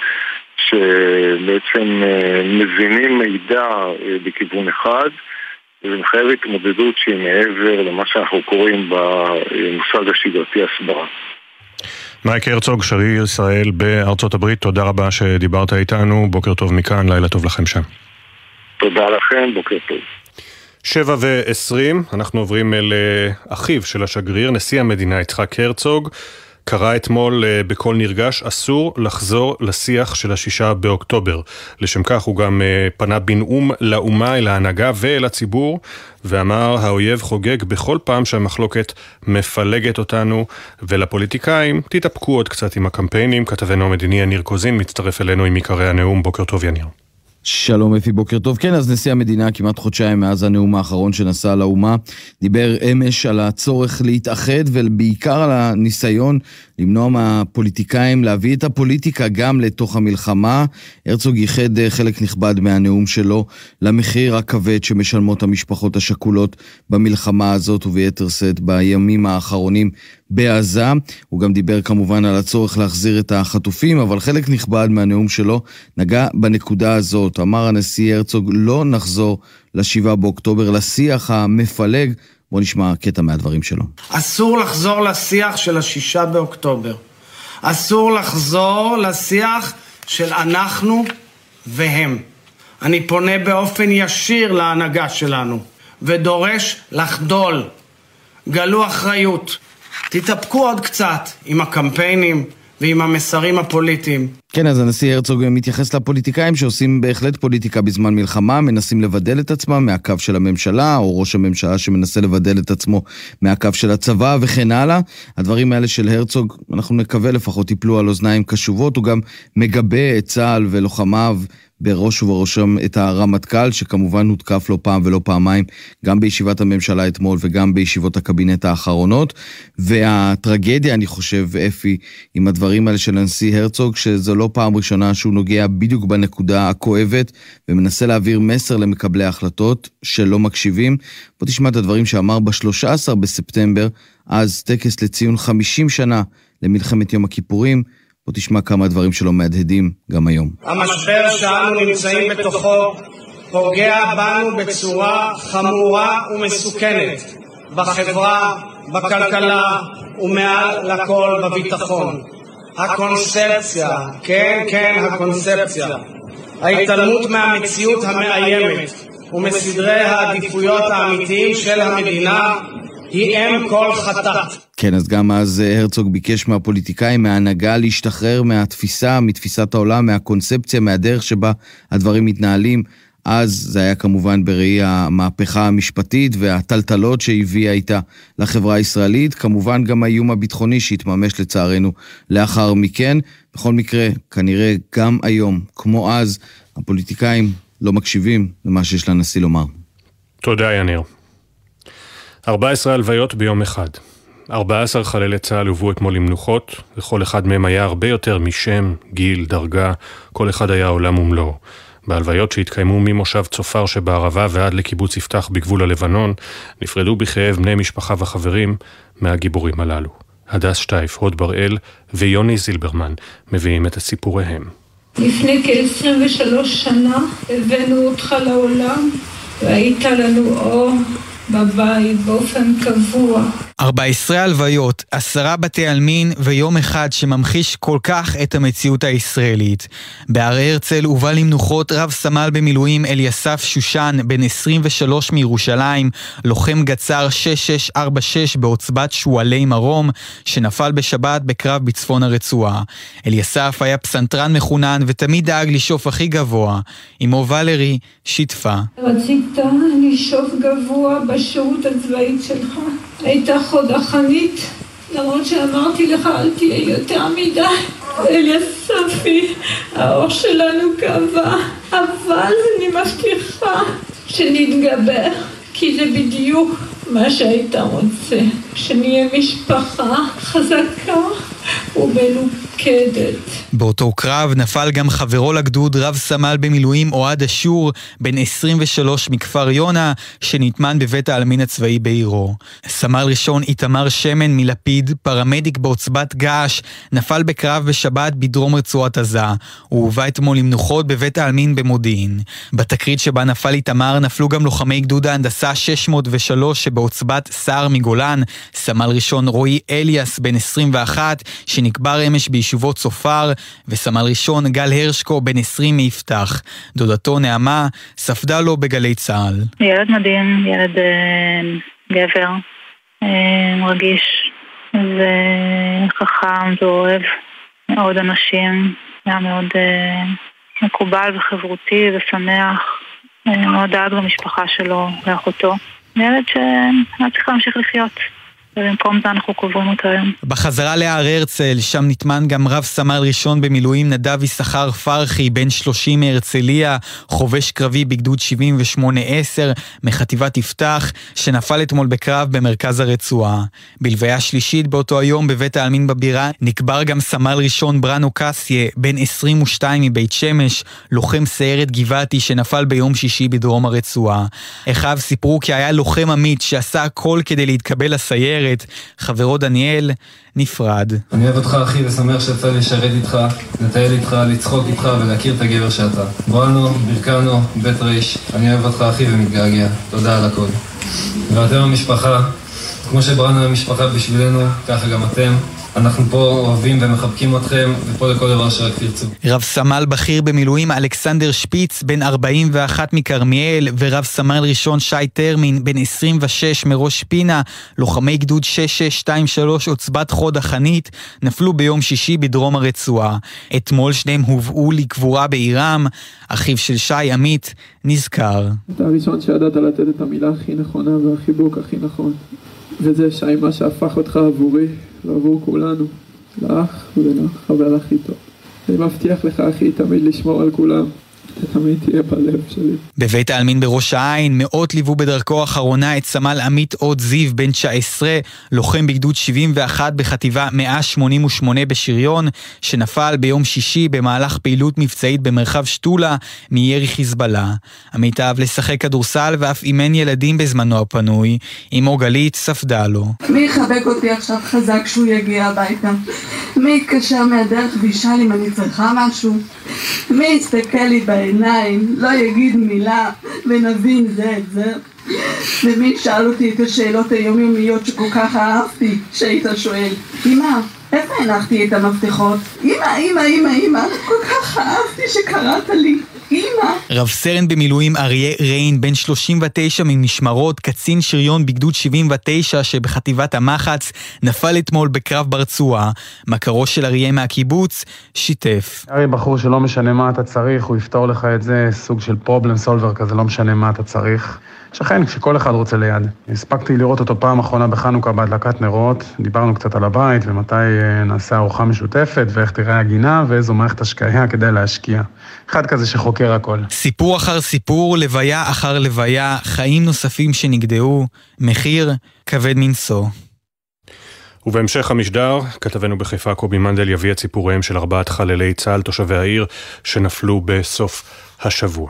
שבעצם מזינים מידע בכיוון אחד, וזה מחייב התמודדות שהיא מעבר למה שאנחנו קוראים במושג השגרתי הסברה. מייק הרצוג, שגריר ישראל בארצות הברית, תודה רבה שדיברת איתנו, בוקר טוב מכאן, לילה טוב לכם שם. תודה לכם, בוקר טוב. 7:20, אנחנו עוברים אל אחיו של השגריר, נשיא המדינה יצחק הרצוג, קרא אתמול בקול נרגש, אסור לחזור לשיח של 6 באוקטובר. לשם כך הוא גם פנה בנאום לאומה, אל ההנהגה ואל הציבור, ואמר, האויב חוגג בכל פעם שהמחלוקת מפלגת אותנו, ולפוליטיקאים תתאפקו עוד קצת עם הקמפיינים. כתבנו המדיני יניר קוזין מצטרף אלינו עם עיקרי הנאום. בוקר טוב יניר. שלום אפי, בוקר טוב. כן, אז נשיא המדינה כמעט חודשיים מאז הנאום האחרון שנשא על האומה, דיבר אמש על הצורך להתאחד ובעיקר על הניסיון למנוע מהפוליטיקאים להביא את הפוליטיקה גם לתוך המלחמה. הרצוג ייחד חלק נכבד מהנאום שלו למחיר הכבד שמשלמות המשפחות השכולות במלחמה הזאת וביתר שאת בימים האחרונים בעזה. הוא גם דיבר כמובן על הצורך להחזיר את החטופים, אבל חלק נכבד מהנאום שלו נגע בנקודה הזאת. אמר הנשיא הרצוג, לא נחזור ל7 באוקטובר, לשיח המפלג. בוא נשמע קטע מהדברים שלו. אסור לחזור לשיח של 6 באוקטובר. אסור לחזור לשיח של אנחנו והם. אני פונה באופן ישיר להנהגה שלנו, ודורש לחדול. גלו אחריות. תתאפקו עוד קצת עם הקמפיינים ועם המסרים הפוליטיים. כן, אז הנשיא הרצוג מתייחס לפוליטיקאים שעושים בהחלט פוליטיקה בזמן מלחמה, מנסים לבדל את עצמם מהקו של הממשלה, או ראש הממשלה שמנסה לבדל את עצמו מהקו של הצבא וכן הלאה. הדברים האלה של הרצוג, אנחנו נקווה לפחות ייפלו על אוזניים קשובות. הוא גם מגבה את צה"ל ולוחמיו בראש ובראשם את הרמטכ"ל, שכמובן הותקף לא פעם ולא פעמיים, גם בישיבת הממשלה אתמול וגם בישיבות הקבינט האחרונות. והטרגדיה, אני חושב, אפי, עם הדברים האלה של הנשיא הרצוג, שזו לא פעם ראשונה שהוא נוגע בדיוק בנקודה הכואבת, ומנסה להעביר מסר למקבלי ההחלטות שלא מקשיבים. בוא תשמע את הדברים שאמר ב-13 בספטמבר, אז טקס לציון 50 שנה למלחמת יום הכיפורים. בוא תשמע כמה דברים שלא מהדהדים גם היום. המשבר שאנו נמצאים בתוכו פוגע בנו בצורה חמורה ומסוכנת, בחברה, בכלכלה ומעל לכל בביטחון. הקונספציה, כן, הקונספציה, ההתעלמות מהמציאות המאיימת ומסדרי העדיפויות האמיתיים של המדינה היא אם כל חטאת. כן, אז גם אז הרצוג ביקש מהפוליטיקאים, מההנהגה, להשתחרר מהתפיסה, מתפיסת העולם, מהקונספציה, מהדרך שבה הדברים מתנהלים. אז זה היה כמובן בראי המהפכה המשפטית והטלטלות שהביאה איתה לחברה הישראלית, כמובן גם האיום הביטחוני שהתממש לצערנו לאחר מכן. בכל מקרה, כנראה גם היום, כמו אז, הפוליטיקאים לא מקשיבים למה שיש לנשיא לומר. תודה יניר. 14 הלוויות ביום אחד. 14 חללי צה"ל הובאו אתמול למנוחות, וכל אחד מהם היה הרבה יותר משם, גיל, דרגה, כל אחד היה עולם ומלואו. בהלוויות שהתקיימו ממושב צופר שבערבה ועד לקיבוץ יפתח בגבול הלבנון, נפרדו בכאב בני משפחה וחברים מהגיבורים הללו. הדס שטייף, הוד בראל ויוני זילברמן מביאים את הסיפוריהם. לפני כ-23 שנה הבאנו אותך לעולם והיית לנו אור בבית באופן קבוע. 14 הלוויות, 10 בתי עלמין ויום אחד שממחיש כל כך את המציאות הישראלית. בהר הרצל הובא למנוחות רב סמל במילואים אליסף שושן, בן 23 מירושלים, לוחם גצר 6646 בעוצבת שועלי מרום, שנפל בשבת בקרב בצפון הרצועה. אליסף היה פסנתרן מחונן ותמיד דאג לשאוף הכי גבוה. אמו ולרי שיתפה. רצית לשאוף גבוה בשירות הצבאית שלך. הייתה חוד החנית, למרות שאמרתי לך אל תהיה יותר מדי. אליספי, האור שלנו קבע, אבל אני מבטיחה שנתגבר, כי זה בדיוק מה שהיית רוצה, שנהיה משפחה חזקה ומלוכדת. באותו קרב נפל גם חברו לגדוד רב סמל במילואים אוהד אשור, בן 23 מכפר יונה, שנטמן בבית העלמין הצבאי בעירו. סמל ראשון איתמר שמן מלפיד, פרמדיק בעוצבת געש, נפל בקרב בשבת בדרום רצועת עזה. הוא הובא אתמול למנוחות בבית העלמין במודיעין. בתקרית שבה נפל איתמר נפלו גם לוחמי גדוד ההנדסה 603 שבעוצבת סער מגולן, סמל ראשון רועי אליאס בן 21 שנקבר אמש ביישובות צופר, וסמל ראשון גל הרשקו בן 20 מיפתח. דודתו נעמה ספדה לו בגלי צה"ל. ילד מדהים, ילד גבר, רגיש וחכם ואוהב מאוד אנשים, היה מאוד מקובל וחברותי ושמח, מאוד דאג למשפחה שלו ואחותו. ילד שהיה צריך להמשיך לחיות. ובמקום זה אנחנו קוברים אותו היום. בחזרה להר הרצל, שם נטמן גם רב סמל ראשון במילואים נדב יששכר פרחי, בן 30 מהרצליה, חובש קרבי בגדוד 78-10 מחטיבת יפתח, שנפל אתמול בקרב במרכז הרצועה. בלוויה שלישית באותו היום בבית העלמין בבירה, נקבר גם סמל ראשון ברנו קסיה, בן 22 מבית שמש, לוחם סיירת גבעתי שנפל ביום שישי בדרום הרצועה. אחיו סיפרו כי היה לוחם עמית שעשה הכל כדי להתקבל לסיירת. חברו דניאל נפרד. אני אוהב אותך אחי ושמח שיצא לי לשרת איתך, לטייל איתך, לצחוק איתך ולהכיר את הגבר שאתה. בואנו, ברכנו, בית ריש, אני אוהב אותך אחי ומתגעגע. תודה על הכל. ואתם המשפחה, כמו שבראנו המשפחה בשבילנו, ככה גם אתם. אנחנו פה אוהבים ומחבקים אתכם, ופה לכל דבר שרק תרצו. רב סמל בכיר במילואים אלכסנדר שפיץ, בן 41 מקרמיאל, ורב סמל ראשון שי טרמין, בן 26 מראש פינה, לוחמי גדוד 6623 עוצבת חוד החנית, נפלו ביום שישי בדרום הרצועה. אתמול שניהם הובאו לקבורה בעירם. אחיו של שי עמית נזכר. אתה הראשון שידעת לתת את המילה הכי נכונה והחיבוק הכי נכון. וזה שי מה שהפך אותך עבורי ועבור כולנו, לאח ולחבר הכי טוב. אני מבטיח לך אחי תמיד לשמור על כולם, אתה תמיד תהיה בלב שלי. בבית העלמין בראש העין מאות ליוו בדרכו האחרונה את סמל עמית עוד זיו בן 19, לוחם בגדוד 71 בחטיבה 188 בשריון, שנפל ביום שישי במהלך פעילות מבצעית במרחב שטולה מירי חיזבאללה. עמית אהב לשחק כדורסל ואף אימן ילדים בזמנו הפנוי. אמו גלית ספדה לו. מי יחבק אותי עכשיו חזק שהוא יגיע הביתה? מי יתקשר מהדרך וישאל אם אני צריכה משהו? מי יסתכל לי בעיניים, לא יגיד מילה ונבין זה את זה? ומי ישאל אותי את השאלות היומיומיות שכל כך אהבתי שהיית שואל? אמא, איפה הנחתי את המפתחות? אמא, כל כך אהבתי שקראת לי. אמא. רב סרן במילואים אריה ריין, בן 39 ממשמרות, קצין שריון בגדוד 79 שבחטיבת המחץ, נפל אתמול בקרב ברצועה. מכרו של אריה מהקיבוץ שיתף. אריה בחור שלא משנה מה אתה צריך, הוא יפתור לך את זה, סוג של פרובלם סולבר כזה, לא משנה מה אתה צריך. שכן, כשכל אחד רוצה ליד. הספקתי לראות אותו פעם אחרונה בחנוכה בהדלקת נרות, דיברנו קצת על הבית ומתי נעשה ארוחה משותפת ואיך תראה הגינה ואיזו מערכת השקעה כדי להשקיע. אחד כזה שחוקר הכל. סיפור אחר סיפור, לוויה אחר לוויה, חיים נוספים שנגדעו, מחיר כבד מנשוא. ובהמשך המשדר, כתבנו בחיפה קובי מנדל יביא את סיפוריהם של 4 חללי צה"ל תושבי העיר שנפלו בסוף השבוע.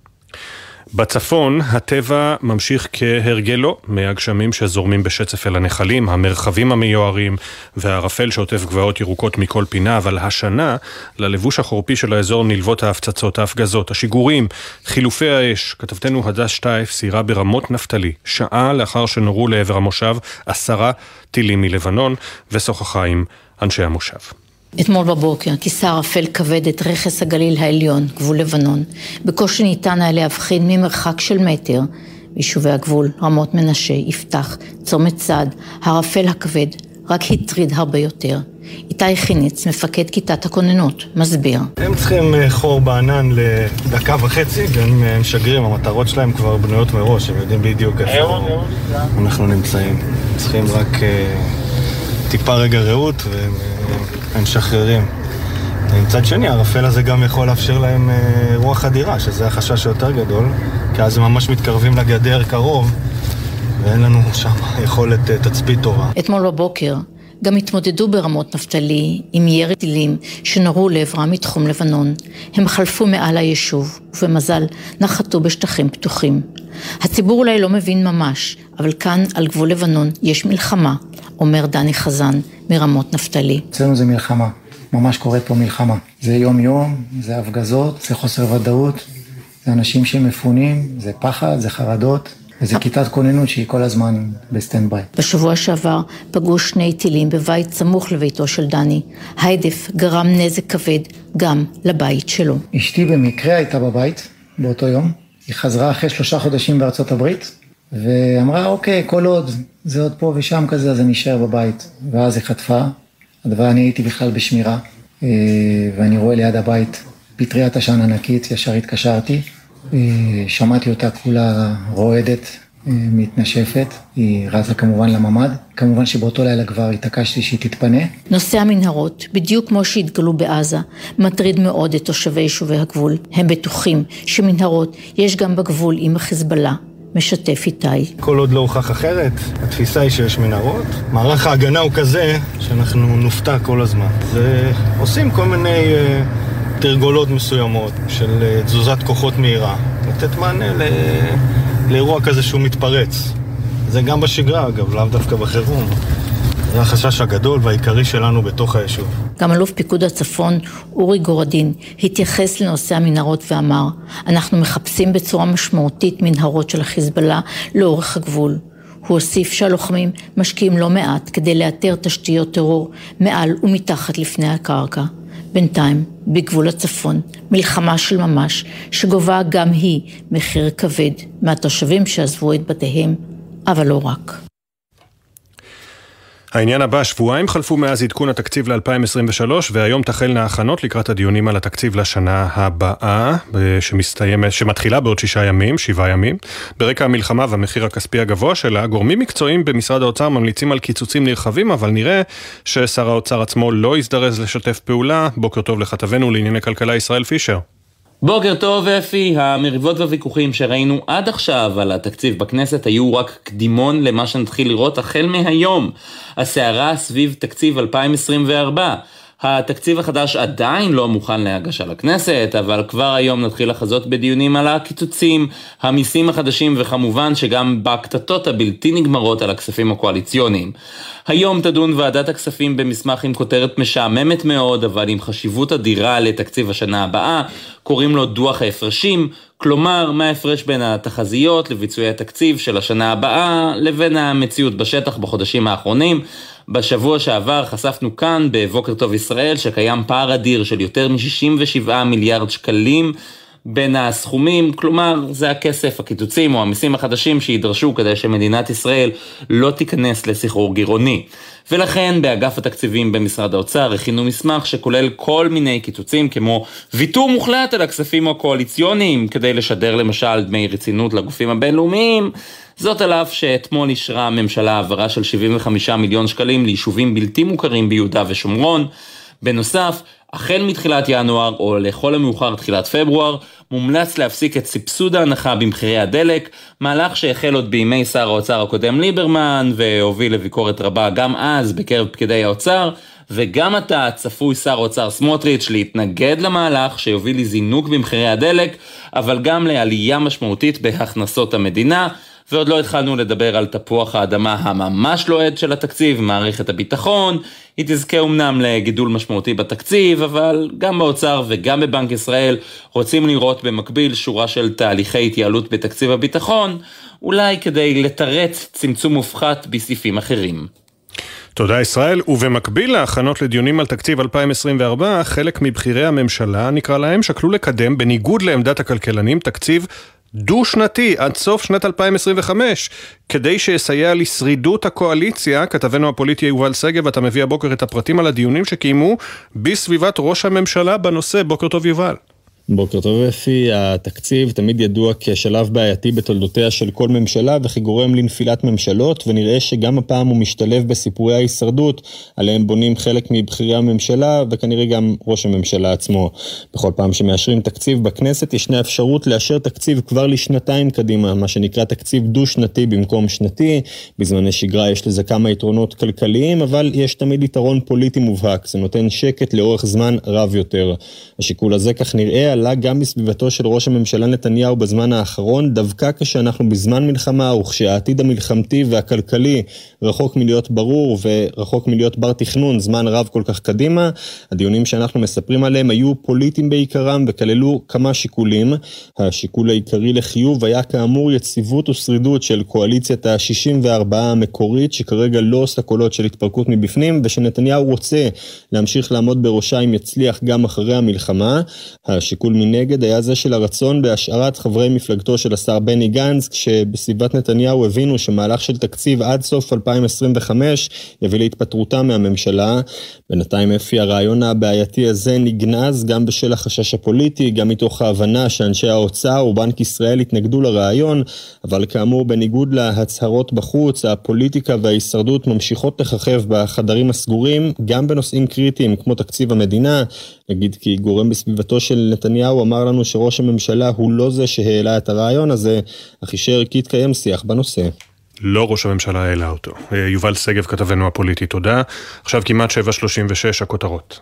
בצפון הטבע ממשיך כהרגלו מהגשמים שזורמים בשצף אל הנחלים, המרחבים המיוערים והערפל שעוטף גבעות ירוקות מכל פינה, אבל השנה ללבוש החורפי של האזור נלוות ההפצצות, ההפגזות, השיגורים, חילופי האש. כתבתנו הדס שטייף סיירה ברמות נפתלי, שעה לאחר שנורו לעבר המושב 10 טילים מלבנון, ושוחחה עם אנשי המושב. אתמול בבוקר כיסה ערפל כבד את רכס הגליל העליון, גבול לבנון. בקושי ניתן היה להבחין ממרחק של מטר. ביישובי הגבול, רמות מנשה, יפתח, צומת צעד, הערפל הכבד רק הטריד הרבה יותר. איתי חיניץ, מפקד כיתת הכוננות, מסביר. הם צריכים חור בענן לדקה וחצי, והם משגרים, המטרות שלהם כבר בנויות מראש, הם יודעים בדיוק איפה אנחנו נמצאים. צריכים רק טיפה רגע ראות והם משחררים. מצד שני, הערפל הזה גם יכול לאפשר להם רוח אדירה, שזה החשש היותר גדול, כי אז הם ממש מתקרבים לגדר קרוב, ואין לנו שם יכולת תצפית טובה. אתמול בבוקר גם התמודדו ברמות נפתלי עם ירי טילים שנורו לעברם מתחום לבנון. הם חלפו מעל היישוב, ובמזל נחתו בשטחים פתוחים. הציבור אולי לא מבין ממש, אבל כאן על גבול לבנון יש מלחמה, אומר דני חזן מרמות נפתלי. אצלנו זה מלחמה, ממש קורה פה מלחמה. זה יום יום, זה הפגזות, זה חוסר ודאות, זה אנשים שמפונים, זה פחד, זה חרדות, וזה כיתת כוננות שהיא כל הזמן בסטנד-ביי. בשבוע שעבר פגעו 2 טילים בבית סמוך לביתו של דני. ההדף גרם נזק כבד גם לבית שלו. אשתי במקרה הייתה בבית באותו יום. היא חזרה אחרי 3 חודשים בארצות הברית, ואמרה, אוקיי, כל עוד זה עוד פה ושם כזה, אז אני אשאר בבית. ואז היא חטפה, אני הייתי בכלל בשמירה, ואני רואה ליד הבית פטריית עשן ענקית, ישר התקשרתי, שמעתי אותה כולה רועדת, מתנשפת, היא רצה כמובן לממד, כמובן שבאותו לילה כבר התעקשתי שהיא תתפנה. נושא המנהרות, בדיוק כמו שהתגלו בעזה, מטריד מאוד את תושבי יישובי הגבול. הם בטוחים שמנהרות יש גם בגבול עם החיזבאללה. משתף איתי. כל עוד לא הוכח אחרת, התפיסה היא שיש מנהרות. מערך ההגנה הוא כזה שאנחנו נופתע כל הזמן. ועושים כל מיני תרגולות מסוימות של תזוזת כוחות מהירה. לתת מענה לאירוע כזה שהוא מתפרץ. זה גם בשגרה אגב, לאו דווקא בחירום. זה החשש הגדול והעיקרי שלנו בתוך היישוב. גם אלוף פיקוד הצפון, אורי גורדין, התייחס לנושא המנהרות ואמר, אנחנו מחפשים בצורה משמעותית מנהרות של החיזבאללה לאורך הגבול. הוא הוסיף שהלוחמים משקיעים לא מעט כדי לאתר תשתיות טרור מעל ומתחת לפני הקרקע. בינתיים, בגבול הצפון, מלחמה של ממש, שגובה גם היא מחיר כבד מהתושבים שעזבו את בתיהם, אבל לא רק. העניין הבא, שבועיים חלפו מאז עדכון התקציב ל-2023, והיום תחלנה ההכנות לקראת הדיונים על התקציב לשנה הבאה, שמתחילה בעוד 7 ימים. ברקע המלחמה והמחיר הכספי הגבוה שלה, גורמים מקצועיים במשרד האוצר ממליצים על קיצוצים נרחבים, אבל נראה ששר האוצר עצמו לא יזדרז לשתף פעולה. בוקר טוב לכתבנו לענייני כלכלה ישראל פישר. בוקר טוב אפי, המריבות והוויכוחים שראינו עד עכשיו על התקציב בכנסת היו רק קדימון למה שנתחיל לראות החל מהיום. הסערה סביב תקציב 2024. התקציב החדש עדיין לא מוכן להגשה לכנסת, אבל כבר היום נתחיל לחזות בדיונים על הקיצוצים, המיסים החדשים וכמובן שגם בהקטטות הבלתי נגמרות על הכספים הקואליציוניים. היום תדון ועדת הכספים במסמך עם כותרת משעממת מאוד, אבל עם חשיבות אדירה לתקציב השנה הבאה, קוראים לו דוח ההפרשים, כלומר מה ההפרש בין התחזיות לביצועי התקציב של השנה הבאה לבין המציאות בשטח בחודשים האחרונים. בשבוע שעבר חשפנו כאן בבוקר טוב ישראל שקיים פער אדיר של יותר מ-67 מיליארד שקלים בין הסכומים, כלומר זה הכסף, הקיצוצים או המיסים החדשים שידרשו כדי שמדינת ישראל לא תיכנס לסחרור גירעוני. ולכן באגף התקציבים במשרד האוצר הכינו מסמך שכולל כל מיני קיצוצים כמו ויתור מוחלט על הכספים הקואליציוניים כדי לשדר למשל דמי רצינות לגופים הבינלאומיים, זאת על אף שאתמול אישרה הממשלה העברה של 75 מיליון שקלים ליישובים בלתי מוכרים ביהודה ושומרון. בנוסף, החל מתחילת ינואר או לכל המאוחר תחילת פברואר, מומלץ להפסיק את סבסוד ההנחה במחירי הדלק, מהלך שהחל עוד בימי שר האוצר הקודם ליברמן, והוביל לביקורת רבה גם אז בקרב פקידי האוצר, וגם עתה צפוי שר האוצר סמוטריץ' להתנגד למהלך שיוביל לזינוק במחירי הדלק, אבל גם לעלייה משמעותית בהכנסות המדינה, ועוד לא התחלנו לדבר על תפוח האדמה הממש לועד של התקציב, מערכת הביטחון. היא תזכה אומנם לגידול משמעותי בתקציב, אבל גם באוצר וגם בבנק ישראל רוצים לראות במקביל שורה של תהליכי התייעלות בתקציב הביטחון, אולי כדי לתרץ צמצום מופחת בסעיפים אחרים. תודה ישראל, ובמקביל להכנות לדיונים על תקציב 2024, חלק מבחירי הממשלה, נקרא להם, שקלו לקדם, בניגוד לעמדת הכלכלנים, תקציב דו-שנתי עד סוף שנת 2025, כדי שיסייע לשרידות הקואליציה. כתבנו הפוליטי יובל סגב, אתה מביא הבוקר את הפרטים על הדיונים שקיימו בסביבת ראש הממשלה בנושא. בוקר טוב יובל. בוקר טוב אפי. התקציב תמיד ידוע כשלב בעייתי בתולדותיה של כל ממשלה וכגורם לנפילת ממשלות, ונראה שגם הפעם הוא משתלב בסיפורי ההישרדות עליהם בונים חלק מבחירי הממשלה וכנראה גם ראש הממשלה עצמו. בכל פעם שמאשרים תקציב בכנסת ישנה אפשרות לאשר תקציב כבר לשנתיים קדימה, מה שנקרא תקציב דו-שנתי במקום שנתי. בזמני שגרה יש לזה כמה יתרונות כלכליים, אבל יש תמיד יתרון פוליטי מובהק, זה נותן שקט לאורך זמן רב יותר. השיקול הזה כך נראה עלה גם בסביבתו של ראש הממשלה נתניהו בזמן האחרון, דווקא כשאנחנו בזמן מלחמה, וכשהעתיד המלחמתי והכלכלי רחוק מלהיות ברור ורחוק מלהיות בר תכנון זמן רב כל כך קדימה. הדיונים שאנחנו מספרים עליהם היו פוליטיים בעיקרם וכללו כמה שיקולים. השיקול העיקרי לחיוב היה כאמור יציבות ושרידות של קואליציית ה-64 המקורית, שכרגע לא עושה קולות של התפרקות מבפנים, ושנתניהו רוצה להמשיך לעמוד בראשה אם יצליח גם אחרי המלחמה. השיקול מנגד היה זה של הרצון בהשארת חברי מפלגתו של השר בני גנץ, כשבסביבת נתניהו הבינו שמהלך של תקציב עד סוף 2025 יביא להתפטרותה מהממשלה. בינתיים אפי הרעיון הבעייתי הזה נגנז גם בשל החשש הפוליטי, גם מתוך ההבנה שאנשי האוצר ובנק ישראל התנגדו לרעיון, אבל כאמור בניגוד להצהרות בחוץ, הפוליטיקה וההישרדות ממשיכות לחכב בחדרים הסגורים, גם בנושאים קריטיים כמו תקציב המדינה. נגיד כי גורם בסביבתו של נתניהו אמר לנו שראש הממשלה הוא לא זה שהעלה את הרעיון הזה, אך אישר כי יתקיים שיח בנושא. לא ראש הממשלה העלה אותו. יובל סגב כתבנו הפוליטי, תודה. עכשיו כמעט 7:36 הכותרות.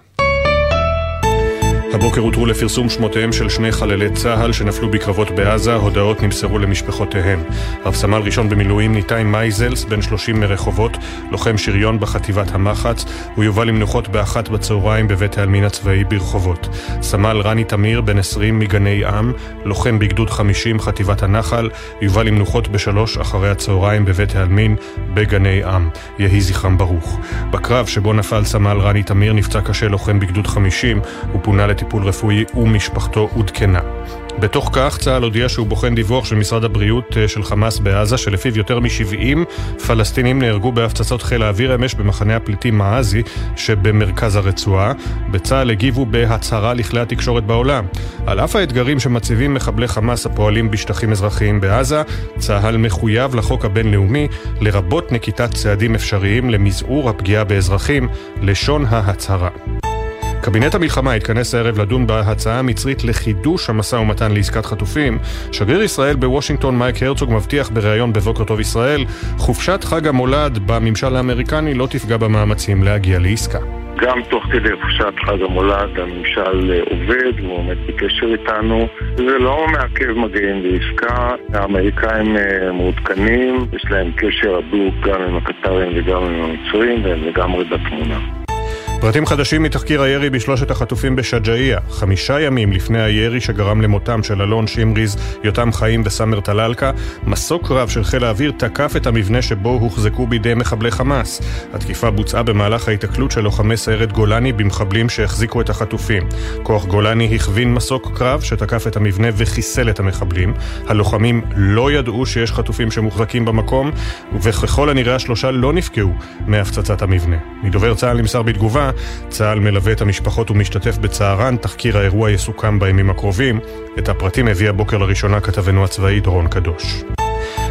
הבוקר הותרו לפרסום שמותיהם של שני חללי צה"ל שנפלו בקרבות בעזה, הודעות נמסרו למשפחותיהם. רב סמל ראשון במילואים ניתאי מייזלס, בן 30 מרחובות, לוחם שריון בחטיבת המחץ, הוא יובא למנוחות ב13:00 בבית העלמין הצבאי ברחובות. סמל רני תמיר, בן 20 מגני עם, לוחם בגדוד 50 חטיבת הנחל, יובא למנוחות ב15:00 בבית העלמין בגני עם. יהי זכרם ברוך. בקרב שבו נפל סמל רני תמיר נפצע קשה לוחם בגדוד 50, הוא פונה לטיפול רפואי ומשפחתו עודכנה. בתוך כך צה"ל הודיע שהוא בוחן דיווח של משרד הבריאות של חמאס בעזה, שלפיו יותר מ70 פלסטינים נהרגו בהפצצות חיל האוויר אמש במחנה הפליטים מעזי שבמרכז הרצועה. בצה"ל הגיבו בהצהרה לכלי התקשורת בעולם. על אף האתגרים שמציבים מחבלי חמאס הפועלים בשטחים אזרחיים בעזה, צה"ל מחויב לחוק הבינלאומי, לרבות נקיטת צעדים אפשריים למזעור הפגיעה באזרחים, לשון ההצהרה. קבינט המלחמה התכנס הערב לדון בהצעה המצרית לחידוש המשא ומתן לעסקת חטופים. שגריר ישראל בוושינגטון מייק הרצוג מבטיח בריאיון בבוקר טוב ישראל, חופשת חג המולד בממשל האמריקני לא תפגע במאמצים להגיע לעסקה. גם תוך כדי חופשת חג המולד הממשל עובד, הוא עומד בקשר איתנו, זה לא מעכב מגעים בעסקה. האמריקאים מעודכנים, יש להם קשר הדוק גם עם הקטרים וגם עם המצרים, והם לגמרי בתמונה. פרטים חדשים מתחקיר הירי בשלושת החטופים בשג'אעיה. 5 ימים לפני הירי שגרם למותם של אלון שמריז, יותם חיים וסמר טללקה, מסוק רב של חיל האוויר תקף את המבנה שבו הוחזקו בידי מחבלי חמאס. התקיפה בוצעה במהלך ההתקלות של לוחמי סיירת גולני במחבלים שהחזיקו את החטופים. כוח גולני הכווין מסוק קרב שתקף את המבנה וחיסל את המחבלים. הלוחמים לא ידעו שיש חטופים שמוחזקים במקום, וככל הנראה השלושה לא נפגעו מהפצצת המבנה. מדובר צה"ל נמסר בתגובה, צה"ל מלווה את המשפחות ומשתתף בצערן, תחקיר האירוע יסוכם בימים הקרובים. את הפרטים הביא הבוקר לראשונה כתבנו הצבאי דורון קדוש.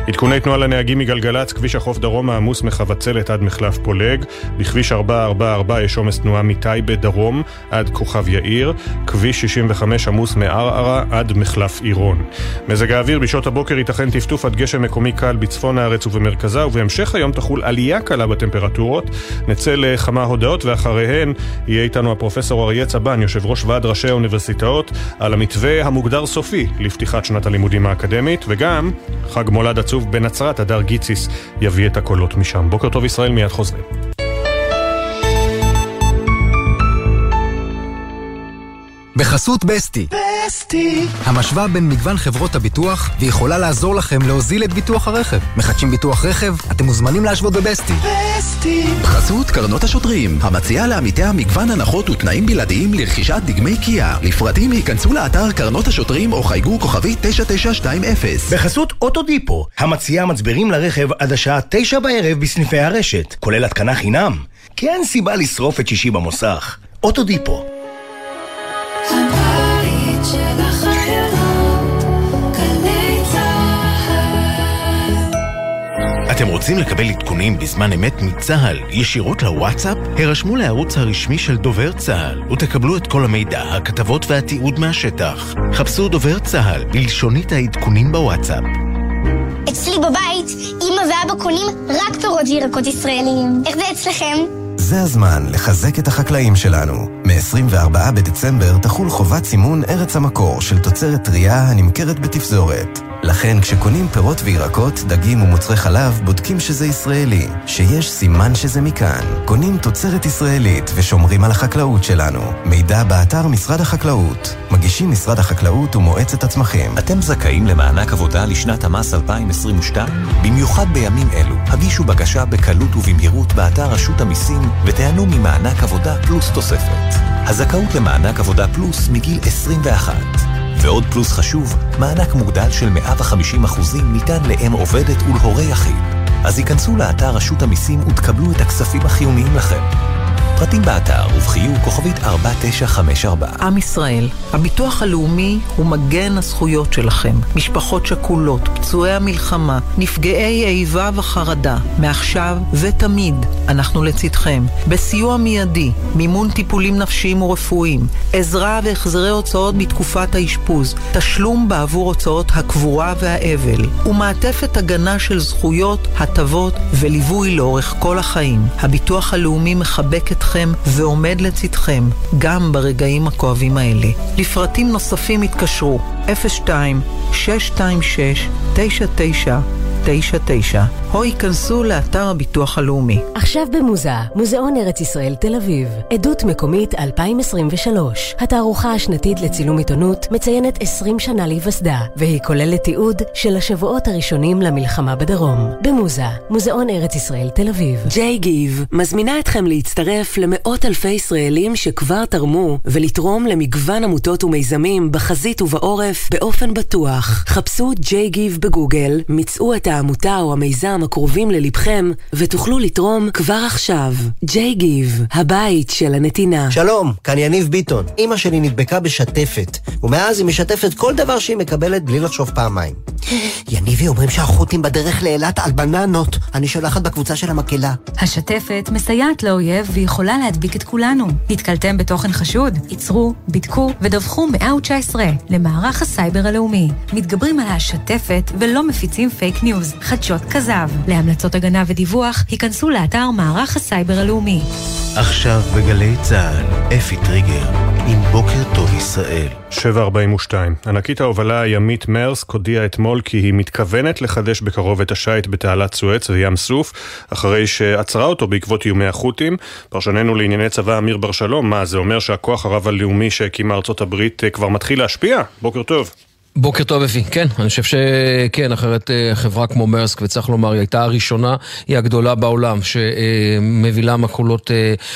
עדכוני תנועה לנהגים מגלגלץ, כביש החוף דרום העמוס מחבצלת עד מחלף פולג, בכביש 444 יש עומס תנועה מטייבה דרום עד כוכב יאיר, כביש 65 עמוס מערערה עד מחלף עירון. מזג האוויר בשעות הבוקר ייתכן טפטוף עד גשם מקומי קל בצפון הארץ ובמרכזה, ובהמשך היום תחול עלייה קלה בטמפרטורות. נצא לכמה הודעות ואחריהן יהיה איתנו הפרופסור אריה צבן, יושב ראש ועד ראשי האוניברסיטאות, על המתווה המוגדר סופי לפתיחת שנת הלימודים האקדמית, וגם חג מולד עצוב בנצרת, הדר גיציס יביא את הקולות משם. בוקר טוב ישראל, מיד חוזרים. בחסות בסטי. המשוואה בין מגוון חברות הביטוח ויכולה לעזור לכם להוזיל את ביטוח הרכב. מחדשים ביטוח רכב? אתם מוזמנים להשוות בבסטי. בחסות קרנות השוטרים, המציעה לעמיתיה מגוון הנחות ותנאים בלעדיים לרכישת דגמי קיה. לפרטים ייכנסו לאתר קרנות השוטרים או חייגו כוכבי 9920. בחסות אוטודיפו, המציעה מצברים לרכב עד השעה 9 בערב בסניפי הרשת, כולל התקנה חינם. כי אין סיבה לשרוף את שישי במוסך. אוטודיפו. הבית של החיילות, גלי צהל. אתם רוצים לקבל עדכונים בזמן אמת מצהל ישירות לוואטסאפ? הרשמו לערוץ הרשמי של דובר צהל ותקבלו את כל המידע, הכתבות והתיעוד מהשטח. חפשו דובר צהל בלשונית העדכונים בוואטסאפ. אצלי בבית, אמא ואבא קונים רק פירות וירקות ישראליים. איך זה אצלכם? זה הזמן לחזק את החקלאים שלנו. מ-24 בדצמבר תחול חובת סימון ארץ המקור של תוצרת טריה הנמכרת בתפזורת. לכן כשקונים פירות וירקות, דגים ומוצרי חלב, בודקים שזה ישראלי, שיש סימן שזה מכאן. קונים תוצרת ישראלית ושומרים על החקלאות שלנו. מידע באתר משרד החקלאות. מגישים משרד החקלאות ומועצת הצמחים. אתם זכאים למענק עבודה לשנת המס 2022? במיוחד בימים אלו, הגישו בקשה בקלות ובמהירות באתר רשות המיסים ותענו ממענק עבודה פלוס תוספת. הזכאות למענק עבודה פלוס מגיל 21. ועוד פלוס חשוב, מענק מוגדל של 150% ניתן לאם עובדת ולהורה יחיד. אז ייכנסו לאתר רשות המיסים ותקבלו את הכספים החיוניים לכם. פרטים באתר ובחיוב כוכבית 4954. עם ישראל, הביטוח הלאומי הוא מגן הזכויות שלכם. משפחות שכולות, פצועי המלחמה, נפגעי איבה וחרדה. מעכשיו ותמיד אנחנו לצדכם. בסיוע מיידי, מימון טיפולים נפשיים ורפואיים, עזרה והחזרי הוצאות בתקופת האשפוז, תשלום בעבור הוצאות הקבורה והאבל, ומעטפת הגנה של זכויות, הטבות וליווי לאורך כל החיים. הביטוח הלאומי מחבק אתכם ועומד לצדכם, גם ברגעים הכואבים האלה. לפרטים נוספים התקשרו 02-626-9999 או ייכנסו לאתר הביטוח הלאומי. עכשיו במוזה, מוזיאון ארץ ישראל תל אביב, עדות מקומית 2023. התערוכה השנתית לצילום עיתונות מציינת 20 שנה להיווסדה, והיא כוללת תיעוד של השבועות הראשונים למלחמה בדרום. במוזה, מוזיאון ארץ ישראל תל אביב. ג'יי גיב מזמינה אתכם להצטרף למאות אלפי ישראלים שכבר תרמו ולתרום למגוון עמותות ומיזמים בחזית ובעורף באופן בטוח. חפשו ג'יי גיב בגוגל, מצאו את העמותה או המיזם הקרובים ללבכם ותוכלו לתרום כבר עכשיו. ג'יי גיב, הבית של הנתינה. שלום, כאן יניב ביטון. אמא שלי נדבקה בשתפת, ומאז היא משתפת כל דבר שהיא מקבלת בלי לחשוב פעמיים. יניבי אומרים שהחות'ים בדרך לאילת על בננות. אני שולחת בקבוצה של המקהלה. השתפת מסייעת לאויב ויכולה להדביק את כולנו. נתקלתם בתוכן חשוד? ייצרו, בדקו ודווחו 119 למערך הסייבר הלאומי. מתגברים על השתפת ולא מפיצים פייק ניוז, חדשות כזב. להמלצות הגנה ודיווח, היכנסו לאתר מערך הסייבר הלאומי. עכשיו בגלי צהל, אפי טריגר, עם בוקר טוב ישראל. 742. ענקית ההובלה הימית מרסק הודיעה אתמול כי היא מתכוונת לחדש בקרוב את השייט בתעלת סואץ וים סוף, אחרי שעצרה אותו בעקבות איומי החות'ים. פרשננו לענייני צבא אמיר בר שלום, מה זה אומר שהכוח הרב הלאומי שהקימה ארצות הברית כבר מתחיל להשפיע? בוקר טוב. בוקר טוב אפי, כן, אני חושב שכן, אחרת חברה כמו מרסק, וצריך לומר, היא הייתה הראשונה, היא הגדולה בעולם, שמבילה מקולות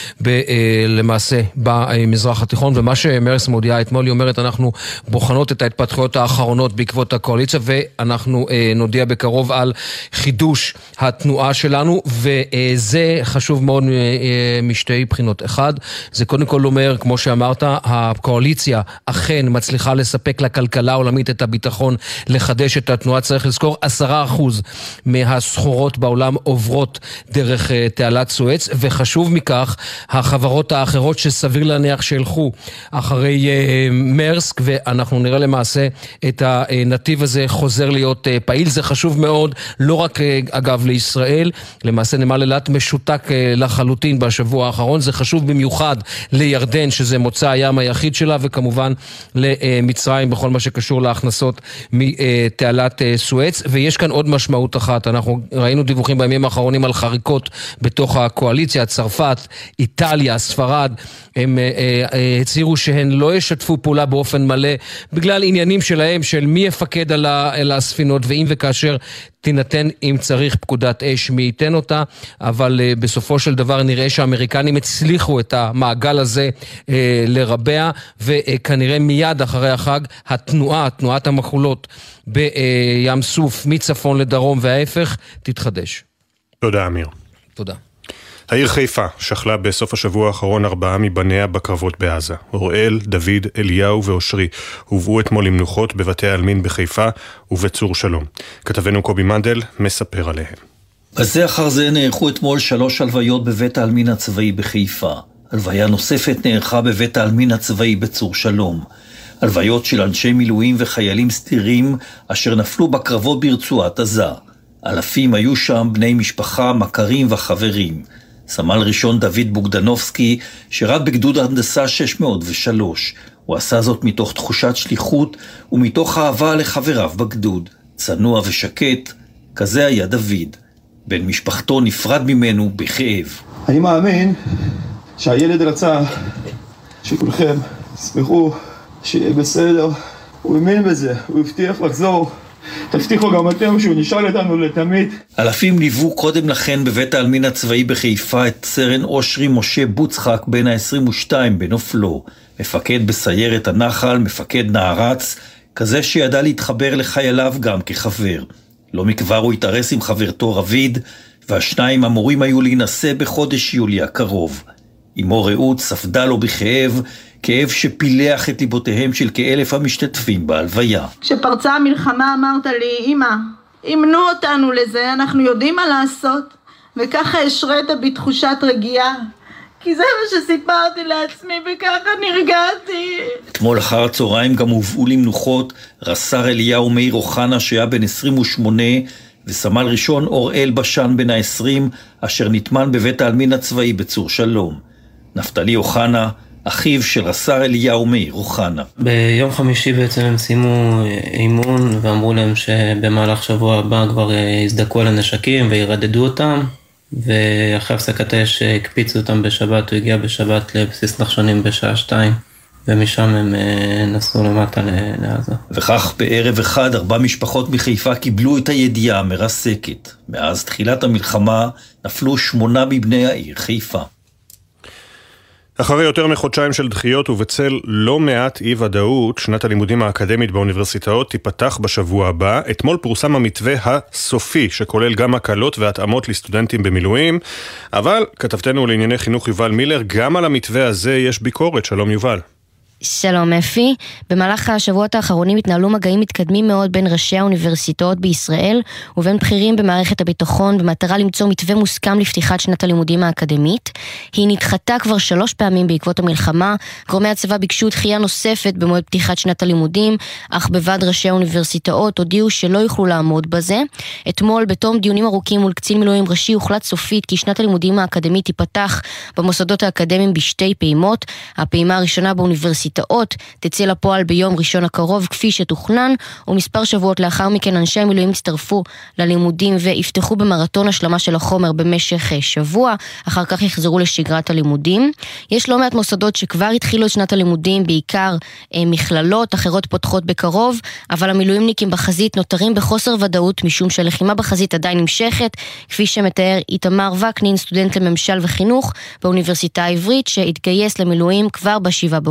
למעשה במזרח התיכון, ומה שמרסק מודיעה אתמול, היא אומרת, אנחנו בוחנות את ההתפתחויות האחרונות בעקבות הקואליציה, ואנחנו נודיע בקרוב על חידוש התנועה שלנו, וזה חשוב מאוד משתי בחינות. אחד, זה קודם כל אומר, כמו שאמרת, הקואליציה אכן מצליחה לספק לכלכלה העולמית לתת את הביטחון לחדש את התנועה. צריך לזכור 10% מהסחורות בעולם עוברות דרך תעלת סואץ, וחשוב מכך, החברות האחרות שסביר להניח שילכו אחרי מרסק, ואנחנו נראה למעשה את הנתיב הזה חוזר להיות פעיל. זה חשוב מאוד, לא רק אגב לישראל, למעשה נמל אילת משותק לחלוטין בשבוע האחרון, זה חשוב במיוחד לירדן שזה מוצא הים היחיד שלה, וכמובן למצרים בכל מה שקשור להכנסות מתעלת סואץ. ויש כאן עוד משמעות אחת, אנחנו ראינו דיווחים בימים האחרונים על חריקות בתוך הקואליציה, צרפת, איטליה, ספרד, הם הצהירו שהן לא ישתפו פעולה באופן מלא בגלל עניינים שלהם של מי יפקד על הספינות, ואם וכאשר תינתן אם צריך פקודת אש מי ייתן אותה, אבל בסופו של דבר נראה שהאמריקנים הצליחו את המעגל הזה לרבע, וכנראה מיד אחרי החג תנועת המחולות בים סוף מצפון לדרום וההפך תתחדש. תודה אמיר. תודה. העיר חיפה שכלה בסוף השבוע האחרון 4 מבניה בקרבות בעזה. אוראל, דוד, אליהו ואושרי הובאו אתמול למנוחות בבתי העלמין בחיפה ובצור שלום. כתבנו קובי מנדל מספר עליהם. בזה אחר זה נערכו אתמול 3 הלוויות בבית העלמין הצבאי בחיפה. הלוויה נוספת נערכה בבית העלמין הצבאי בצור שלום. הלוויות של אנשי מילואים וחיילים סתירים אשר נפלו בקרבות ברצועת עזה. אלפים היו שם בני משפחה, מכרים וחברים. סמל ראשון דוד בוגדנובסקי שירת בגדוד הנדסה 603. הוא עשה זאת מתוך תחושת שליחות ומתוך אהבה לחבריו בגדוד. צנוע ושקט, כזה היה דוד. בן משפחתו נפרד ממנו בכאב. אני מאמין שהילד רצה שכולכם תשמחו, שיהיה בסדר. הוא האמין בזה, הוא הבטיח לחזור. תבטיחו גם אתם שהוא נשאר איתנו לתמיד. אלפים ליוו קודם לכן בבית העלמין הצבאי בחיפה את סרן אושרי משה בוצחק בן ה-22 בנופלו. מפקד בסיירת הנחל, מפקד נערץ, כזה שידע להתחבר לחייליו גם כחבר. לא מכבר הוא התארס עם חברתו רביד, והשניים אמורים היו להינשא בחודש יולי הקרוב. אמו רעות ספדה לו בכאב, כאב שפילח את ליבותיהם של כ1,000 המשתתפים בהלוויה. כשפרצה המלחמה אמרת לי, אמא, אימנו אותנו לזה, אנחנו יודעים מה לעשות, וככה השרית בתחושת רגיעה. כי זה מה שסיפרתי לעצמי, וככה נרגעתי. אתמול אחר הצהריים גם הובאו למנוחות רס"ר אליהו מאיר אוחנה שהיה בן 28, וסמל ראשון אוראל בשן בן ה-20, אשר נטמן בבית העלמין הצבאי בצור שלום. נפתלי אוחנה, אחיו של רס"ר אליהו מאיר אוחנה. ביום חמישי בעצם הם סיימו אימון ואמרו להם שבמהלך שבוע הבא כבר יזדקו על הנשקים וירדדו אותם, ואחרי הפסקת האש הקפיצו אותם בשבת, הוא הגיע בשבת לבסיס נחשונים בשעה 2, ומשם הם נסעו למטה לעזה. וכך בערב אחד 4 משפחות מחיפה קיבלו את הידיעה המרסקת. מאז תחילת המלחמה נפלו 8 מבני העיר חיפה. אחרי יותר מחודשיים של דחיות ובצל לא מעט אי ודאות, שנת הלימודים האקדמית באוניברסיטאות תיפתח בשבוע הבא. אתמול פורסם המתווה הסופי, שכולל גם הקלות והתאמות לסטודנטים במילואים, אבל כתבתנו לענייני חינוך יובל מילר, גם על המתווה הזה יש ביקורת. שלום יובל. שלום אפי, במהלך השבועות האחרונים התנהלו מגעים מתקדמים מאוד בין ראשי האוניברסיטאות בישראל ובין בכירים במערכת הביטחון במטרה למצוא מתווה מוסכם לפתיחת שנת הלימודים האקדמית. היא נדחתה כבר 3 פעמים בעקבות המלחמה, גורמי הצבא ביקשו דחייה נוספת במועד פתיחת שנת הלימודים, אך בוועד ראשי האוניברסיטאות הודיעו שלא יוכלו לעמוד בזה. אתמול בתום דיונים ארוכים מול קצין מילואים ראשי הוחלט סופית כי שנת הלימודים האקדמית תיפתח במוסדות האקדמיים בשתי פעימות. הפעימה הראשונה באוניברסיטאות תצא לפועל ביום ראשון הקרוב כפי שתוכנן, ומספר שבועות לאחר מכן אנשי המילואים יצטרפו ללימודים ויפתחו במרתון השלמה של החומר במשך שבוע, אחר כך יחזרו לשגרת הלימודים. יש לא מעט מוסדות שכבר התחילו את שנת הלימודים, בעיקר מכללות, אחרות פותחות בקרוב, אבל המילואימניקים בחזית נותרים בחוסר ודאות משום שהלחימה בחזית עדיין נמשכת, כפי שמתאר איתמר וקנין, סטודנט לממשל וחינוך באוניברסיטה העברית שהתגייס למילואים כבר ב7 באוקטובר.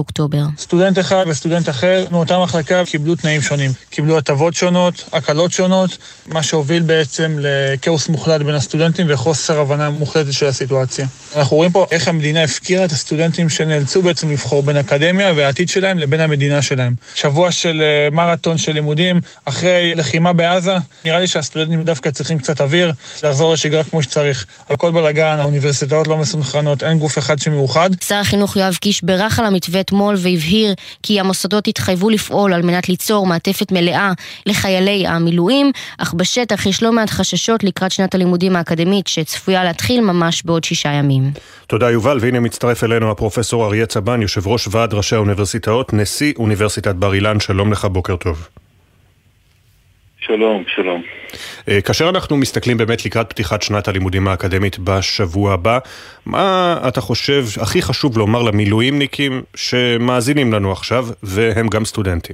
סטודנט אחד וסטודנט אחר מאותה מחלקה קיבלו תנאים שונים, קיבלו הטבות שונות, הקלות שונות, מה שהוביל בעצם לכאוס מוחלט בין הסטודנטים וחוסר הבנה מוחלטת של הסיטואציה. אנחנו רואים פה איך המדינה הפקירה את הסטודנטים שנאלצו בעצם לבחור בין אקדמיה והעתיד שלהם לבין המדינה שלהם. שבוע של מרתון של לימודים אחרי לחימה בעזה, נראה לי שהסטודנטים דווקא צריכים קצת אוויר, לחזור לשגרה כמו שצריך. על כל בלגן, האוניברסיטאות לא מסונכרנות, אין גוף אחד שמאוחד. שר החינוך יואב קיש בירך על המתווה אתמול והבהיר כי המוסדות התחייבו לפעול על מנת ליצור מעטפת מלאה לחיילי המילואים, אך בשטח יש לא מעט חששות לקראת שנת הלימודים האקדמית שצפויה להתחיל ממש בעוד 6 ימים. תודה יובל, והנה מצטרף אלינו הפרופסור אריה צבן, יושב ראש ועד ראשי האוניברסיטאות, נשיא אוניברסיטת בר אילן. שלום לך, בוקר טוב. שלום, שלום. כאשר אנחנו מסתכלים באמת לקראת פתיחת שנת הלימודים האקדמית בשבוע הבא, מה אתה חושב הכי חשוב לומר למילואימניקים שמאזינים לנו עכשיו והם גם סטודנטים?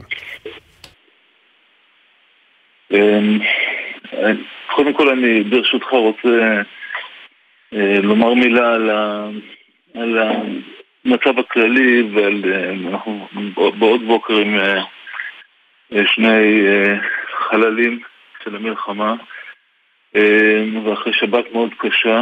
קודם כל אני ברשותך רוצה לומר מילה על המצב הכללי, ואנחנו בעוד בוקר עם שני חללים של המלחמה, ואחרי שבת מאוד קשה,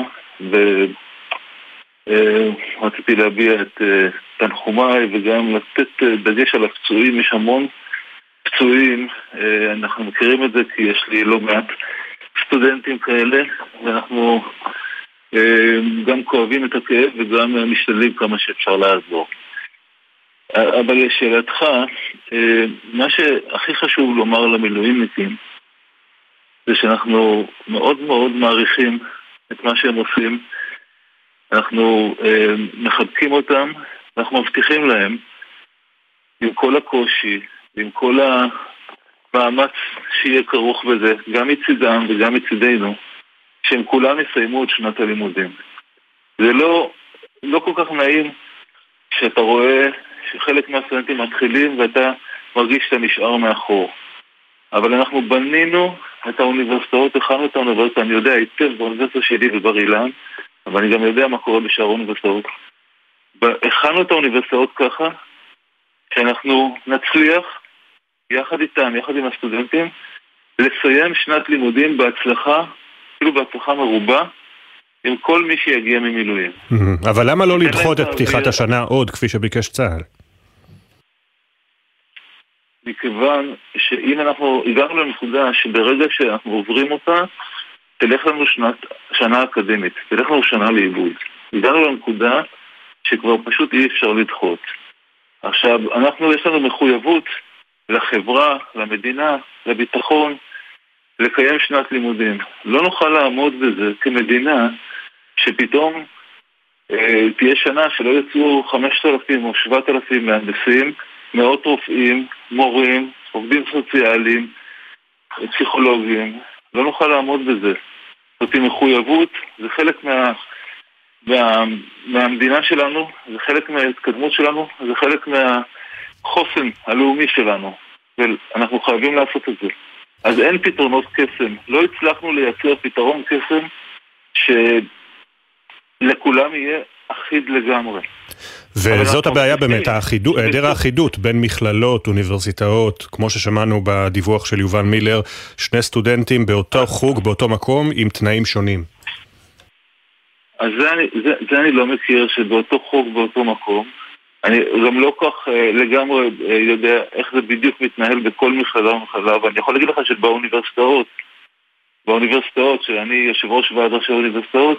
ורציתי להביע את תנחומיי וגם לתת דגש על הפצועים. יש המון פצועים, אנחנו מכירים את זה כי יש לי לא מעט סטודנטים כאלה, ואנחנו גם כואבים את הכאב וגם משתדלים כמה שאפשר לעזור. אבל לשאלתך, מה שהכי חשוב לומר למילואימניקים זה שאנחנו מאוד מאוד מעריכים את מה שהם עושים, אנחנו מחבקים אותם, אנחנו מבטיחים להם עם כל הקושי, עם כל המאמץ שיהיה כרוך בזה, גם מצידם וגם מצידנו, שהם כולם יסיימו את שנת הלימודים. זה לא כל כך נעים שאתה רואה שחלק מהסטודנטים מתחילים ואתה מרגיש שאתה נשאר מאחור. אבל אנחנו בנינו את האוניברסיטאות, הכנו את האוניברסיטה, אני יודע היטב באוניברסיטה שלי בבר אילן, אבל אני גם יודע מה קורה בשאר האוניברסיטאות. הכנו את האוניברסיטאות ככה, שאנחנו נצליח יחד איתם, יחד עם הסטודנטים, לסיים שנת לימודים בהצלחה, אפילו בהצלחה מרובה, עם כל מי שיגיע ממילואים. אבל למה לא לדחות את פתיחת השנה עוד, כפי שביקש צה"ל? מכיוון שאם אנחנו הגענו לנקודה שברגע שאנחנו עוברים אותה, תלך לנו שנה אקדמית, תלך לנו שנה לאיבוד. הגענו לנקודה שכבר פשוט אי אפשר לדחות. עכשיו, יש לנו מחויבות לחברה, למדינה, לביטחון, לקיים שנת לימודים. לא נוכל לעמוד בזה כמדינה שפתאום תהיה שנה שלא יצאו 5,000 או 7,000 מהנדסים, מאות רופאים, מורים, עובדים סוציאליים, פסיכולוגים. לא נוכל לעמוד בזה. זאת מחויבות, זה חלק מהמדינה שלנו, זה חלק מההתקדמות שלנו, זה חלק מהחוסן הלאומי שלנו. ואנחנו חייבים לעשות את זה. אז אין פתרונות קסם. לא הצלחנו לייצר פתרון קסם שלכולם יהיה אחיד לגמרי. וזאת הבעיה באמת, היעדר האחידות בין מכללות, אוניברסיטאות, כמו ששמענו בדיווח של יובל מילר, 2 סטודנטים באותו חוג, באותו מקום, עם תנאים שונים. אז זה אני לא מכיר, שבאותו חוג, באותו מקום. אני גם לא כך לגמרי יודע איך זה בדיוק מתנהל בכל מכללה ומכללה, אבל אני יכול להגיד לך שבאוניברסיטאות, שאני יושב ראש ועד ראשי האוניברסיטאות,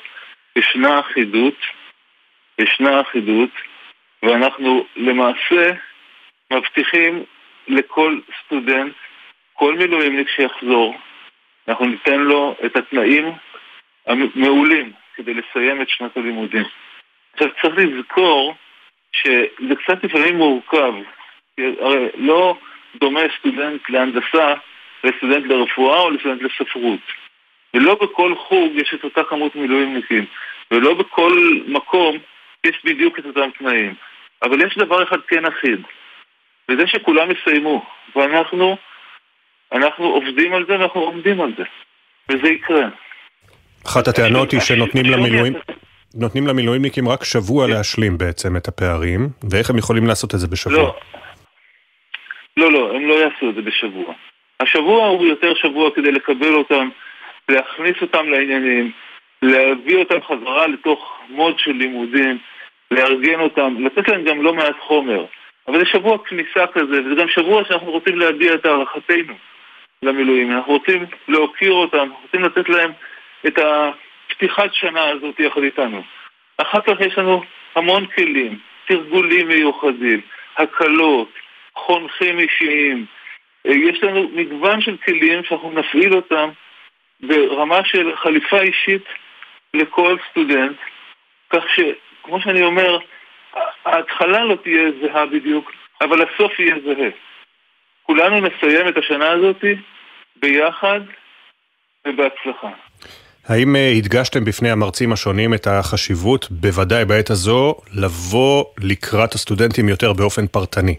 ישנה אחידות, ואנחנו למעשה מבטיחים לכל סטודנט, כל מילואימניק שיחזור, אנחנו ניתן לו את התנאים המעולים כדי לסיים את שנת הלימודים. עכשיו צריך לזכור שזה קצת לפעמים מורכב, הרי לא דומה סטודנט להנדסה לסטודנט לרפואה או לסטודנט לספרות, ולא בכל חוג יש את אותה כמות מילואימניקים, ולא בכל מקום יש בדיוק את אותם תנאים. אבל יש דבר אחד כן אחיד, וזה שכולם יסיימו, ואנחנו עובדים על זה ואנחנו עומדים על זה, וזה יקרה. אחת הטענות היא שנותנים למילואים... נותנים למילואימניקים רק שבוע להשלים בעצם את הפערים, ואיך הם יכולים לעשות את זה בשבוע? לא, הם לא יעשו את זה בשבוע. השבוע הוא יותר שבוע כדי לקבל אותם, להכניס אותם לעניינים, להביא אותם חזרה לתוך מוד של לימודים, לארגן אותם, לתת להם גם לא מעט חומר. אבל זה שבוע כניסה כזה, וזה גם שבוע שאנחנו רוצים להביע את הערכתנו למילואים. אנחנו רוצים להוקיר אותם, אנחנו רוצים לתת להם את הפתיחת שנה הזאת יחד איתנו. אחר כך יש לנו המון כלים, תרגולים מיוחדים, הקלות, חונכים אישיים. יש לנו מגוון של כלים שאנחנו נפעיל אותם ברמה של חליפה אישית לכל סטודנט, כך שכמו שאני אומר, ההתחלה לא תהיה זהה בדיוק, אבל הסוף יהיה זהה. כולנו נסיים את השנה הזאת ביחד ובהצלחה. האם הדגשתם בפני המרצים השונים את החשיבות, בוודאי בעת הזו, לבוא לקראת הסטודנטים יותר באופן פרטני?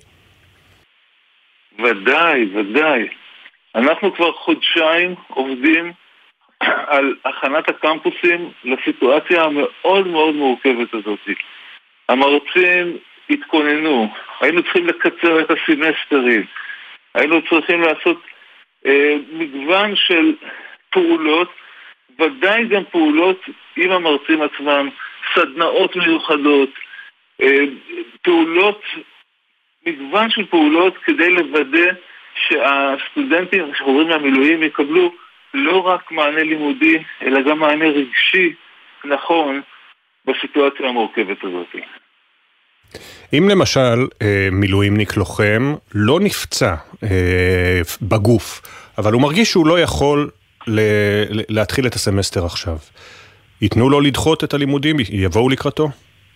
ודאי. אנחנו כבר חודשיים עובדים על הכנת הקמפוסים לסיטואציה המאוד מאוד מורכבת הזאת. המרצים התכוננו, היינו צריכים לקצר את הסמסטרים, היינו צריכים לעשות מגוון של פעולות, ודאי גם פעולות עם המרצים עצמם, סדנאות מיוחדות, פעולות, מגוון של פעולות כדי לוודא שהסטודנטים שחוברים למילואים יקבלו לא רק מענה לימודי, אלא גם מענה רגשי נכון בסיטואציה המורכבת הזאת. אם למשל מילואימניק לוחם לא נפצע בגוף, אבל הוא מרגיש שהוא לא יכול להתחיל את הסמסטר עכשיו, ייתנו לו לדחות את הלימודים? יבואו לקראתו?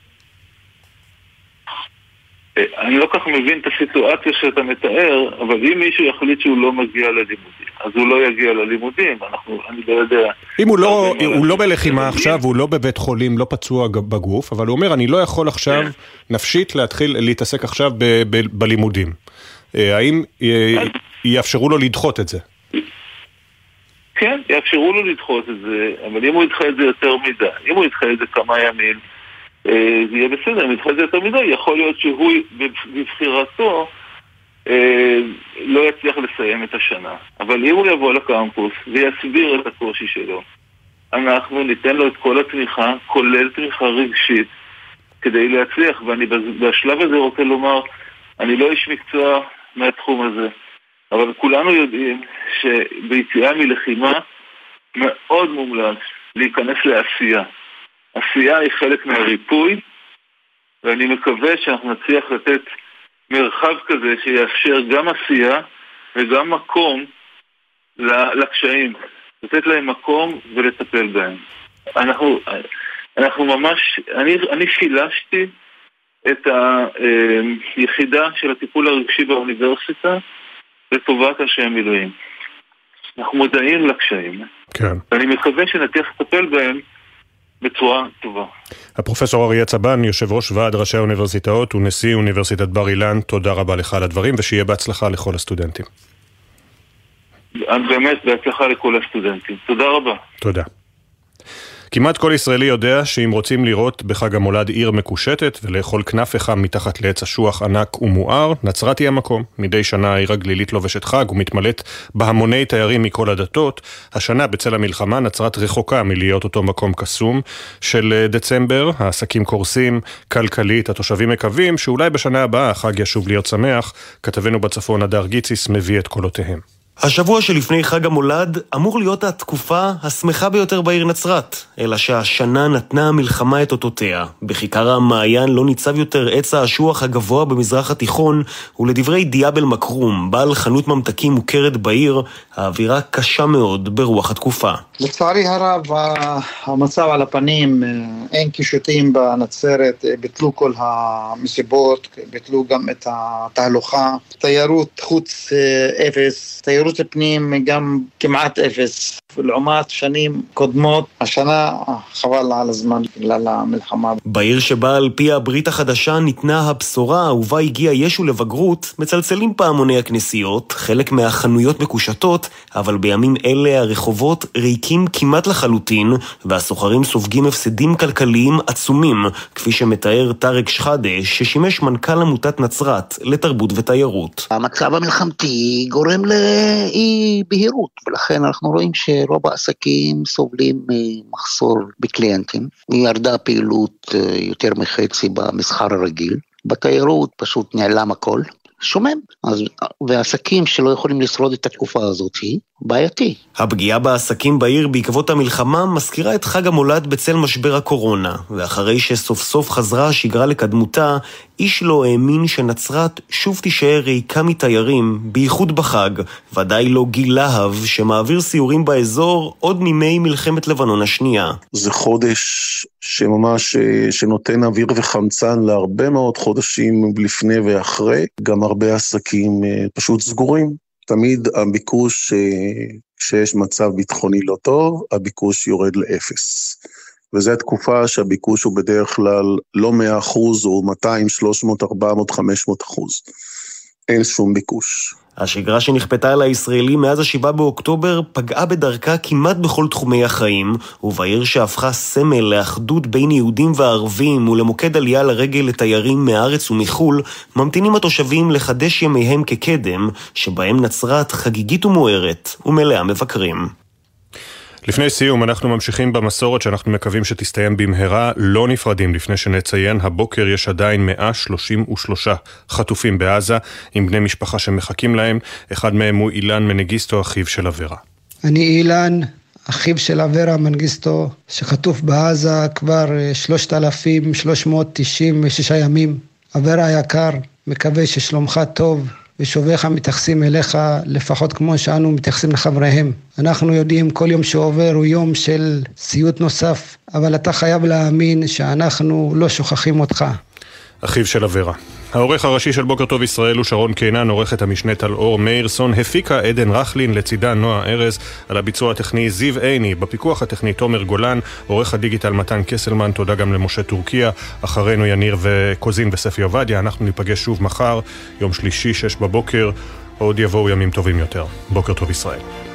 אני לא כך מבין את הסיטואציה שאתה מתאר, אבל אם מישהו יחליט שהוא לא מגיע ללימודים, אז הוא לא יגיע ללימודים. אני לא יודע. אם הוא לא בלחימה עכשיו, הוא לא בבית חולים, לא פצוע בגוף, אבל הוא אומר, אני לא יכול עכשיו נפשית להתחיל להתעסק עכשיו בלימודים. האם יאפשרו לו לדחות את זה? כן, יאפשרו לו לדחות את זה, אבל אם הוא ידחה את זה יותר מדי, אם הוא ידחה את זה כמה ימים, זה יהיה בסדר. אם ידחה את זה יותר מדי, יכול להיות שהוא בבחירתו לא יצליח לסיים את השנה. אבל אם הוא יבוא לקמפוס ויסביר את הקושי שלו, אנחנו ניתן לו את כל התמיכה, כולל תמיכה רגשית, כדי להצליח. ואני בשלב הזה רוצה לומר, אני לא איש מקצוע מהתחום הזה, אבל כולנו יודעים שביציאה מלחימה מאוד מומלץ להיכנס לעשייה. עשייה היא חלק מהריפוי, ואני מקווה שאנחנו נצליח לתת מרחב כזה שיאפשר גם עשייה וגם מקום לקשיים, לתת להם מקום ולטפל בהם. אנחנו ממש, אני שילשתי את היחידה של הטיפול הרגשי באוניברסיטה לטובת אנשי המילואים. אנחנו מודעים לקשיים, כן. ואני מקווה שנצליח לטפל בהם בצורה טובה. הפרופסור אריה צבן, יושב ראש ועד ראשי האוניברסיטאות ונשיא אוניברסיטת בר אילן, תודה רבה לך על הדברים, ושיהיה בהצלחה לכל הסטודנטים. באמת בהצלחה לכל הסטודנטים. תודה רבה. תודה. כמעט כל ישראלי יודע שאם רוצים לראות בחג המולד עיר מקושטת ולאכול כנף חם מתחת לעץ אשוח ענק ומואר, נצרת היא המקום. מדי שנה העיר הגלילית לובשת חג ומתמלאת בהמוני תיירים מכל הדתות. השנה בצל המלחמה נצרת רחוקה מלהיות אותו מקום קסום של דצמבר. העסקים קורסים, כלכלית, התושבים מקווים שאולי בשנה הבאה החג ישוב להיות שמח. כתבנו בצפון הדר גיציס מביא את קולותיהם. השבוע שלפני חג המולד אמור להיות התקופה השמחה ביותר בעיר נצרת, אלא שהשנה נתנה המלחמה את אותותיה. בכיכר המעיין לא ניצב יותר עץ האשוח הגבוה במזרח התיכון, ולדברי דיאבל מקרום, בעל חנות ממתקים מוכרת בעיר, האווירה קשה מאוד ברוח התקופה. לצערי הרב, המצב על הפנים, אין קישוטים בנצרת, ביטלו כל המסיבות, ביטלו גם את התהלוכה, תיירות חוץ אפס, תיירות תיירות פנים גם כמעט אפס, לעומת שנים קודמות. השנה חבל על הזמן בגלל המלחמה. בעיר שבה על פי הברית החדשה ניתנה הבשורה ובה הגיע ישו לבגרות, מצלצלים פעמוני הכנסיות, חלק מהחנויות מקושטות, אבל בימים אלה הרחובות ריקים כמעט לחלוטין, והסוחרים סופגים הפסדים כלכליים עצומים, כפי שמתאר טארק שחאדה, ששימש מנכ"ל עמותת נצרת לתרבות ותיירות. המצב המלחמתי גורם לאי בהירות, ולכן אנחנו רואים שרוב העסקים סובלים ממחסור בקליינטים. ירדה פעילות יותר מחצי במסחר הרגיל. בתיירות פשוט נעלם הכל. שומם. והעסקים שלא יכולים לשרוד את התקופה הזאת היא בעייתי. הפגיעה בעסקים בעיר בעקבות המלחמה מזכירה את חג המולד בצל משבר הקורונה, ואחרי שסוף סוף חזרה השגרה לקדמותה, איש לא האמין שנצרת שוב תישאר ריקה מתיירים, בייחוד בחג, ודאי לא גיל להב שמעביר סיורים באזור עוד מימי מלחמת לבנון השנייה. זה חודש שממש שנותן אוויר וחמצן להרבה מאוד חודשים לפני ואחרי, גם הרבה עסקים פשוט סגורים. תמיד הביקוש, כשיש מצב ביטחוני לא טוב, הביקוש יורד לאפס. וזו התקופה שהביקוש הוא בדרך כלל לא 100%, הוא 200, 300, 400, 500%. אין שום ביקוש. השגרה שנכפתה על הישראלים מאז 7 באוקטובר פגעה בדרכה כמעט בכל תחומי החיים, ובעיר שהפכה סמל לאחדות בין יהודים וערבים ולמוקד עלייה לרגל לתיירים מארץ ומחול, ממתינים התושבים לחדש ימיהם כקדם, שבהם נצרת חגיגית ומוארת ומלאה מבקרים. לפני סיום אנחנו ממשיכים במסורת שאנחנו מקווים שתסתיים במהרה. לא נפרדים לפני שנציין, הבוקר יש עדיין 133 חטופים בעזה עם בני משפחה שמחכים להם. אחד מהם הוא אילן מנגיסטו, אחיו של אברה. אני אילן, אחיו של אברה מנגיסטו, שחטוף בעזה כבר 3,396 ימים. אברה היקר, מקווה ששלומך טוב ושוביך מתייחסים אליך לפחות כמו שאנו מתייחסים לחבריהם. אנחנו יודעים כל יום שעובר הוא יום של סיוט נוסף, אבל אתה חייב להאמין שאנחנו לא שוכחים אותך. אחיו של אברה. העורך הראשי של בוקר טוב ישראל הוא שרון קינן, עורכת המשנה טל אור מאירסון, הפיקה עדן רחלין, לצידה נועה ארז, על הביצוע הטכני זיו עיני, בפיקוח הטכני תומר גולן, עורך הדיגיטל מתן קסלמן, תודה גם למשה טורקיה, אחרינו יניר וקוזין וספי עובדיה. אנחנו ניפגש שוב מחר, יום שלישי 6 בבוקר, עוד יבואו ימים טובים יותר. בוקר טוב ישראל.